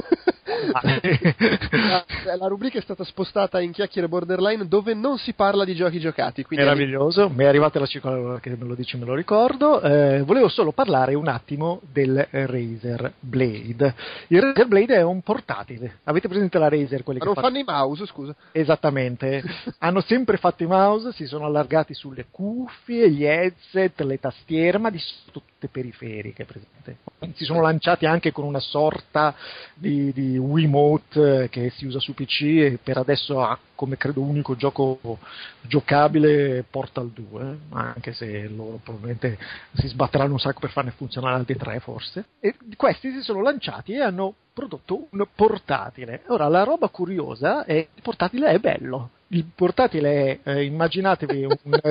la rubrica è stata spostata in Chiacchiere Borderline, dove non si parla di giochi giocati, quindi
meraviglioso, mi è arrivata la circolare che me lo dici, me lo ricordo. Volevo solo parlare un attimo del Razer Blade. Il Razer Blade è un portatile, avete presente la Razer?
Ma non fanno i mouse, scusa.
Esattamente, hanno sempre fatto i mouse, si sono allargati sulle cuffie, gli headset, le tastiere, ma di tutte periferiche, presente. Si sono lanciati anche con una sorta di Wiimote che si usa su PC, e per adesso ha come credo unico gioco giocabile Portal 2, anche se loro probabilmente si sbatteranno un sacco per farne funzionare altri 3 forse. E questi si sono lanciati e hanno prodotto un portatile. Ora la roba curiosa è che il portatile è bello. Il portatile è, immaginatevi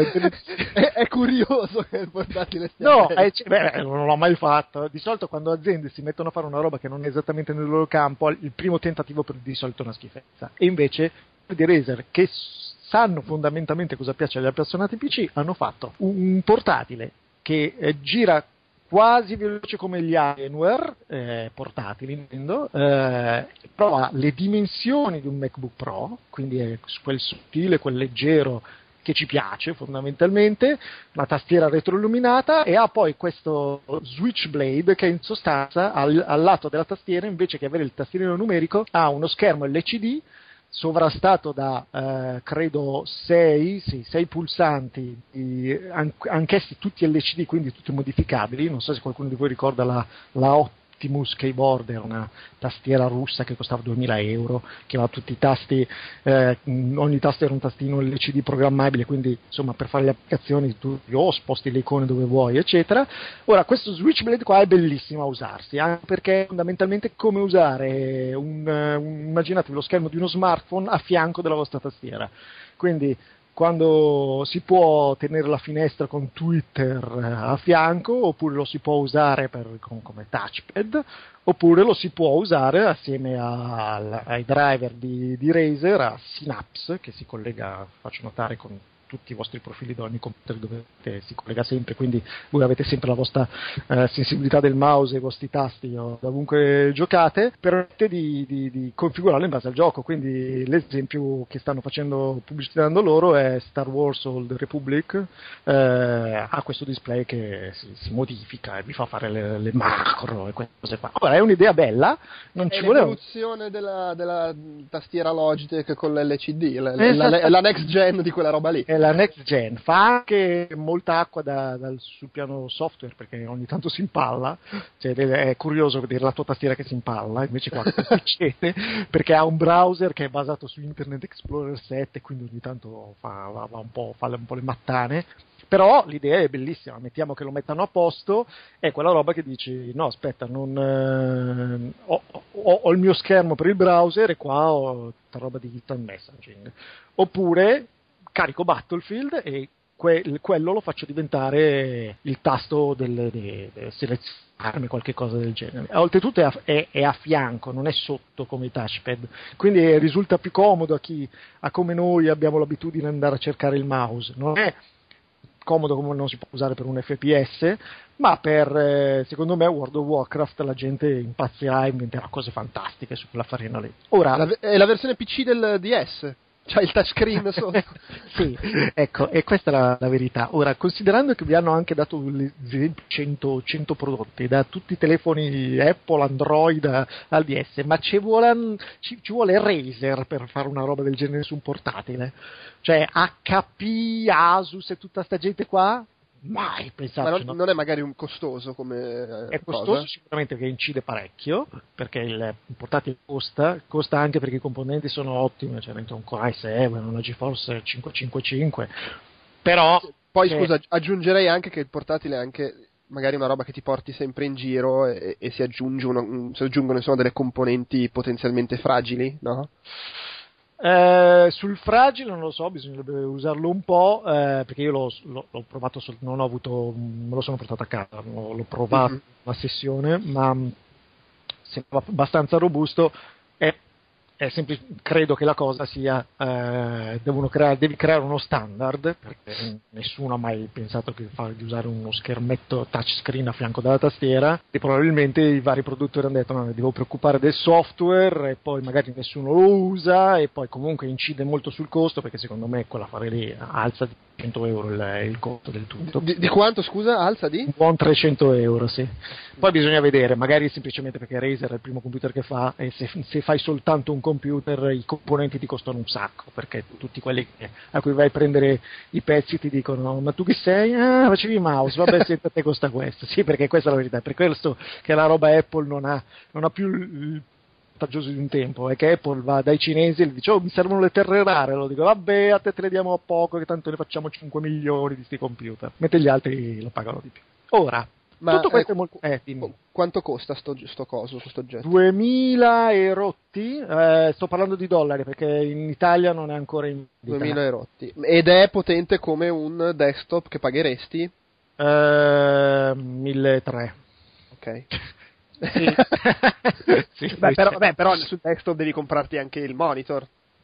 è curioso che il portatile sia bello.
Non l'ho mai fatto. Di solito quando aziende si mettono a fare una roba che non è esattamente nel loro campo, il primo tentativo di solito è una schifezza. E invece di Razer, che sanno fondamentalmente cosa piace agli appassionati PC, hanno fatto un portatile che gira quasi veloce come gli Alienware portatili, intendo, però ha le dimensioni di un MacBook Pro, quindi è quel sottile, quel leggero che ci piace fondamentalmente, una tastiera retroilluminata, e ha poi questo Switchblade che in sostanza al lato della tastiera, invece che avere il tastierino numerico, ha uno schermo LCD sovrastato da credo 6 pulsanti, anch'essi tutti LCD, quindi tutti modificabili. Non so se qualcuno di voi ricorda la Optimus Keyboard, era una tastiera russa che costava 2000 euro, che aveva tutti i tasti, ogni tasto era un tastino LCD programmabile, quindi insomma per fare le applicazioni tu sposti le icone dove vuoi, eccetera. Ora questo Switchblade qua è bellissimo a usarsi, anche perché fondamentalmente è come usare immaginatevi lo schermo di uno smartphone a fianco della vostra tastiera, quindi quando si può tenere la finestra con Twitter a fianco, oppure lo si può usare come touchpad, oppure lo si può usare assieme ai driver di Razer, a Synapse, che si collega, faccio notare, con tutti i vostri profili di ogni computer dove si collega sempre, quindi voi avete sempre la vostra sensibilità del mouse e i vostri tasti ovunque giocate, permette di configurarlo in base al gioco. Quindi l'esempio che stanno pubblicizzando loro è Star Wars Old Republic, ha questo display che si modifica e vi fa fare le macro e queste cose qua. Ora è un'idea bella, non ci vuole
l'evoluzione della tastiera Logitech con l'LCD, la next gen di quella roba lì.
La next gen fa anche molta acqua sul piano software, perché ogni tanto si impalla, cioè è curioso vedere la tua tastiera che si impalla, invece qua succede perché ha un browser che è basato su Internet Explorer 7, quindi ogni tanto fa un po' le mattane. Però l'idea è bellissima, mettiamo che lo mettano a posto, è quella roba che dici no aspetta, ho il mio schermo per il browser e qua ho tutta roba di instant messaging, oppure carico Battlefield e quello lo faccio diventare il tasto selezionarmi, qualche cosa del genere. Oltretutto è a fianco, non è sotto come i touchpad, quindi risulta più comodo a come noi abbiamo l'abitudine di andare a cercare il mouse. Non è comodo come non si può usare per un FPS, ma per, secondo me, World of Warcraft la gente impazzirà e inventerà cose fantastiche su quella farina lì. Ora,
è la versione PC del DS. C'ha il touchscreen sotto.
Sì, ecco, e questa è la verità. Ora, considerando che vi hanno anche dato 100 prodotti, da tutti i telefoni Apple, Android al DS, ma ci vuole Razer per fare una roba del genere su un portatile? Cioè, HP, Asus e tutta sta gente qua? Mai pensarci.
Ma non è magari un costoso come
è costoso
cosa?
Sicuramente, che incide parecchio, perché il portatile costa anche perché i componenti sono ottimi, cioè dentro un Core i7, una GeForce 555, però
poi scusa, aggiungerei anche che il portatile è anche magari una roba che ti porti sempre in giro e si aggiungono insomma delle componenti potenzialmente fragili, no?
Sul fragile non lo so, bisognerebbe usarlo un po', perché io l'ho provato, non ho avuto, me lo sono portato a casa, l'ho provato una sessione, ma sembrava abbastanza robusto. Credo che la cosa sia devi creare uno standard, perché nessuno ha mai pensato di usare uno schermetto touchscreen a fianco della tastiera, e probabilmente i vari produttori hanno detto: no, mi devo preoccupare del software, e poi magari nessuno lo usa, e poi comunque incide molto sul costo, perché secondo me quella fare lì alza di 100 euro il costo del tutto.
Di quanto, scusa? Alza di?
Un buon 300 euro, sì. Poi bisogna vedere, magari semplicemente perché Razer è il primo computer che fa, e se fai soltanto un computer i componenti ti costano un sacco, perché tutti quelli a cui vai a prendere i pezzi ti dicono: ma tu chi sei? Facevi il mouse, vabbè, sì, a te costa questo. Sì, perché questa è la verità, per questo che la roba Apple non ha più il vantaggioso di un tempo, è che Apple va dai cinesi e gli dice: oh, mi servono le terre rare, lo dico: vabbè, a te le diamo a poco, che tanto ne facciamo 5 milioni di sti computer, mentre gli altri lo pagano di più. Ora,
ma
tutto questo è molto... dimmi.
Quanto costa sto coso, questo oggetto?
2000 e rotti, sto parlando di dollari, perché in Italia non è ancora in
2000 e rotti. Ed è potente come un desktop che pagheresti?
1.300.
Ok.
Sì. Sì,
però sul desktop devi comprarti anche il monitor.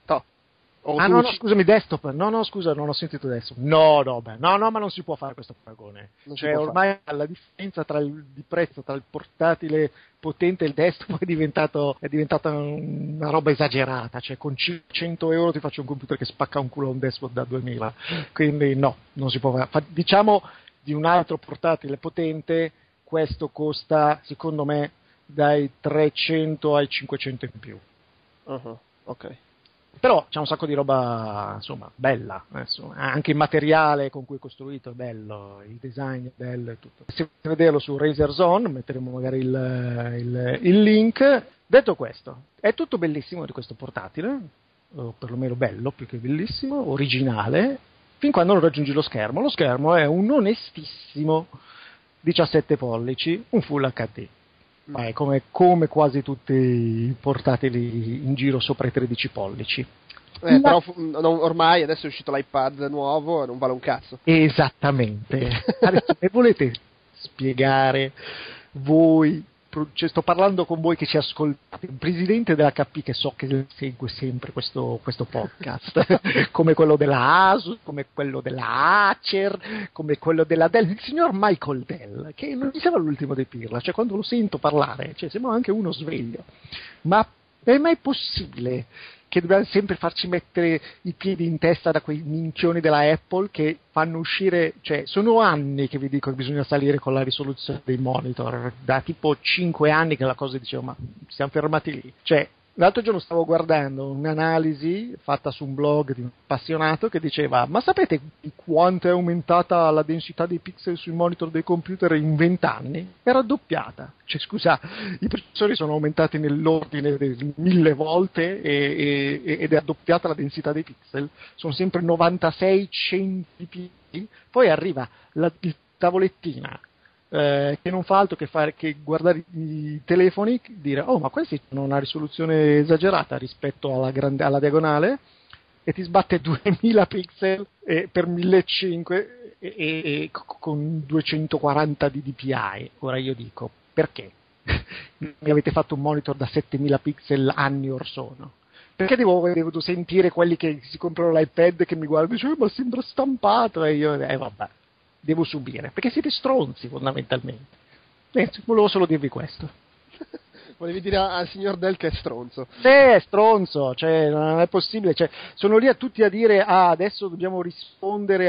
No, scusami, desktop. No, scusa, non ho sentito desktop. No, ma non si può fare questo paragone. Cioè, ormai la differenza di prezzo tra il portatile potente e il desktop è diventata una roba esagerata. Cioè, con 100 euro ti faccio un computer che spacca un culo a un desktop da 2000. Quindi no, non si può fare. Diciamo di un altro portatile potente, questo costa, secondo me, dai 300 ai 500 in più.
Ok.
Però c'è un sacco di roba, insomma, bella, anche il materiale con cui è costruito è bello, il design è bello e tutto. Se volete vederlo su Razer Zone metteremo magari il link. Detto questo, è tutto bellissimo di questo portatile, o perlomeno bello, più che bellissimo, originale, fin quando non raggiungi lo schermo. Lo schermo è un onestissimo 17 pollici, un Full HD. Come quasi tutti i portatili in giro sopra i 13 pollici.
Però ormai adesso è uscito l'iPad nuovo e non vale un cazzo.
Esattamente. Adesso me volete spiegare voi, cioè, sto parlando con voi che ci ascoltate, un presidente dell'HP che so che segue sempre questo podcast, come quello della Asus, come quello della Acer, come quello della Dell, il signor Michael Dell, che non mi sembra l'ultimo dei pirla, cioè quando lo sento parlare, cioè, sembra anche uno sveglio. Ma è mai possibile che dobbiamo sempre farci mettere i piedi in testa da quei minchioni della Apple che fanno uscire, cioè sono anni che vi dico che bisogna salire con la risoluzione dei monitor, da tipo 5 anni che la cosa dicevo, ma siamo fermati lì, cioè l'altro giorno stavo guardando un'analisi fatta su un blog di un appassionato che diceva: ma sapete di quanto è aumentata la densità dei pixel sui monitor dei computer in 20 anni? È raddoppiata. Cioè, scusa, i processori sono aumentati nell'ordine di 1000 volte ed è raddoppiata la densità dei pixel. Sono sempre 96 centipixel. Poi arriva il tavolettina, che non fa altro che guardare i telefoni, dire: oh, ma questi hanno una risoluzione esagerata rispetto alla diagonale, e ti sbatte 2000 pixel per 1500 e con 240 di DPI. Ora io dico, perché? Mi avete fatto un monitor da 7000 pixel anni or sono? Perché devo sentire quelli che si comprano l'iPad che mi guardano e dicono ma sembra stampato, e io vabbè, devo subire, perché siete stronzi fondamentalmente. Volevo solo dirvi questo.
Volevi dire al signor Del che è stronzo.
È stronzo, cioè non è possibile, cioè, sono lì a tutti a dire adesso dobbiamo rispondere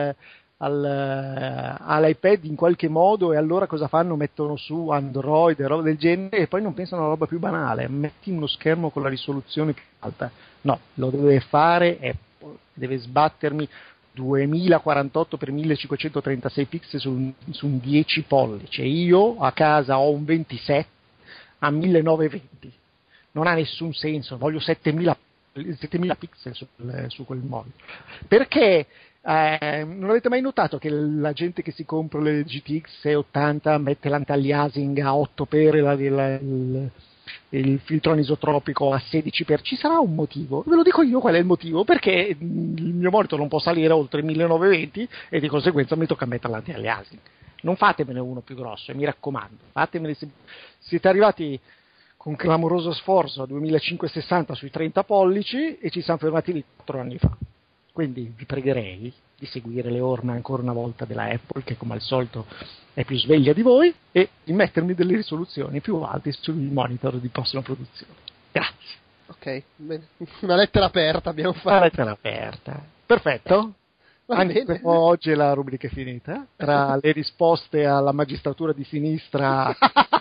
all'iPad in qualche modo, e allora cosa fanno? Mettono su Android e roba del genere, e poi non pensano a una roba più banale: metti uno schermo con la risoluzione più alta. No, lo deve fare Apple, deve sbattermi 2048 x 1536 pixel su un 10 pollici, e io a casa ho un 27 a 1920. Non ha nessun senso, voglio 7000 pixel su quel monitor. Perché non avete mai notato che la gente che si compra le GTX 680 mette l'anti-aliasing a 8x, il filtro anisotropico a 16x? Ci sarà un motivo, ve lo dico io qual è il motivo: perché il mio monitor non può salire oltre 1920 e di conseguenza mi tocca mettere l'anti-aliasing. Non fatemene uno più grosso, mi raccomando, fatemene. Siete arrivati con clamoroso sforzo a 2560 sui 30 pollici e ci siamo fermati lì 4 anni fa. Quindi vi pregherei di seguire le orme ancora una volta della Apple, che come al solito è più sveglia di voi, e di mettermi delle risoluzioni più alte sui monitor di prossima produzione. Grazie.
Ok, bene. Una lettera aperta abbiamo fatto.
Una lettera aperta. Perfetto. Anche oggi la rubrica è finita. Tra le risposte alla magistratura di sinistra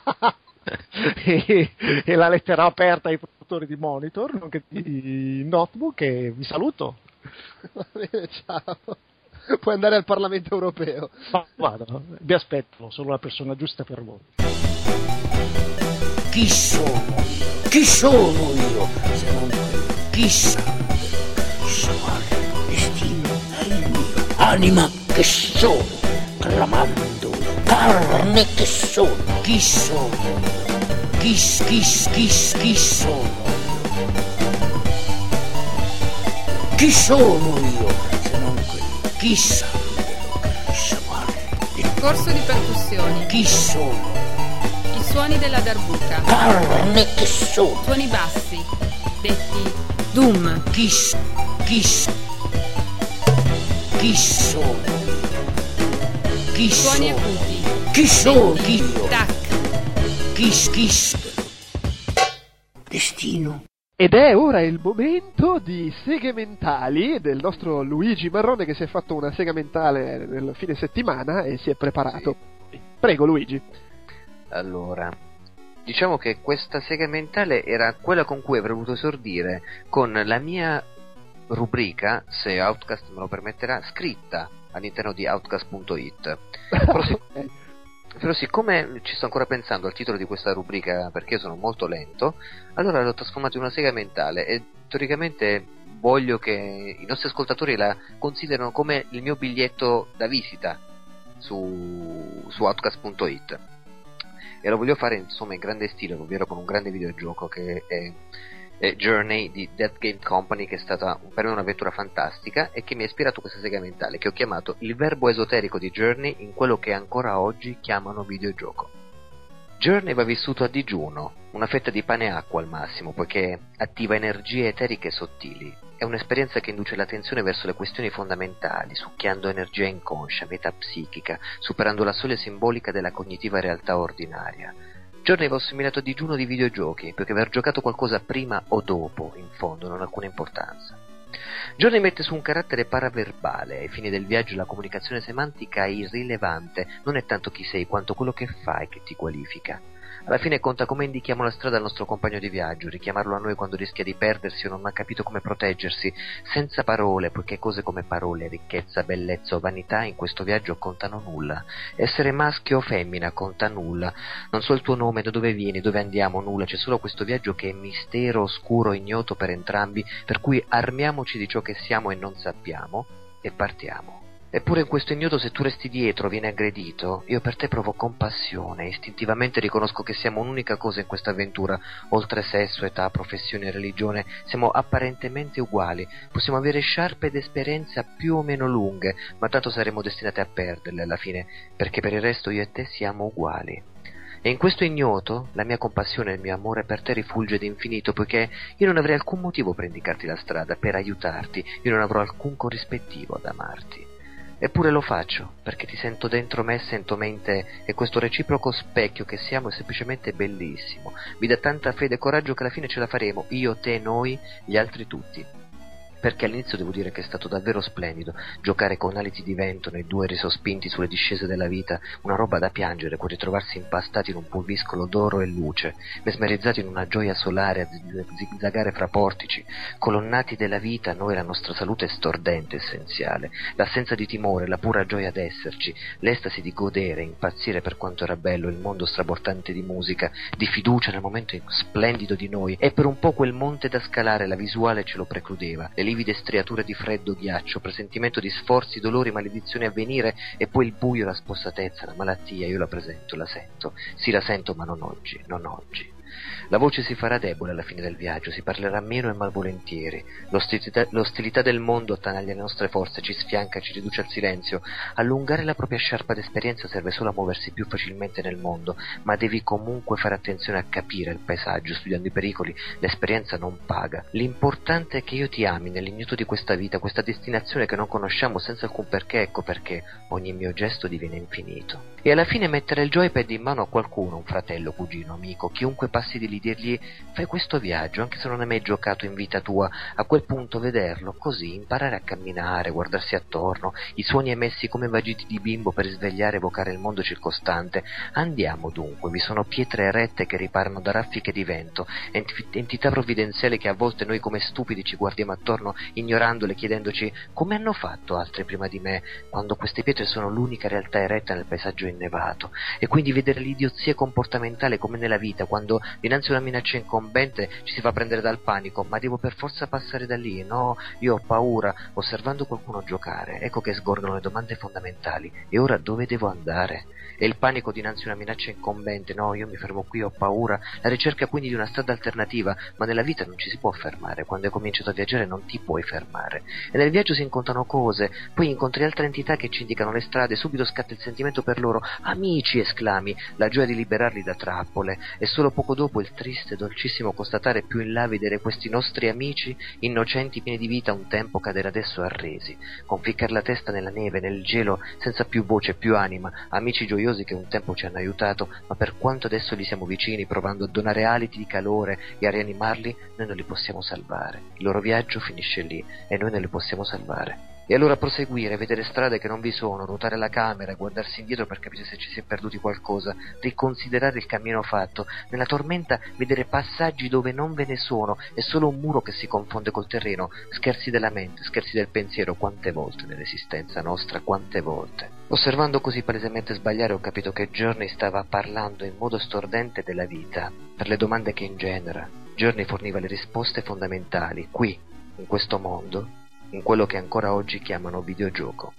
e la lettera aperta ai produttori di monitor, nonché di notebook, e vi saluto.
Va bene, ciao. Puoi andare al Parlamento europeo.
Ma vado, vi aspetto, sono la persona giusta per voi.
Chi sono io? Chi sono io? Se non chissà, il destino è il mio. Anima che sono, clamando, carne che sono. Chi sono? Chi sono? Chi sono io, se non quello? Chissà quello che riesce a fare.
Il corso di percussioni.
Chi sono?
I suoni della darbuka.
Carne che sono.
Suoni bassi, detti Doom.
Chi sono? Chi
Suoni
sono?
acuti.
Chi sono?
Detti
Io?
tac.
Chi? Destino.
Ed è ora il momento di seghe mentali del nostro Luigi Marrone, che si è fatto una sega mentale nel fine settimana e si è preparato. Sì. Prego Luigi.
Allora, diciamo che questa sega mentale era quella con cui avrei voluto esordire con la mia rubrica, se Outcast me lo permetterà, scritta all'interno di Outcast.it. Però siccome ci sto ancora pensando al titolo di questa rubrica, perché io sono molto lento, allora l'ho trasformato in una sega mentale, e teoricamente voglio che i nostri ascoltatori la considerino come il mio biglietto da visita su Outcast.it, e lo voglio fare insomma in grande stile, ovvero con un grande videogioco che è Journey di Dead Game Company, che è stata per me un'avventura fantastica e che mi ha ispirato questa sega mentale, che ho chiamato il verbo esoterico di Journey in quello che ancora oggi chiamano videogioco. Journey va vissuto a digiuno, una fetta di pane e acqua al massimo, poiché attiva energie eteriche sottili. È un'esperienza che induce l'attenzione verso le questioni fondamentali, succhiando energia inconscia, metapsichica, superando la soglia simbolica della cognitiva realtà ordinaria. Journey va assimilato a digiuno di videogiochi, perché aver giocato qualcosa prima o dopo, in fondo, non ha alcuna importanza. Journey mette su un carattere paraverbale, ai fini del viaggio la comunicazione semantica è irrilevante, non è tanto chi sei quanto quello che fai che ti qualifica. Alla fine conta come indichiamo la strada al nostro compagno di viaggio, richiamarlo a noi quando rischia di perdersi o non ha capito come proteggersi, senza parole, poiché cose come parole, ricchezza, bellezza o vanità in questo viaggio contano nulla. Essere maschio o femmina conta nulla, non so il tuo nome, da dove vieni, dove andiamo, nulla, c'è solo questo viaggio che è mistero, oscuro, ignoto per entrambi, per cui armiamoci di ciò che siamo e non sappiamo e partiamo. Eppure in questo ignoto, se tu resti dietro, vieni aggredito, io per te provo compassione, istintivamente riconosco che siamo un'unica cosa in questa avventura, oltre sesso, età, professione e religione, siamo apparentemente uguali, possiamo avere sciarpe ed esperienze più o meno lunghe, ma tanto saremo destinati a perderle alla fine, perché per il resto io e te siamo uguali. E in questo ignoto la mia compassione e il mio amore per te rifulge d'infinito, poiché io non avrei alcun motivo per indicarti la strada, per aiutarti, io non avrò alcun corrispettivo ad amarti. Eppure lo faccio, perché ti sento dentro me, sento me in te, e questo reciproco specchio che siamo è semplicemente bellissimo. Mi dà tanta fede e coraggio che alla fine ce la faremo, io, te, noi, gli altri tutti. Perché all'inizio devo dire che è stato davvero splendido giocare con aliti di vento nei 2 risospinti sulle discese della vita, una roba da piangere, con ritrovarsi impastati in un pulviscolo d'oro e luce, mesmerizzati in una gioia solare a zigzagare fra portici, colonnati della vita, noi la nostra salute stordente, essenziale, l'assenza di timore, la pura gioia d'esserci, l'estasi di godere, impazzire per quanto era bello, il mondo strabortante di musica, di fiducia nel momento splendido di noi, e per un po' quel monte da scalare la visuale ce lo precludeva, le livide striature di freddo ghiaccio, presentimento di sforzi, dolori, maledizioni a venire, e poi il buio, la spossatezza, la malattia, io la presento, la sento, sì la sento, ma non oggi, non oggi. La voce si farà debole alla fine del viaggio, si parlerà meno e malvolentieri, l'ostilità del mondo attanaglia le nostre forze, ci sfianca, ci riduce al silenzio. Allungare la propria sciarpa d'esperienza serve solo a muoversi più facilmente nel mondo, ma devi comunque fare attenzione a capire il paesaggio, studiando i pericoli, l'esperienza non paga. L'importante è che io ti ami nell'ignoto di questa vita, questa destinazione che non conosciamo senza alcun perché, ecco perché ogni mio gesto diviene infinito. E alla fine mettere il joypad in mano a qualcuno, un fratello, cugino, amico, chiunque passi di lì, dirgli fai questo viaggio, anche se non hai mai giocato in vita tua, a quel punto vederlo, così imparare a camminare, guardarsi attorno, i suoni emessi come vagiti di bimbo per svegliare e evocare il mondo circostante. Andiamo dunque, vi sono pietre erette che riparano da raffiche di vento, entità provvidenziali che a volte noi come stupidi ci guardiamo attorno ignorandole, chiedendoci come hanno fatto altri prima di me, quando queste pietre sono l'unica realtà eretta nel paesaggio innevato. E quindi vedere l'idiozia comportamentale come nella vita, quando dinanzi a una minaccia incombente ci si fa prendere dal panico, ma devo per forza passare da lì, no, io ho paura, osservando qualcuno giocare, ecco che sgorgano le domande fondamentali, e ora dove devo andare? E il panico dinanzi a una minaccia incombente, no, io mi fermo qui, ho paura, la ricerca quindi di una strada alternativa, ma nella vita non ci si può fermare, quando hai cominciato a viaggiare non ti puoi fermare, e nel viaggio si incontrano cose, poi incontri altre entità che ci indicano le strade, subito scatta il sentimento per loro, amici, esclami, la gioia di liberarli da trappole, e solo poco dopo il triste e dolcissimo constatare più in là vedere questi nostri amici, innocenti, pieni di vita, un tempo cadere adesso arresi, conficcare la testa nella neve, nel gelo, senza più voce, più anima, amici gioiosi che un tempo ci hanno aiutato, ma per quanto adesso gli siamo vicini, provando a donare aliti di calore e a rianimarli, noi non li possiamo salvare. Il loro viaggio finisce lì e noi non li possiamo salvare. E allora proseguire, vedere strade che non vi sono, ruotare la camera, guardarsi indietro per capire se ci si è perduti qualcosa, riconsiderare il cammino fatto, nella tormenta vedere passaggi dove non ve ne sono, è solo un muro che si confonde col terreno, scherzi della mente, scherzi del pensiero, quante volte nell'esistenza nostra, quante volte. Osservando così palesemente sbagliare ho capito che Journey stava parlando in modo stordente della vita, per le domande che ingenera. Journey forniva le risposte fondamentali, qui, in questo mondo, in quello che ancora oggi chiamano videogioco.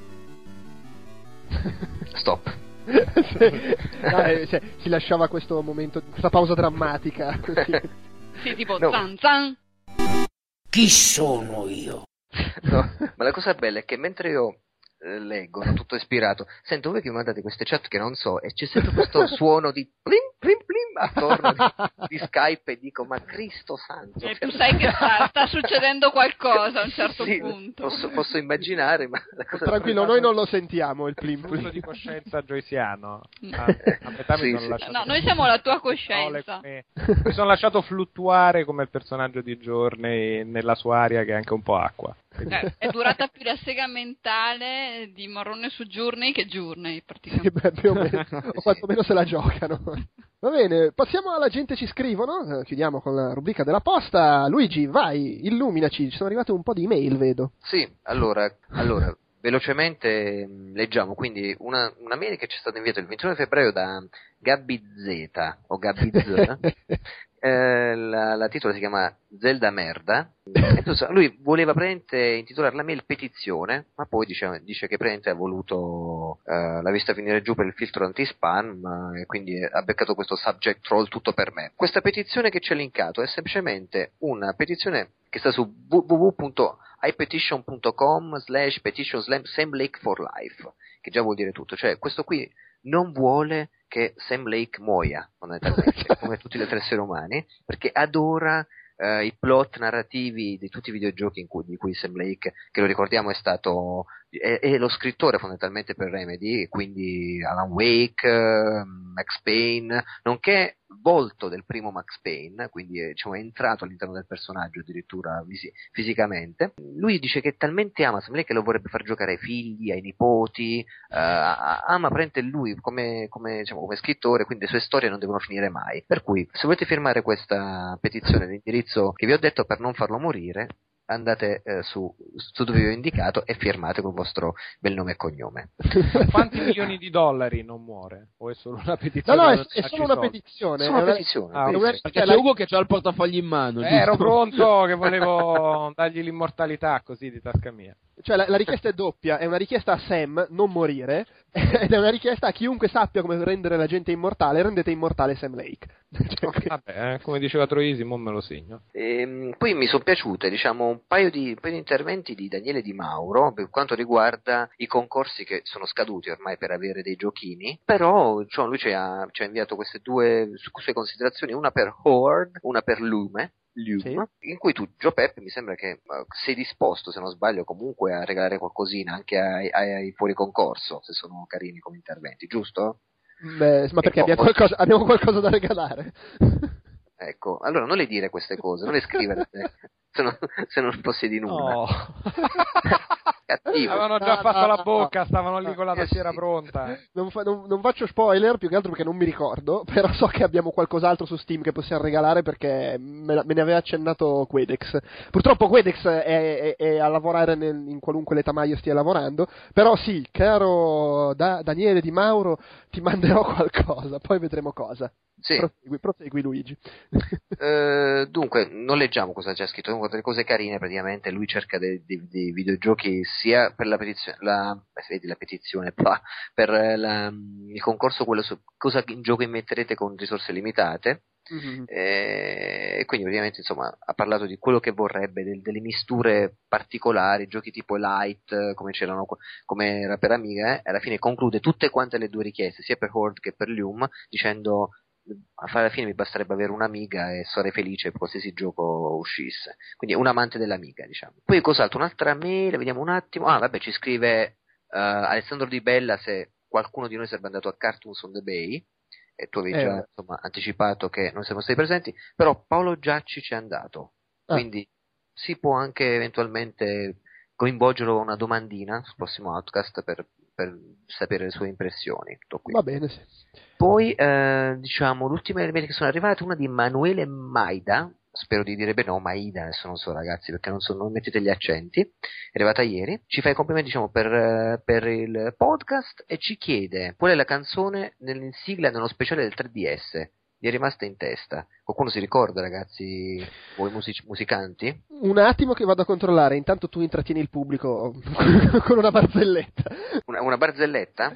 Stop.
Si lasciava questo momento, questa pausa drammatica.
Sì, tipo
no.
zan zan.
Chi sono io?
No, ma la cosa bella è che mentre io leggo, no, tutto ispirato, sento voi che mi mandate queste chat che non so, e c'è sempre questo suono di plim plim plim attorno di Skype, e dico ma Cristo santo,
E tu sai che sta succedendo qualcosa a un certo
sì,
punto.
posso immaginare, ma la cosa
tranquillo, noi non lo sentiamo il plim
Flusso
plim.
di coscienza joysiano. A metà mi
Sì,
sono
sì.
lasciato.
No, noi siamo la tua coscienza.
Mi sono lasciato fluttuare come il personaggio di Journey nella sua aria che è anche un po' acqua.
È durata più la sega mentale di Marrone su Journey che Journey, praticamente.
Sì, beh, più o meno, o quantomeno se la giocano. Va bene, passiamo alla gente ci scrivono, chiudiamo con la rubrica della posta. Luigi, vai, illuminaci, ci sono arrivate un po' di email, vedo.
Sì, allora velocemente leggiamo quindi una mail che ci è stata inviata il 29 febbraio da Gabby Z o Gabby Z la titola si chiama Zelda Merda. Lui voleva praticamente intitolare la mail petizione, ma poi dice che praticamente ha voluto l'ha vista finire giù per il filtro anti-spam, e quindi ha beccato questo subject troll tutto per me. Questa petizione che c'è linkato è semplicemente una petizione che sta su www.ipetition.com/petition/Sam Lake for life, che già vuol dire tutto. Cioè, questo qui non vuole che Sam Lake muoia, fondamentalmente, come tutti gli altri esseri umani, perché adora i plot narrativi di tutti i videogiochi di cui Sam Lake, che lo ricordiamo, è lo scrittore fondamentalmente per Remedy, quindi Alan Wake, Max Payne, nonché volto del primo Max Payne, quindi è entrato all'interno del personaggio addirittura fisicamente. Lui dice che talmente ama Sam Lake che lo vorrebbe far giocare ai figli, ai nipoti, ama prendere lui come scrittore, quindi le sue storie non devono finire mai. Per cui, se volete firmare questa petizione all'indirizzo che vi ho detto per non farlo morire, andate su dove vi ho indicato e firmate con il vostro bel nome e cognome.
Quanti milioni di dollari non muore? O è solo una petizione?
No, è solo una petizione.
Solo una petizione.
Perché c'è Ugo che c'ha il portafoglio in mano.
Ero pronto, che volevo dargli l'immortalità così di tasca mia.
Cioè la richiesta è doppia, è una richiesta a Sam, non morire, ed è una richiesta a chiunque sappia come rendere la gente immortale, rendete immortale Sam Lake.
Vabbè, come diceva Troisi, mo me lo segno.
Poi mi sono piaciute, un paio di interventi di Daniele Di Mauro per quanto riguarda i concorsi che sono scaduti ormai per avere dei giochini, però lui ci ha inviato queste due sue considerazioni, una per Horde, una per Lume, sì. In cui tu, Gio Peppe, mi sembra che sei disposto, se non sbaglio, comunque a regalare qualcosina anche ai fuori concorso, se sono carini come interventi, giusto?
Beh, ma perché abbiamo qualcosa da regalare?
Ecco, allora non le dire queste cose, non le scrivere se non possiedi nulla.
Oh.
Cattivo.
Avevano già fatto la bocca, stavano lì con la tastiera pronta.
Non faccio spoiler, più che altro perché non mi ricordo, però so che abbiamo qualcos'altro su Steam che possiamo regalare, perché me ne aveva accennato Quedex. Purtroppo Quedex è a lavorare in qualunque letamaio stia lavorando, però sì, caro Daniele Di Mauro, ti manderò qualcosa, poi vedremo cosa.
Sì.
Prosegui Luigi.
Dunque, non leggiamo cosa c'è scritto, delle cose carine. Praticamente lui cerca dei videogiochi sia per la petizione, per il concorso, quello su cosa in gioco immetterete con risorse limitate. Mm-hmm. E quindi praticamente ha parlato di quello che vorrebbe, delle misture particolari, giochi tipo Light, come era per Amiga, alla fine conclude tutte quante le due richieste, sia per Horde che per Lume, dicendo: alla fine mi basterebbe avere un'Amiga e sarei felice qualsiasi gioco uscisse. Quindi è un amante dell'Amiga, diciamo. Poi cos'altro? Un'altra mail, vediamo un attimo. Ci scrive Alessandro Di Bella se qualcuno di noi sarebbe andato a Cartoons on the Bay, e tu avevi già anticipato che non siamo stati presenti, però Paolo Giacci ci è andato, quindi si può anche eventualmente coinvolgerlo una domandina sul prossimo Outcast per sapere le sue impressioni.
Va bene, sì.
Poi l'ultima email che sono arrivate, una di Emanuele Maida, spero di dire bene, o Maida, adesso non so ragazzi, perché non mettete gli accenti, è arrivata ieri, ci fa i complimenti per il podcast e ci chiede qual è la canzone in sigla nello speciale del 3DS. Gli è rimasta in testa. Qualcuno si ricorda, ragazzi, voi musicanti?
Un attimo che vado a controllare, intanto tu intrattieni il pubblico con una barzelletta.
Una barzelletta?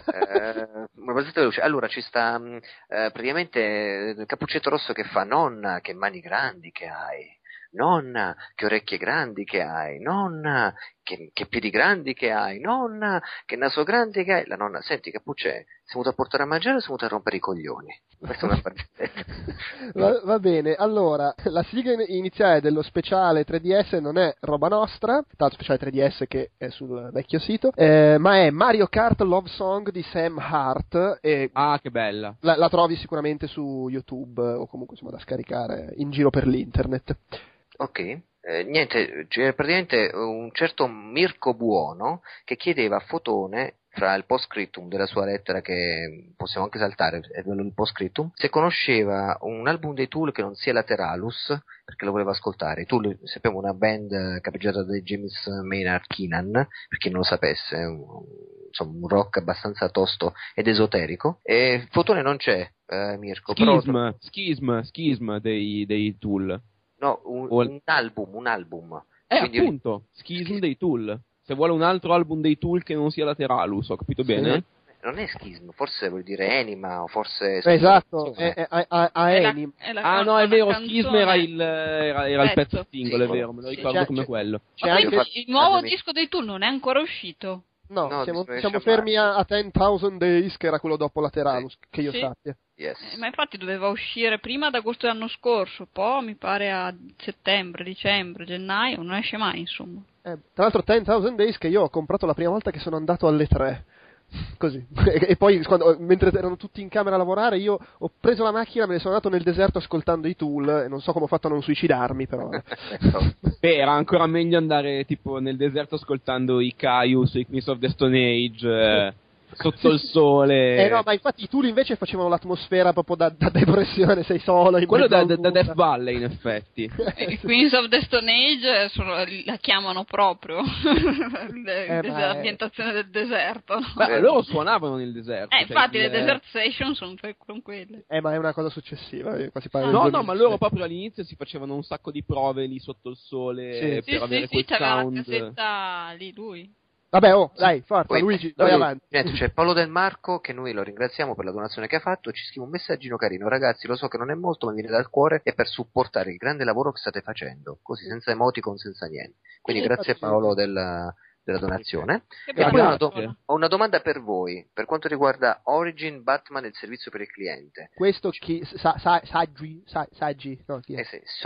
Una barzelletta veloce. Allora ci sta praticamente il Cappuccetto Rosso che fa: nonna, che mani grandi che hai, nonna, che orecchie grandi che hai, nonna, che piedi grandi che hai, nonna, che naso grande che hai. La nonna: senti Cappuccè, sei venuto a portare a mangiare o sei venuto a rompere i coglioni? Questa è una barzelletta.
Va bene, allora, la sigla iniziale dello speciale 3DS non è roba nostra, tanto speciale 3DS che è sul vecchio sito, ma è Mario Kart Love Song di Sam Hart. E
che bella.
La trovi sicuramente su YouTube o comunque da scaricare in giro per l'internet.
Ok. Niente, c'è praticamente un certo Mirko Buono che chiedeva a Fotone fra il post-scriptum della sua lettera, che possiamo anche saltare, è quello del post-scriptum, se conosceva un album dei Tool che non sia Lateralus, perché lo voleva ascoltare. I Tool, sappiamo, una band capeggiata da James Maynard Keenan, per chi non lo sapesse, insomma un rock abbastanza tosto ed esoterico. E Fotone non c'è, Mirko.
Schism dei Tool.
No, un album. Quindi
appunto, Schism dei Tool. Se vuole un altro album dei Tool che non sia Lateralus, ho capito bene?
Non è Schism, forse vuol dire Anima, o forse...
Esatto, Anima.
No, è vero, Schism era il pezzo singolo, è vero, me lo ricordo come quello.
Ma quindi il nuovo disco dei Tool non è ancora uscito?
No, siamo fermi a 10,000 Days, che era quello dopo Lateralus, che io sappia.
Yes.
Ma infatti doveva uscire prima ad agosto dell'anno scorso, poi mi pare a settembre, dicembre, gennaio, non esce mai, insomma.
Tra l'altro 10,000 Days che io ho comprato la prima volta che sono andato alle 3. Così. E poi mentre erano tutti in camera a lavorare, io ho preso la macchina, me ne sono andato nel deserto ascoltando i Tool, e non so come ho fatto a non suicidarmi, però.
Era ancora meglio andare tipo nel deserto ascoltando i Caius, i Queens of the Stone Age, sotto il sole.
No, ma infatti i Tool invece facevano l'atmosfera proprio da depressione, sei solo.
Quello da Death Valley, in effetti.
I Queens of the Stone Age la chiamano proprio l'ambientazione del deserto.
Beh, loro suonavano nel deserto.
Infatti le Desert Station sono quelle.
Ma è una cosa successiva.
No, ma loro proprio all'inizio si facevano un sacco di prove lì sotto il sole per avere quel sound.
C'aveva la cassetta lì lui.
Vabbè, dai, forza, Luigi, vai avanti.
C'è Paolo Del Marco, che noi lo ringraziamo per la donazione che ha fatto, ci scrive un messaggino carino: ragazzi, lo so che non è molto, ma viene dal cuore, e per supportare il grande lavoro che state facendo, così, senza emoticon, senza niente. Quindi grazie Paolo della donazione. E poi ho una domanda per voi, per quanto riguarda Origin, Batman e il servizio per il cliente.
Questo Saggi, no, chi è?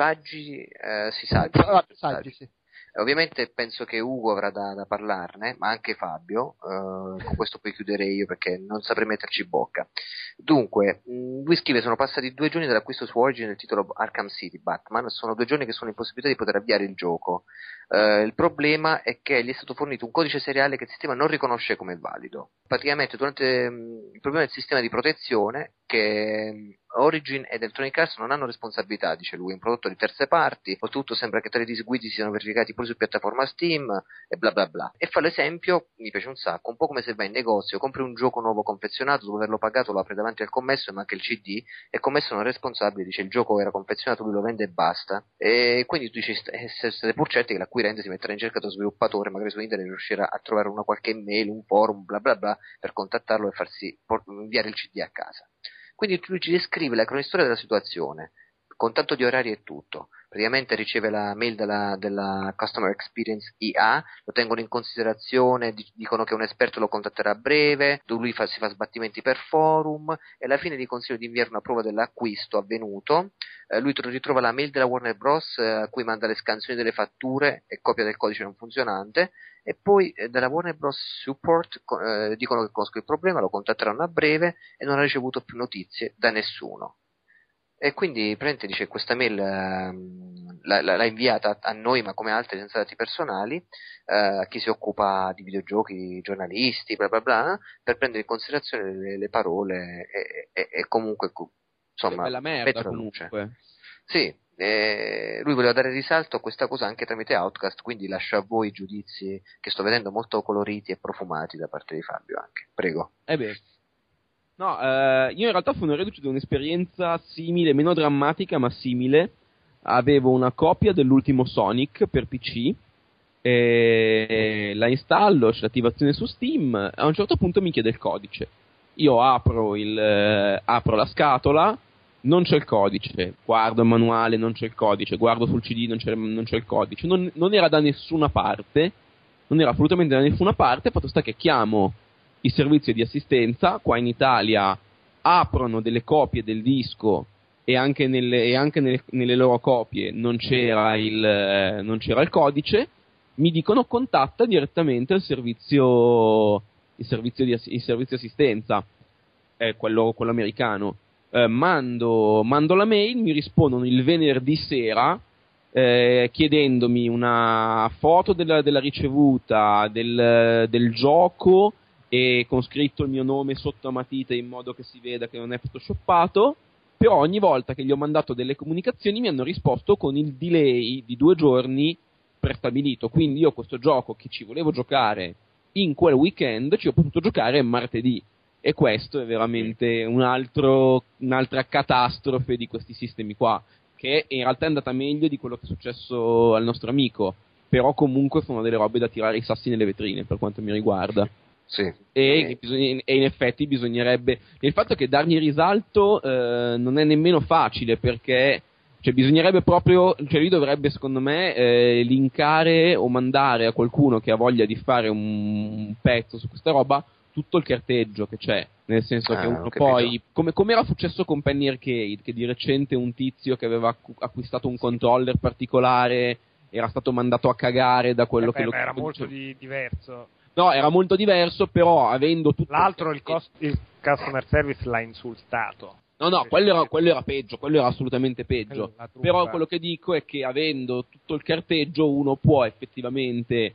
Saggi, sì. Ovviamente penso che Ugo avrà da parlarne, ma anche Fabio, con questo poi chiuderei io perché non saprei metterci bocca. Dunque, lui scrive: sono passati 2 giorni dall'acquisto su Origin del titolo Arkham City Batman, sono 2 giorni che sono in possibilità di poter avviare il gioco. Il problema è che gli è stato fornito un codice seriale che il sistema non riconosce come valido. Praticamente durante il problema del sistema di protezione, che Origin ed Electronic Arts non hanno responsabilità, dice lui, è un prodotto di terze parti, oltretutto sembra che tali disguidi siano verificati pure su piattaforma Steam e bla bla bla. E fa l'esempio, mi piace un sacco, un po' come se vai in negozio, compri un gioco nuovo confezionato, dopo averlo pagato lo apri davanti al commesso e manca il CD, e il commesso non è responsabile, dice il gioco era confezionato, lui lo vende e basta, e quindi tu dici siete pur certi che l'acquirente si metterà in cerca dello sviluppatore, magari su internet riuscirà a trovare una qualche email, un forum, bla bla bla, per contattarlo e farsi inviare il CD a casa. Quindi lui ci descrive la cronistoria della situazione, con tanto di orari e tutto. Praticamente riceve la mail della Customer Experience IA, lo tengono in considerazione, dicono che un esperto lo contatterà a breve, lui si fa sbattimenti per forum, e alla fine gli consiglio di inviare una prova dell'acquisto avvenuto. Lui ritrova la mail della Warner Bros. A cui manda le scansioni delle fatture e copia del codice non funzionante, e poi dalla Warner Bros. Support dicono che conoscono il problema, lo contatteranno a breve, e non ha ricevuto più notizie da nessuno. E quindi praticamente dice: questa mail l'ha inviata a noi, ma come altre senza dati personali, a chi si occupa di videogiochi, giornalisti, bla bla bla, per prendere in considerazione le parole e comunque, insomma,
bella merda comunque.
Sì, lui voleva dare risalto a questa cosa anche tramite Outcast, quindi lascio a voi i giudizi che sto vedendo molto coloriti e profumati da parte di Fabio anche. Prego.
No, io in realtà sono reduce da un'esperienza simile, meno drammatica ma simile. Avevo una copia dell'ultimo Sonic per PC, la installo, c'è l'attivazione su Steam, a un certo punto mi chiede il codice. Io apro la scatola, non c'è il codice, guardo il manuale, non c'è il codice, guardo sul CD, non c'è il codice, non era da nessuna parte, non era assolutamente da nessuna parte. Fatto sta che chiamo i servizi di assistenza, qua in Italia aprono delle copie del disco e anche nelle loro copie non c'era il codice, mi dicono: contatta direttamente il servizio assistenza, quello americano. Mando la mail, mi rispondono il venerdì sera chiedendomi una foto della ricevuta del gioco e con scritto il mio nome sotto a matite in modo che si veda che non è photoshoppato, però ogni volta che gli ho mandato delle comunicazioni mi hanno risposto con il delay di 2 giorni prestabilito, quindi io questo gioco che ci volevo giocare in quel weekend ci ho potuto giocare martedì, e questo è veramente un'altra catastrofe di questi sistemi qua, che in realtà è andata meglio di quello che è successo al nostro amico, però comunque sono delle robe da tirare i sassi nelle vetrine per quanto mi riguarda.
Sì.
E in effetti bisognerebbe, il fatto che dargli risalto non è nemmeno facile, perché bisognerebbe proprio, lui dovrebbe secondo me linkare o mandare a qualcuno che ha voglia di fare un pezzo su questa roba tutto il carteggio che c'è, nel senso che uno poi, come era successo con Penny Arcade, che di recente un tizio che aveva acquistato un controller particolare era stato mandato a cagare da quello che
era molto diverso.
No, era molto diverso, però avendo tutto...
L'altro, il customer service l'ha insultato.
No, quello era peggio, quello era assolutamente peggio. Però quello che dico è che avendo tutto il carteggio uno può effettivamente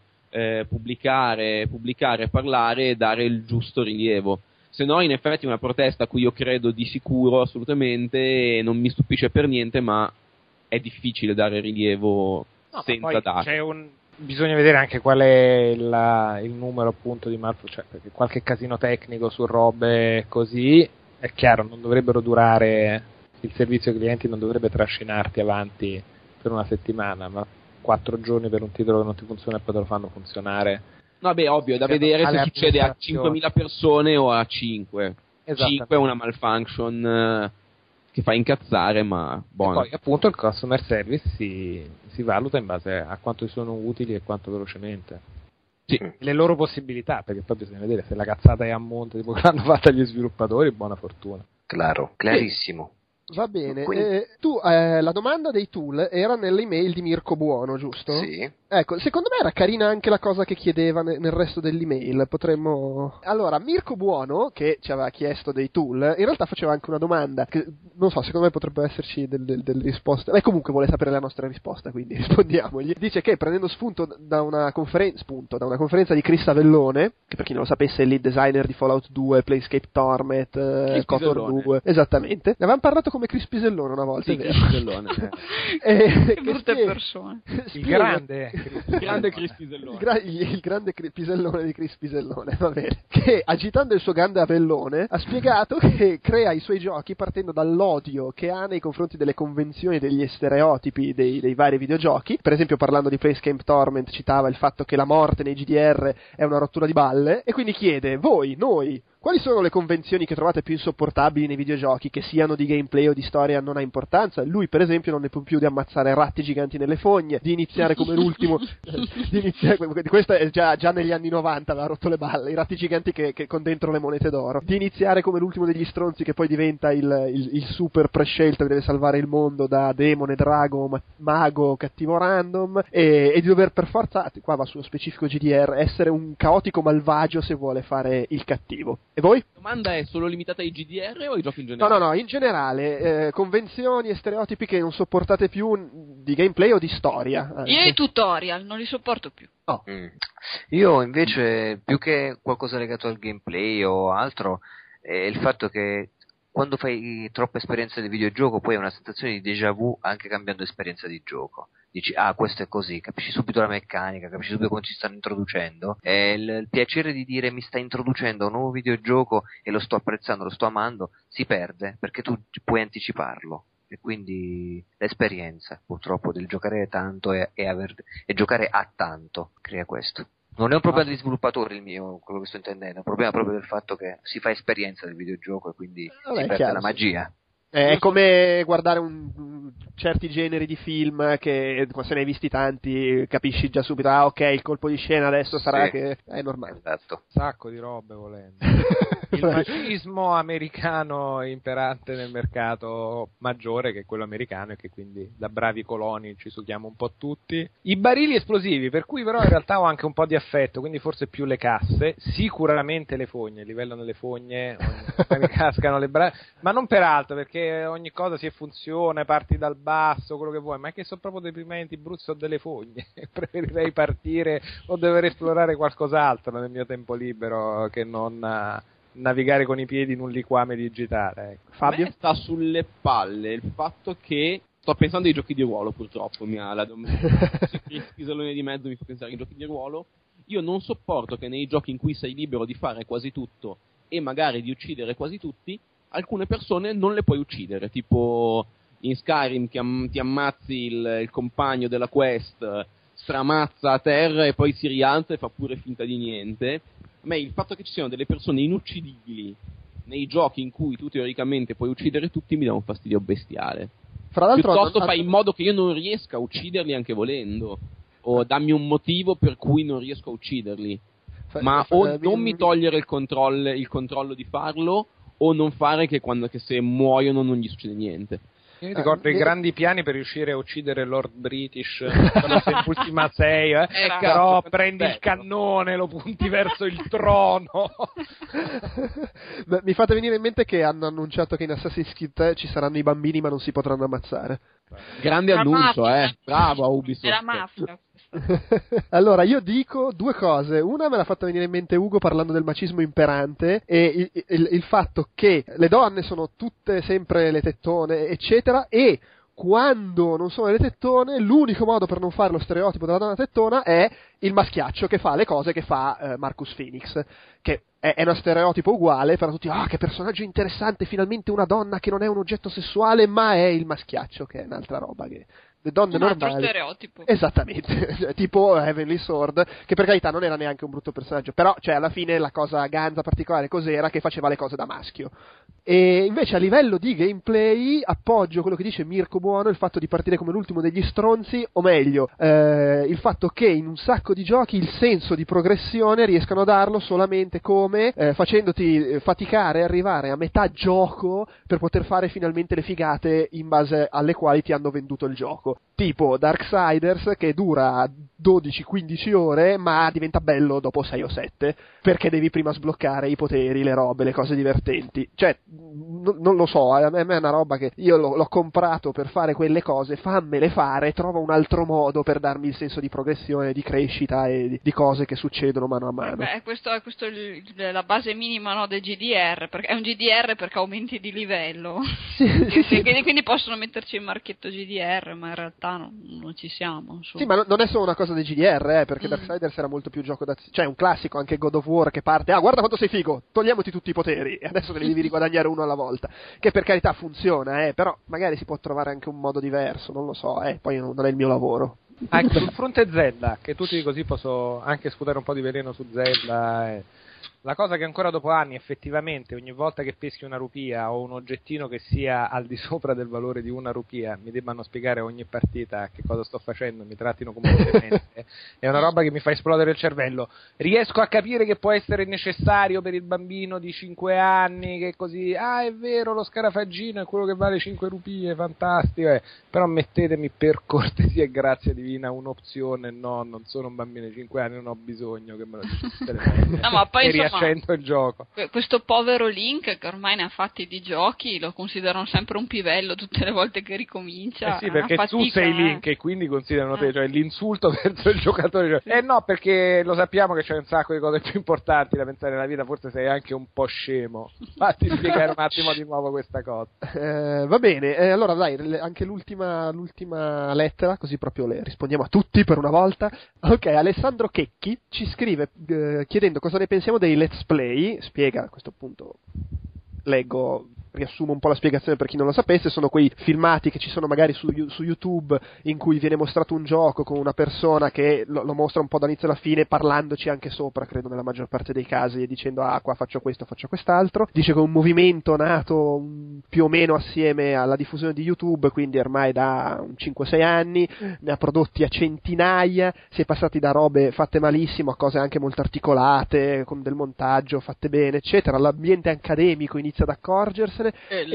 pubblicare, parlare e dare il giusto rilievo. Se no, in effetti, una protesta a cui io credo di sicuro, assolutamente, non mi stupisce per niente, ma è difficile dare rilievo senza dare.
Bisogna vedere anche qual è il numero appunto di perché qualche casino tecnico su robe così, è chiaro, non dovrebbero durare, il servizio ai clienti non dovrebbe trascinarti avanti per una settimana, ma 4 giorni per un titolo che non ti funziona e poi te lo fanno funzionare.
No, beh, ovvio, è da vedere se succede a 5.000 persone o a 5. 5 è una malfunction che fa incazzare, ma buono.
E poi appunto il customer service si valuta in base a quanto sono utili e quanto velocemente.
Sì.
Le loro possibilità, perché poi bisogna vedere se la cazzata è a monte tipo che l'hanno fatta gli sviluppatori, buona fortuna.
Claro, clarissimo.
Va bene, la domanda dei tool era nell'email di Mirko Buono, giusto?
Sì.
Ecco, secondo me era carina anche la cosa che chiedeva nel resto dell'email, potremmo... Allora, Mirko Buono, che ci aveva chiesto dei tool, in realtà faceva anche una domanda, che non so, secondo me potrebbe esserci delle risposte, beh, comunque vuole sapere la nostra risposta, quindi rispondiamogli. Dice che prendendo spunto da una conferenza di Chris Avellone, che per chi non lo sapesse è il lead designer di Fallout 2, Planescape Torment, KOTOR 2, esattamente, ne avevamo parlato come Chris Pisellone una volta,
sì, Chris Pisellone.
Che brutte persone.
Il grande
Chris Pisellone.
Il grande Pisellone di Chris Pisellone, va bene. Che agitando il suo grande Avellone ha spiegato che crea i suoi giochi partendo dall'odio che ha nei confronti delle convenzioni, degli stereotipi dei vari videogiochi. Per esempio, parlando di Planescape Torment, citava il fatto che la morte nei GDR è una rottura di balle, e quindi chiede: noi, quali sono le convenzioni che trovate più insopportabili nei videogiochi, che siano di gameplay o di storia non ha importanza? Lui, per esempio, non ne può più di ammazzare ratti giganti nelle fogne, di iniziare come l'ultimo, questo è già negli anni 90 aveva rotto le balle, i ratti giganti che con dentro le monete d'oro, di iniziare come l'ultimo degli stronzi che poi diventa il super prescelto che deve salvare il mondo da demone, drago, mago, cattivo random, e di dover per forza, qua va sullo specifico GDR, essere un caotico malvagio se vuole fare il cattivo. E voi?
La domanda è solo limitata ai GDR o ai giochi in generale?
No, in generale, convenzioni e stereotipi che non sopportate più di gameplay o di storia. Anche.
Io i tutorial non li sopporto più.
Oh.
Io invece, più che qualcosa legato al gameplay o altro, è il fatto che quando fai troppa esperienza di videogioco poi hai una sensazione di déjà vu anche cambiando esperienza di gioco. Dici, questo è così, capisci subito la meccanica, capisci subito come ci stanno introducendo, e il piacere di dire mi sta introducendo a un nuovo videogioco e lo sto apprezzando, lo sto amando, si perde, perché tu puoi anticiparlo, e quindi l'esperienza purtroppo del giocare tanto e giocare a tanto crea questo. Non è un problema degli sviluppatori il mio, quello che sto intendendo, è un problema proprio del fatto che si fa esperienza del videogioco e quindi si perde la magia.
È come guardare certi generi di film che se ne hai visti tanti capisci già subito, ok, il colpo di scena adesso sarà che è normale.
Esatto.
Sacco di robe volendo. Il macismo americano imperante nel mercato maggiore, che è quello americano, e che quindi da bravi coloni ci succhiamo un po' tutti. I barili esplosivi, per cui però in realtà ho anche un po' di affetto, quindi forse più le casse, sicuramente le fogne, il livello nelle fogne, mi cascano le braccia, ma non per altro, perché che ogni cosa si funziona, parti dal basso, quello che vuoi, ma è che sono proprio deprimenti, brutti, sono delle fogne. Preferirei partire o dover esplorare qualcos'altro nel mio tempo libero che non navigare con i piedi in un liquame digitale. Ecco.
Fabio? A me sta sulle palle il fatto che sto pensando ai giochi di ruolo, purtroppo, scrisalone di mezzo mi fa pensare ai giochi di ruolo. Io non sopporto che nei giochi in cui sei libero di fare quasi tutto e magari di uccidere quasi tutti, alcune persone non le puoi uccidere, tipo in Skyrim ti ammazzi il compagno della quest, stramazza a terra e poi si rialza e fa pure finta di niente. A me il fatto che ci siano delle persone inuccidibili nei giochi in cui tu teoricamente puoi uccidere tutti mi dà un fastidio bestiale.
Fra l'altro,
piuttosto fai in modo che io non riesca a ucciderli anche volendo, o dammi un motivo per cui non riesco a ucciderli, ma o non mi togliere il controllo di farlo, o non fare che se muoiono non gli succede niente.
Io ricordo i grandi piani per riuscire a uccidere Lord British in Ultima 6, però prendi il cannone, lo punti verso il trono.
Mi fate venire in mente che hanno annunciato che in Assassin's Creed 3 ci saranno i bambini ma non si potranno ammazzare.
Grande annuncio, bravo a Ubisoft.
È la mafia.
Allora, io dico due cose. Una me l'ha fatta venire in mente Ugo parlando del macismo imperante e il fatto che le donne sono tutte sempre le tettone, eccetera, e quando non sono le tettone, l'unico modo per non fare lo stereotipo della donna tettona è il maschiaccio che fa le cose che fa Marcus Phoenix, che è uno stereotipo uguale, però tutti, che personaggio interessante, finalmente una donna che non è un oggetto sessuale, ma è il maschiaccio, che è un'altra roba che... le donne normali.
Un altro stereotipo.
Esattamente, tipo Heavenly Sword, che per carità non era neanche un brutto personaggio, però alla fine la cosa ganza particolare cos'era? Che faceva le cose da maschio. E invece a livello di gameplay appoggio quello che dice Mirko Buono, il fatto di partire come l'ultimo degli stronzi, o meglio, il fatto che in un sacco di giochi il senso di progressione riescano a darlo solamente come facendoti faticare e arrivare a metà gioco per poter fare finalmente le figate in base alle quali ti hanno venduto il gioco. Tipo Darksiders, che dura 12-15 ore ma diventa bello dopo 6 o 7 perché devi prima sbloccare i poteri, le robe, le cose divertenti. Cioè non lo so, a me è una roba che io l'ho comprato per fare quelle cose, fammele fare, trova un altro modo per darmi il senso di progressione, di crescita e di cose che succedono mano a mano.
Questo è la base minima, no, del GDR, perché è un GDR perché aumenti di livello. Sì. Quindi possono metterci il marchietto GDR, ma in realtà non ci siamo. Insomma.
Sì, ma non è solo una cosa dei GDR, perché Darksiders era molto più gioco d'azione. Cioè, un classico, anche God of War, che parte, guarda quanto sei figo, togliamoti tutti i poteri, e adesso te li devi riguadagnare uno alla volta. Che per carità funziona, però magari si può trovare anche un modo diverso, non lo so, poi non è il mio lavoro.
Anche sul fronte Zelda, che tutti così posso anche sputare un po' di veleno su Zelda. La cosa che ancora dopo anni effettivamente ogni volta che peschi una rupia o un oggettino che sia al di sopra del valore di una rupia mi debbano spiegare ogni partita che cosa sto facendo, mi trattino come un demente, è una roba che mi fa esplodere il cervello. Riesco a capire che può essere necessario per il bambino di 5 anni, che così, è vero, lo scarafaggino è quello che vale 5 rupie, fantastico, però mettetemi per cortesia e grazia divina un'opzione, no, non sono un bambino di 5 anni, non ho bisogno che me lo dici tutte le volte.
No, ma poi
il gioco.
Questo povero Link, che ormai ne ha fatti di giochi, lo considerano sempre un pivello tutte le volte che ricomincia.
Sì, perché tu sei Link e quindi considerano te, cioè l'insulto verso il giocatore. No, perché lo sappiamo che c'è un sacco di cose più importanti da pensare nella vita, forse sei anche un po' scemo. Fatti spiegare un attimo di nuovo questa cosa.
Va bene, allora dai, anche l'ultima lettera, così proprio le rispondiamo a tutti per una volta. Ok, Alessandro Checchi ci scrive chiedendo cosa ne pensiamo dei Let's Play, spiega a questo punto, riassumo un po' la spiegazione per chi non lo sapesse, sono quei filmati che ci sono magari su YouTube in cui viene mostrato un gioco con una persona che lo mostra un po' dall'inizio alla fine, parlandoci anche sopra, credo nella maggior parte dei casi, e dicendo qua faccio questo, faccio quest'altro. Dice che è un movimento nato più o meno assieme alla diffusione di YouTube, quindi ormai da 5-6 anni, ne ha prodotti a centinaia, si è passati da robe fatte malissimo a cose anche molto articolate, con del montaggio fatte bene, eccetera. L'ambiente accademico inizia ad accorgersene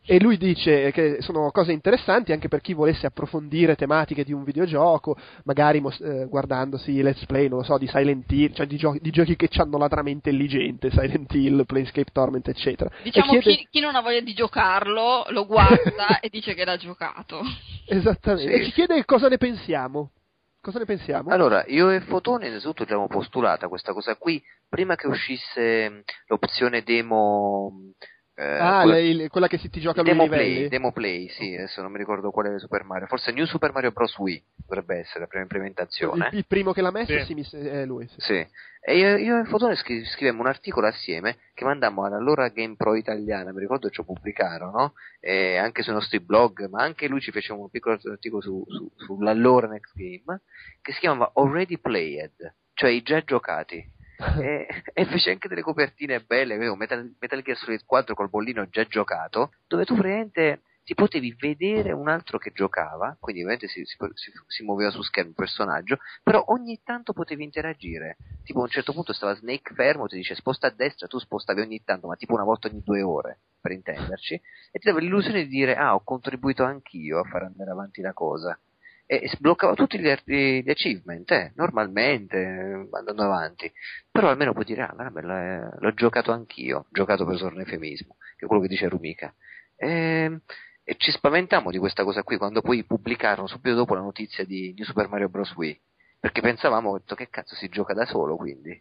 E lui dice che sono cose interessanti anche per chi volesse approfondire tematiche di un videogioco, magari guardandosi let's play, non lo so, di Silent Hill, cioè di giochi che hanno la trama intelligente, Silent Hill, Planescape Torment, eccetera.
Diciamo chi non ha voglia di giocarlo lo guarda e dice che l'ha giocato.
Esattamente.
Sì.
E ci chiede cosa ne pensiamo. Cosa ne pensiamo?
Allora, io e Fotone innanzitutto abbiamo postulata questa cosa qui prima che uscisse l'opzione demo.
Quella che si ti gioca a
Demo
livelli.
Play, Demo Play, sì, adesso non mi ricordo quale Super Mario, forse New Super Mario Bros. Wii dovrebbe essere la prima implementazione.
Il primo che l'ha messo
Sì.
È
lui. Sì.
Sì. E io e Fotone scrivemmo un articolo assieme che mandammo all'allora GamePro italiana, mi ricordo che ci pubblicarono, anche sui nostri blog, ma anche lui ci fece un piccolo articolo sull'allora Next Game, che si chiamava Already Played, cioè i già giocati. E fece anche delle copertine belle, Metal Gear Solid 4 col bollino già giocato, dove tu praticamente ti potevi vedere un altro che giocava, quindi ovviamente si muoveva su schermo il personaggio, però ogni tanto potevi interagire, tipo a un certo punto stava Snake fermo, ti dice sposta a destra, tu spostavi ogni tanto, ma tipo una volta ogni 2 ore, per intenderci, e ti dava l'illusione di dire ho contribuito anch'io a far andare avanti la cosa. E sbloccava tutti gli achievement, normalmente, andando avanti. Però almeno puoi dire, vabbè, l'ho giocato anch'io, giocato per usare un eufemismo, che è quello che dice Rumika. E ci spaventammo di questa cosa qui, quando poi pubblicarono subito dopo la notizia di New Super Mario Bros. Wii, perché pensavamo, che cazzo si gioca da solo, quindi.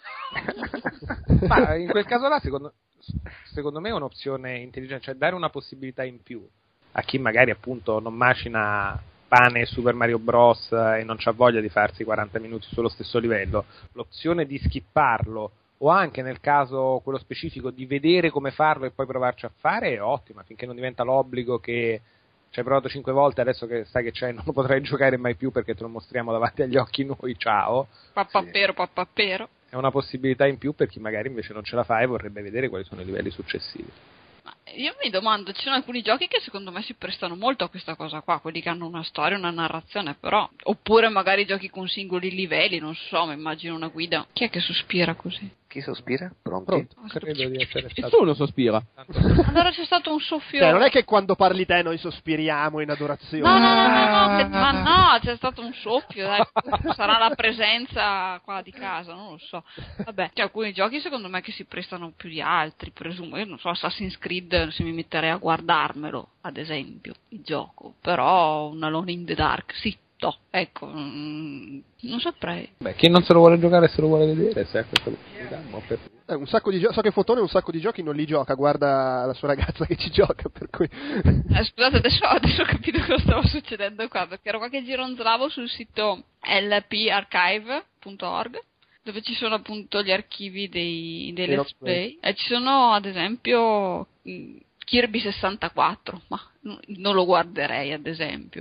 Ma in quel caso là, secondo me è un'opzione intelligente, cioè dare una possibilità in più a chi magari appunto non macina pane Super Mario Bros. E non c'ha voglia di farsi 40 minuti sullo stesso livello, l'opzione di skipparlo o anche nel caso quello specifico di vedere come farlo e poi provarci a fare è ottima, finché non diventa l'obbligo che ci hai provato 5 volte, adesso che sai che c'è non lo potrai giocare mai più perché te lo mostriamo davanti agli occhi noi, ciao.
Pappapero.
È una possibilità in più per chi magari invece non ce la fa e vorrebbe vedere quali sono i livelli successivi.
Io mi domando, ci sono alcuni giochi che secondo me si prestano molto a questa cosa qua, quelli che hanno una storia, una narrazione, però, oppure magari giochi con singoli livelli, non so, mi immagino una guida. Chi è che sospira così?
Chi sospira? Pronti?
Credo di essere stato.
Nessuno sospira.
Allora c'è stato un soffio.
Cioè, non è che quando parli te noi sospiriamo in adorazione.
No, ma no, c'è stato un soffio, dai. Sarà la presenza qua di casa, non lo so. Vabbè, c'è alcuni giochi secondo me che si prestano più di altri, presumo. Io non so, Assassin's Creed, se mi metterei a guardarmelo, ad esempio, il gioco, però un Alone in the Dark, sì. No, ecco, non saprei.
Beh, chi non se lo vuole giocare se lo vuole vedere, se ha questa possibilità,
un sacco di so che Fotone un sacco di giochi non li gioca, guarda la sua ragazza che ci gioca, per cui
scusate, adesso ho capito cosa stava succedendo qua, perché ero qua che gironzolavo sul sito lparchive.org, dove ci sono appunto gli archivi dei let's play, e ci sono ad esempio Kirby 64, ma non lo guarderei ad esempio.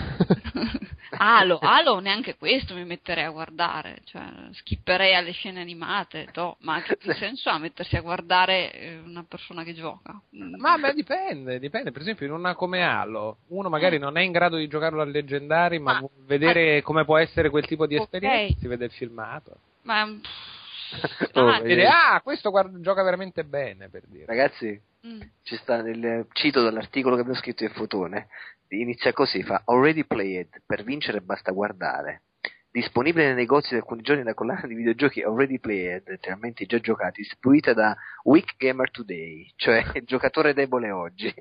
Halo, neanche questo mi metterei a guardare, cioè skipperei alle scene animate, ma che senso ha mettersi a guardare una persona che gioca?
Ma beh, dipende, per esempio in una come Halo, uno magari non è in grado di giocarlo al Leggendary, ma vuol vedere come può essere quel tipo di esperienza, si vede il filmato.
Ma
questo
gioca veramente bene, per dire.
Ragazzi, ci sta cito dall'articolo che abbiamo scritto in Fotone, inizia così, fa Already Played, per vincere basta guardare, disponibile nei negozi da alcuni giorni la collana di videogiochi Already Played, letteralmente già giocati, distribuita da Weak Gamer Today, cioè il giocatore debole oggi.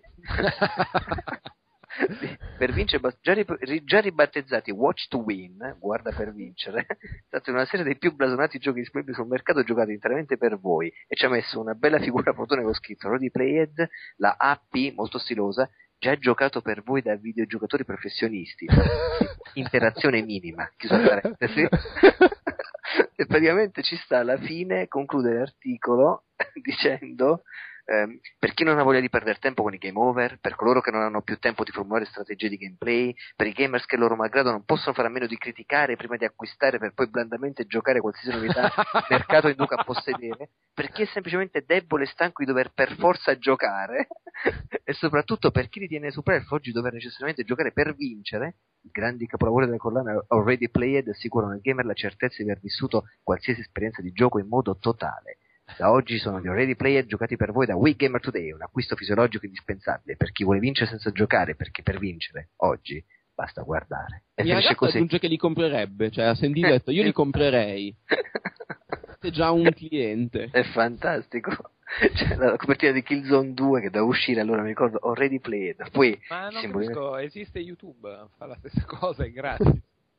Per vincere già ribattezzati Watch to Win, guarda per vincere, state una serie dei più blasonati giochi disponibili sul mercato giocati interamente per voi, e ci ha messo una bella figura Fotone con scritto Already Played, la AP molto stilosa, già giocato per voi da videogiocatori professionisti, interazione minima, chiusa parentesi. E praticamente ci sta alla fine, conclude l'articolo dicendo per chi non ha voglia di perdere tempo con i game over, per coloro che non hanno più tempo di formulare strategie di gameplay, per i gamers che loro malgrado non possono fare a meno di criticare prima di acquistare per poi blandamente giocare qualsiasi novità il mercato induca a possedere, per chi è semplicemente debole e stanco di dover per forza giocare e soprattutto per chi ritiene superfluo oggi dover necessariamente giocare per vincere, i grandi capolavori della collana Already Played assicurano al gamer la certezza di aver vissuto qualsiasi esperienza di gioco in modo totale. Da oggi sono gli Ready Player giocati per voi da Wii Gamer Today, un acquisto fisiologico indispensabile per chi vuole vincere senza giocare, perché per vincere oggi basta guardare. E
mia ragazza
così.
aggiunge che li comprerebbe, cioè ha sentito e ha detto io li comprerei. È già un cliente.
È fantastico. C'è la copertina di Killzone 2 che doveva uscire, allora mi ricordo Ready Player. Poi
ma non capisco, esiste YouTube, fa la stessa cosa, è gratis.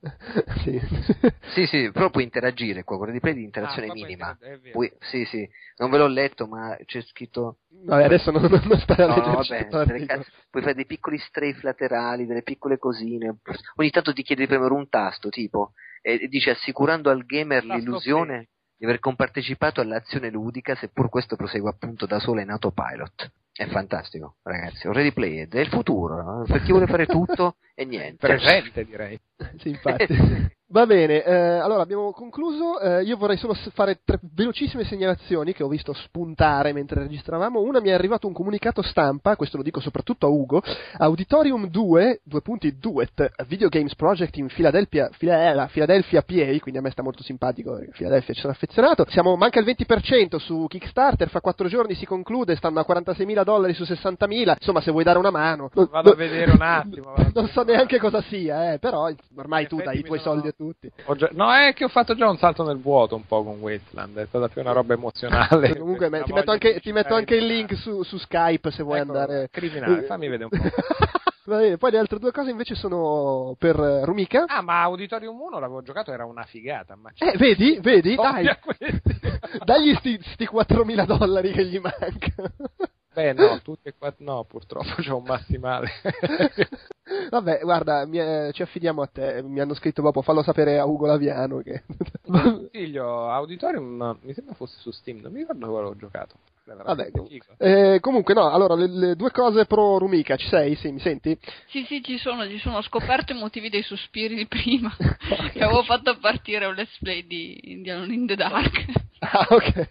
sì,
però puoi interagire qua con Ready Player di interazione minima. Sì, non ve l'ho letto, ma c'è scritto.
Vabbè, adesso non stai a
leggere. Puoi fare dei piccoli strafe laterali, delle piccole cosine. Ogni tanto ti chiede di premere un tasto, tipo, e dice assicurando al gamer l'illusione di aver compartecipato all'azione ludica, seppur questo prosegue appunto da solo in autopilot. È fantastico, ragazzi. Ready Player è il futuro, no? Per chi vuole fare tutto e niente.
Presente, direi.
Sì, infatti. Va bene, allora abbiamo concluso. Io vorrei solo fare 3 velocissime segnalazioni che ho visto spuntare mentre registravamo. Una, mi è arrivato un comunicato stampa, questo lo dico soprattutto a Ugo. Auditorium 2, Duet, Video Games Project in Philadelphia PA, quindi a me sta molto simpatico, perché Philadelphia ci sono affezionato. Manca il 20% su Kickstarter, fra 4 giorni si conclude, stanno a $46,000 su 60.000, insomma se vuoi dare una mano.
Vado a vedere un attimo.
Non so neanche cosa sia, però ormai tu dai i tuoi soldi a tutti.
No, è che ho fatto già un salto nel vuoto un po' con Wasteland, è stata più una roba emozionale.
Comunque ti metto anche il link su Skype se vuoi andare.
Criminale, fammi vedere un po'.
Va bene, poi le altre 2 cose invece sono per Rumika.
Ah, ma Auditorium 1 l'avevo giocato, era una figata. Ma
vedi, dai. Dagli sti $4.000 che gli mancano.
Beh, no, tutti e 4, no, purtroppo c'ho un massimale.
Vabbè, guarda, ci affidiamo a te. Mi hanno scritto proprio, fallo sapere a Ugo Laviano che...
Consiglio, Auditorium mi sembra fosse su Steam, non mi ricordo quale ho giocato.
Vabbè, comunque no, allora le 2 cose pro Rumika, ci sei? Sì, mi senti?
Sì, ci sono, ho scoperto i motivi dei sospiri di prima, che avevo fatto partire un let's play di Alone in the Dark.
Ah, ok.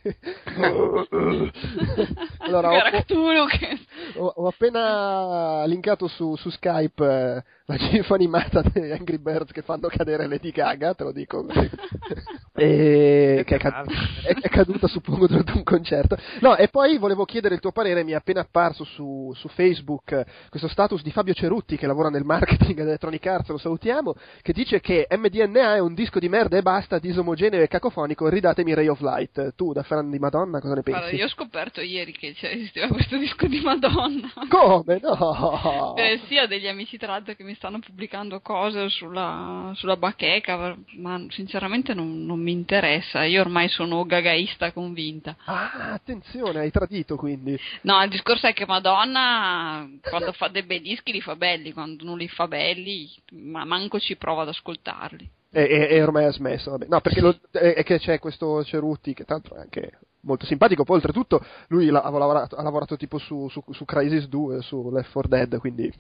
Allora, ho appena linkato su Skype la gif animata di Angry Birds che fanno cadere Lady Gaga, te lo dico così. Che è caduta, suppongo, durante un concerto. No, e poi volevo chiedere il tuo parere, mi è appena apparso su Facebook questo status di Fabio Cerutti, che lavora nel marketing di Electronic Arts, lo salutiamo, che dice che MDNA è un disco di merda e basta, disomogeneo e cacofonico, ridatemi Ray of Light. Tu, da fan di Madonna, cosa ne pensi?
Guarda, io ho scoperto ieri che esisteva questo disco di Madonna.
Come? No!
Sì, ho degli amici tra l'altro che mi stanno pubblicando cose sulla bacheca, ma sinceramente non mi interessa. Io ormai sono gagaista convinta.
Ah, attenzione, hai tradito quindi.
No, il discorso è che Madonna quando fa dei bei dischi li fa belli, quando non li fa belli ma manco ci prova ad ascoltarli.
E ormai ha smesso, vabbè. No, perché è che c'è questo Cerutti che tanto è anche molto simpatico, poi oltretutto lui ha lavorato tipo su Crysis 2, su Left 4 Dead, quindi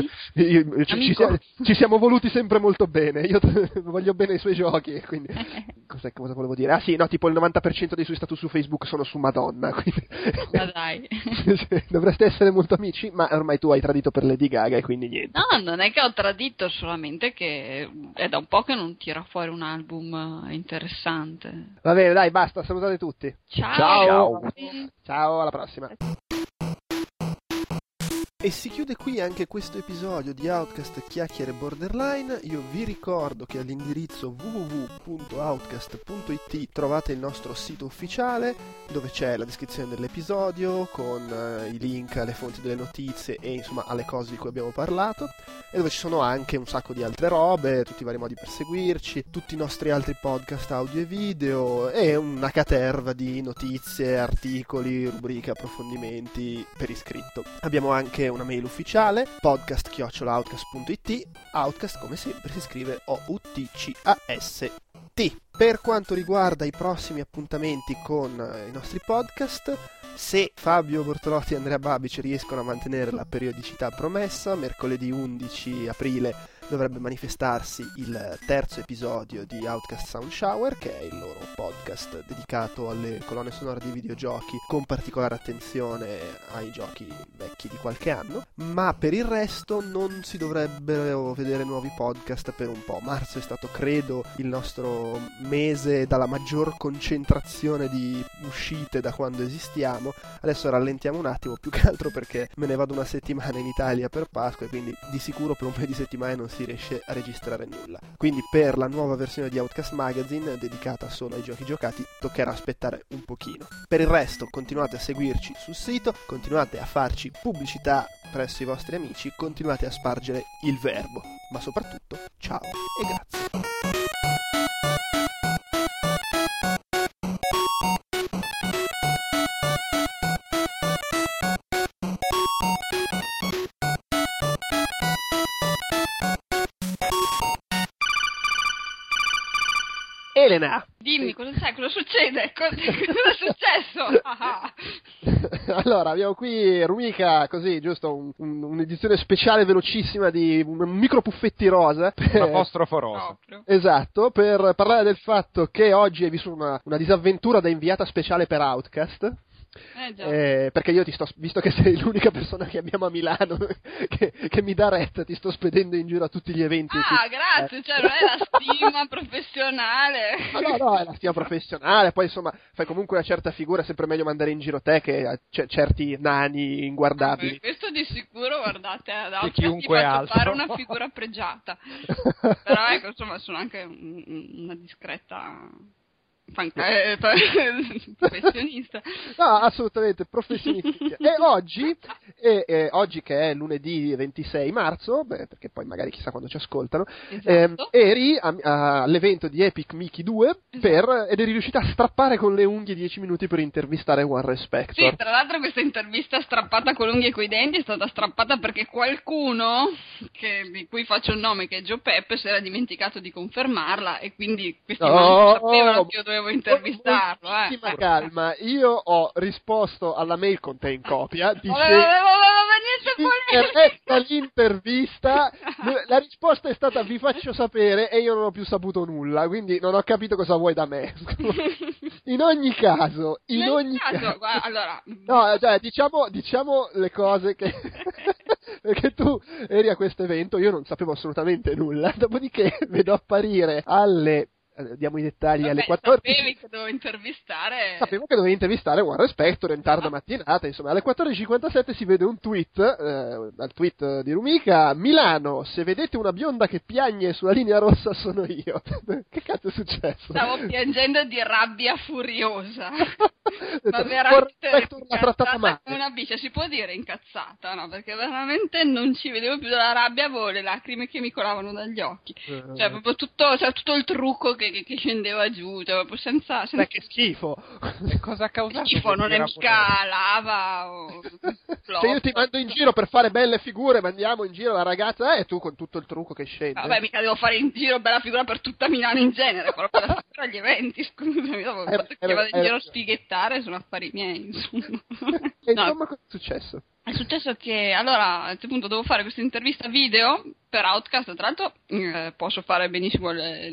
ci siamo voluti sempre molto bene, io voglio bene i suoi giochi, quindi cosa volevo dire? Ah sì, no, tipo il 90% dei suoi status su Facebook sono su Madonna, quindi
ma dai.
Dovreste essere molto amici, ma ormai tu hai tradito per Lady Gaga e quindi niente.
No, non è che ho tradito, solamente che è da un po' che non tira fuori un album interessante.
Va bene, dai, basta, salutate tutti. Ciao, alla prossima. E si chiude qui anche questo episodio di Outcast Chiacchiere Borderline. Io vi ricordo che all'indirizzo www.outcast.it trovate il nostro sito ufficiale, dove c'è la descrizione dell'episodio con i link alle fonti delle notizie e insomma alle cose di cui abbiamo parlato, e dove ci sono anche un sacco di altre robe, tutti i vari modi per seguirci, tutti i nostri altri podcast audio e video e una caterva di notizie, articoli, rubriche, approfondimenti per iscritto. Abbiamo anche una mail ufficiale, podcast@outcast.it. Outcast, come sempre, si scrive OUTCAST. Per quanto riguarda i prossimi appuntamenti con i nostri podcast, se Fabio Bortolotti e Andrea Babic riescono a mantenere la periodicità promessa, mercoledì 11 aprile dovrebbe manifestarsi il 3° episodio di Outcast Sound Shower, che è il loro podcast dedicato alle colonne sonore di videogiochi, con particolare attenzione ai giochi vecchi vecchi di qualche anno, ma per il resto non si dovrebbero vedere nuovi podcast per un po'. Marzo è stato, credo, il nostro mese dalla maggior concentrazione di uscite da quando esistiamo. Adesso rallentiamo un attimo, più che altro perché me ne vado una settimana in Italia per Pasqua e quindi di sicuro per un paio di settimane non si riesce a registrare nulla. Quindi per la nuova versione di Outcast Magazine, dedicata solo ai giochi giocati, toccherà aspettare un pochino. Per il resto continuate a seguirci sul sito, continuate a farci pubblicità presso i vostri amici, continuate a spargere il verbo, ma soprattutto ciao e grazie. Elena!
Dimmi, cosa c'è? Cosa succede? Cosa è successo?
Allora, abbiamo qui Rumika, così, giusto, un'edizione speciale velocissima di un micro puffetti rosa.
Un apostrofo rosa.
Esatto, per parlare del fatto che oggi hai vissuto una disavventura da inviata speciale per Outcast.
Già.
Perché io visto che sei l'unica persona che abbiamo a Milano che mi dà retta, ti sto spedendo in giro a tutti gli eventi.
Grazie, cioè non è la stima professionale.
No, è la stima professionale, poi insomma fai comunque una certa figura, è sempre meglio mandare in giro te che certi nani inguardabili.
Questo di sicuro, guardate, ad
Che
Outcast
chiunque
ti faccio
altro.
fare una figura pregiata. Però ecco, insomma, sono anche una discreta professionista.
No, assolutamente professionista. E oggi che è lunedì 26 marzo, perché poi magari chissà quando ci ascoltano,
Esatto.
eri all'evento di Epic Mickey 2 ed eri riuscita a strappare con le unghie 10 minuti per intervistare One Respector.
Sì, tra l'altro questa intervista strappata con le unghie e coi denti è stata strappata perché qualcuno, di cui faccio il nome, che è Joe Peppe, si era dimenticato di confermarla e quindi questi non sapevano che io dovevo intervistarlo.
Calma, io ho risposto alla mail con te in copia, l'intervista, la risposta è stata vi faccio sapere e io non ho più saputo nulla, quindi non ho capito cosa vuoi da me. In ogni caso,
allora,
no, cioè, diciamo le cose che perché tu eri a questo evento, io non sapevo assolutamente nulla, dopodiché vedo apparire diamo i dettagli alle 14.
Sapevi che dovevo intervistare.
Sapevo che dovevi intervistare One Respector in tarda mattinata, insomma, alle 14:57 si vede un tweet, dal tweet di Rumika: Milano, se vedete una bionda che piagne sulla linea rossa sono io. Che cazzo è successo?
Stavo piangendo di rabbia furiosa. Ma
One
veramente
Respector l'ha trattata male.
come una bicia, si può dire incazzata, no? Perché veramente non ci vedevo più dalla rabbia, avevo le lacrime che mi colavano dagli occhi. Cioè, proprio tutto il trucco che scendeva giù, cioè proprio senza...
Beh, che schifo.
Cosa ha causato?
Schifo, non è mica lava o
Se io ti mando in giro per fare belle figure, mandiamo in giro la ragazza e tu con tutto il trucco che scende.
Vabbè, mica devo fare in giro bella figura per tutta Milano in genere, proprio da fare agli eventi, scusami, dopo che vado in giro a sfighettare sono affari miei, insomma.
E insomma, cosa è successo?
È successo che, allora, appunto, devo fare questa intervista video per Outcast, tra l'altro posso fare benissimo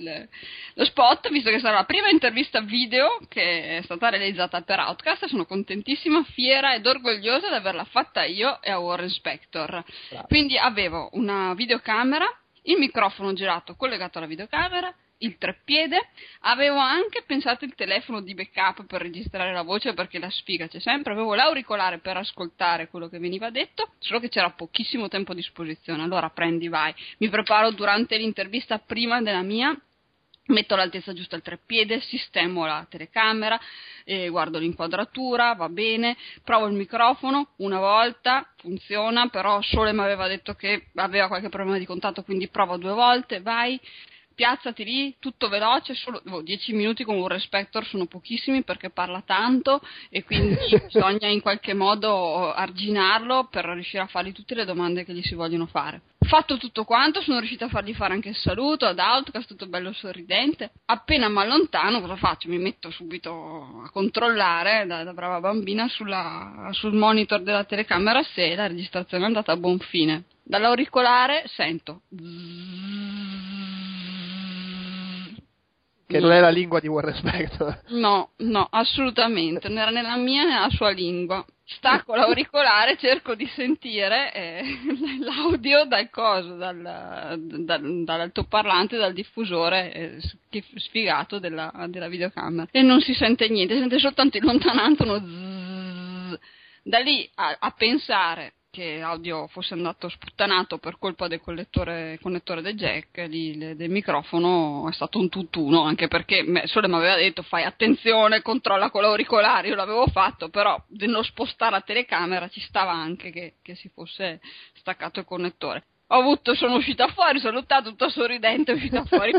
lo spot, visto che sarà la prima intervista video che è stata realizzata per Outcast. Sono contentissima, fiera ed orgogliosa di averla fatta io e a Warren Spector.
Bravo.
Quindi avevo una videocamera, il microfono girato collegato alla videocamera, il treppiede, avevo anche pensato il telefono di backup per registrare la voce, perché la sfiga c'è sempre, avevo l'auricolare per ascoltare quello che veniva detto, solo che c'era pochissimo tempo a disposizione. Allora prendi, vai, mi preparo durante l'intervista prima della mia, metto l'altezza giusta al treppiede, sistemo la telecamera, guardo l'inquadratura, va bene, provo il microfono una volta, funziona, però Sole mi aveva detto che aveva qualche problema di contatto, quindi provo 2 volte, vai, piazzati lì, tutto veloce, solo 10 minuti con un Respector sono pochissimi perché parla tanto e quindi bisogna in qualche modo arginarlo per riuscire a fargli tutte le domande che gli si vogliono fare. Fatto tutto quanto, sono riuscita a fargli fare anche il saluto ad Outcast, tutto bello sorridente. Appena mi allontano, cosa faccio? Mi metto subito a controllare da brava bambina sul monitor della telecamera se la registrazione è andata a buon fine. Dall'auricolare sento
Che non è la lingua di Warren Spector.
No, assolutamente, non era né la mia né la sua lingua. Stacco l'auricolare, cerco di sentire l'audio dal coso, dall'altoparlante, dal diffusore sfigato della videocamera. E non si sente niente, si sente soltanto in lontananza uno zzzz. Da lì a pensare che l'audio fosse andato sputtanato per colpa del connettore del jack del microfono, è stato un tutt'uno, anche perché Sole mi aveva detto fai attenzione, controlla con l'auricolare, io l'avevo fatto, però nello spostare la telecamera ci stava anche che si fosse staccato il connettore. Sono uscita fuori, salutato tutta sorridente, uscita fuori.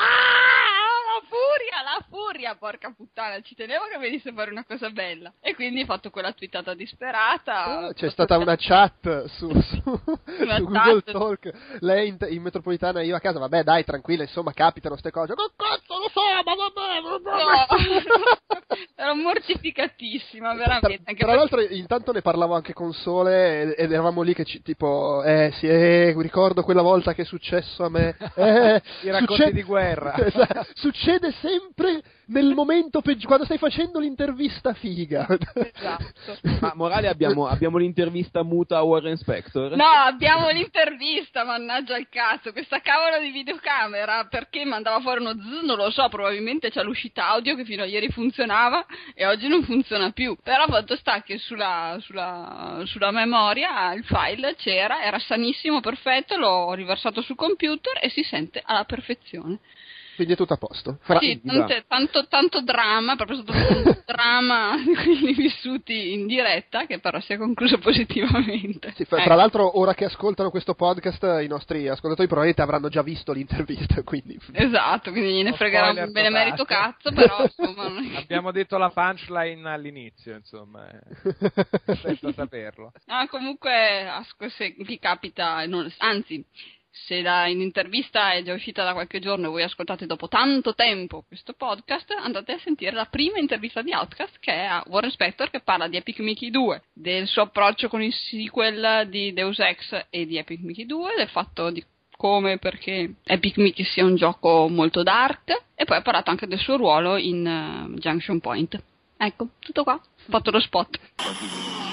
La furia, porca puttana, ci tenevo che venisse a fare una cosa bella. E quindi ho fatto quella tweetata disperata.
C'è stata una chat su Google Talk. Lei in metropolitana, io a casa, vabbè dai, tranquilla, insomma, capitano ste cose. Che cazzo lo so, ma vabbè.
No. Ero mortificatissima, veramente. Anche
tra l'altro, intanto ne parlavo anche con Sole ed eravamo lì che ricordo quella volta che è successo a me.
I racconti di guerra.
Succede sempre nel momento quando stai facendo l'intervista figa.
Esatto.
Ma morale, abbiamo l'intervista muta a Warren Spector?
No, abbiamo l'intervista, mannaggia il cazzo. Questa cavola di videocamera, perché mandava fuori uno zzz, non lo so, probabilmente c'è l'uscita audio che fino a ieri funzionava e oggi non funziona più. Però fatto sta che sulla memoria il file c'era, era sanissimo, perfetto, l'ho riversato sul computer e si sente alla perfezione.
Quindi è tutto a posto.
Sì, tanto dramma, proprio stato un dramma di quelli vissuti in diretta, che però si è concluso positivamente.
Sì, tra l'altro, ora che ascoltano questo podcast, i nostri ascoltatori probabilmente avranno già visto l'intervista, quindi...
Esatto, quindi gliene fregherà un benemerito cazzo, però insomma...
Abbiamo detto la punchline all'inizio, insomma, senza saperlo.
Comunque, se vi capita, anzi... Se l'intervista è già uscita da qualche giorno e voi ascoltate dopo tanto tempo questo podcast, andate a sentire la prima intervista di Outcast, che è a Warren Spector, che parla di Epic Mickey 2, del suo approccio con il sequel di Deus Ex e di Epic Mickey 2, del fatto di come e perché Epic Mickey sia un gioco molto dark, e poi ha parlato anche del suo ruolo in Junction Point. Ecco, tutto qua, ho fatto lo spot.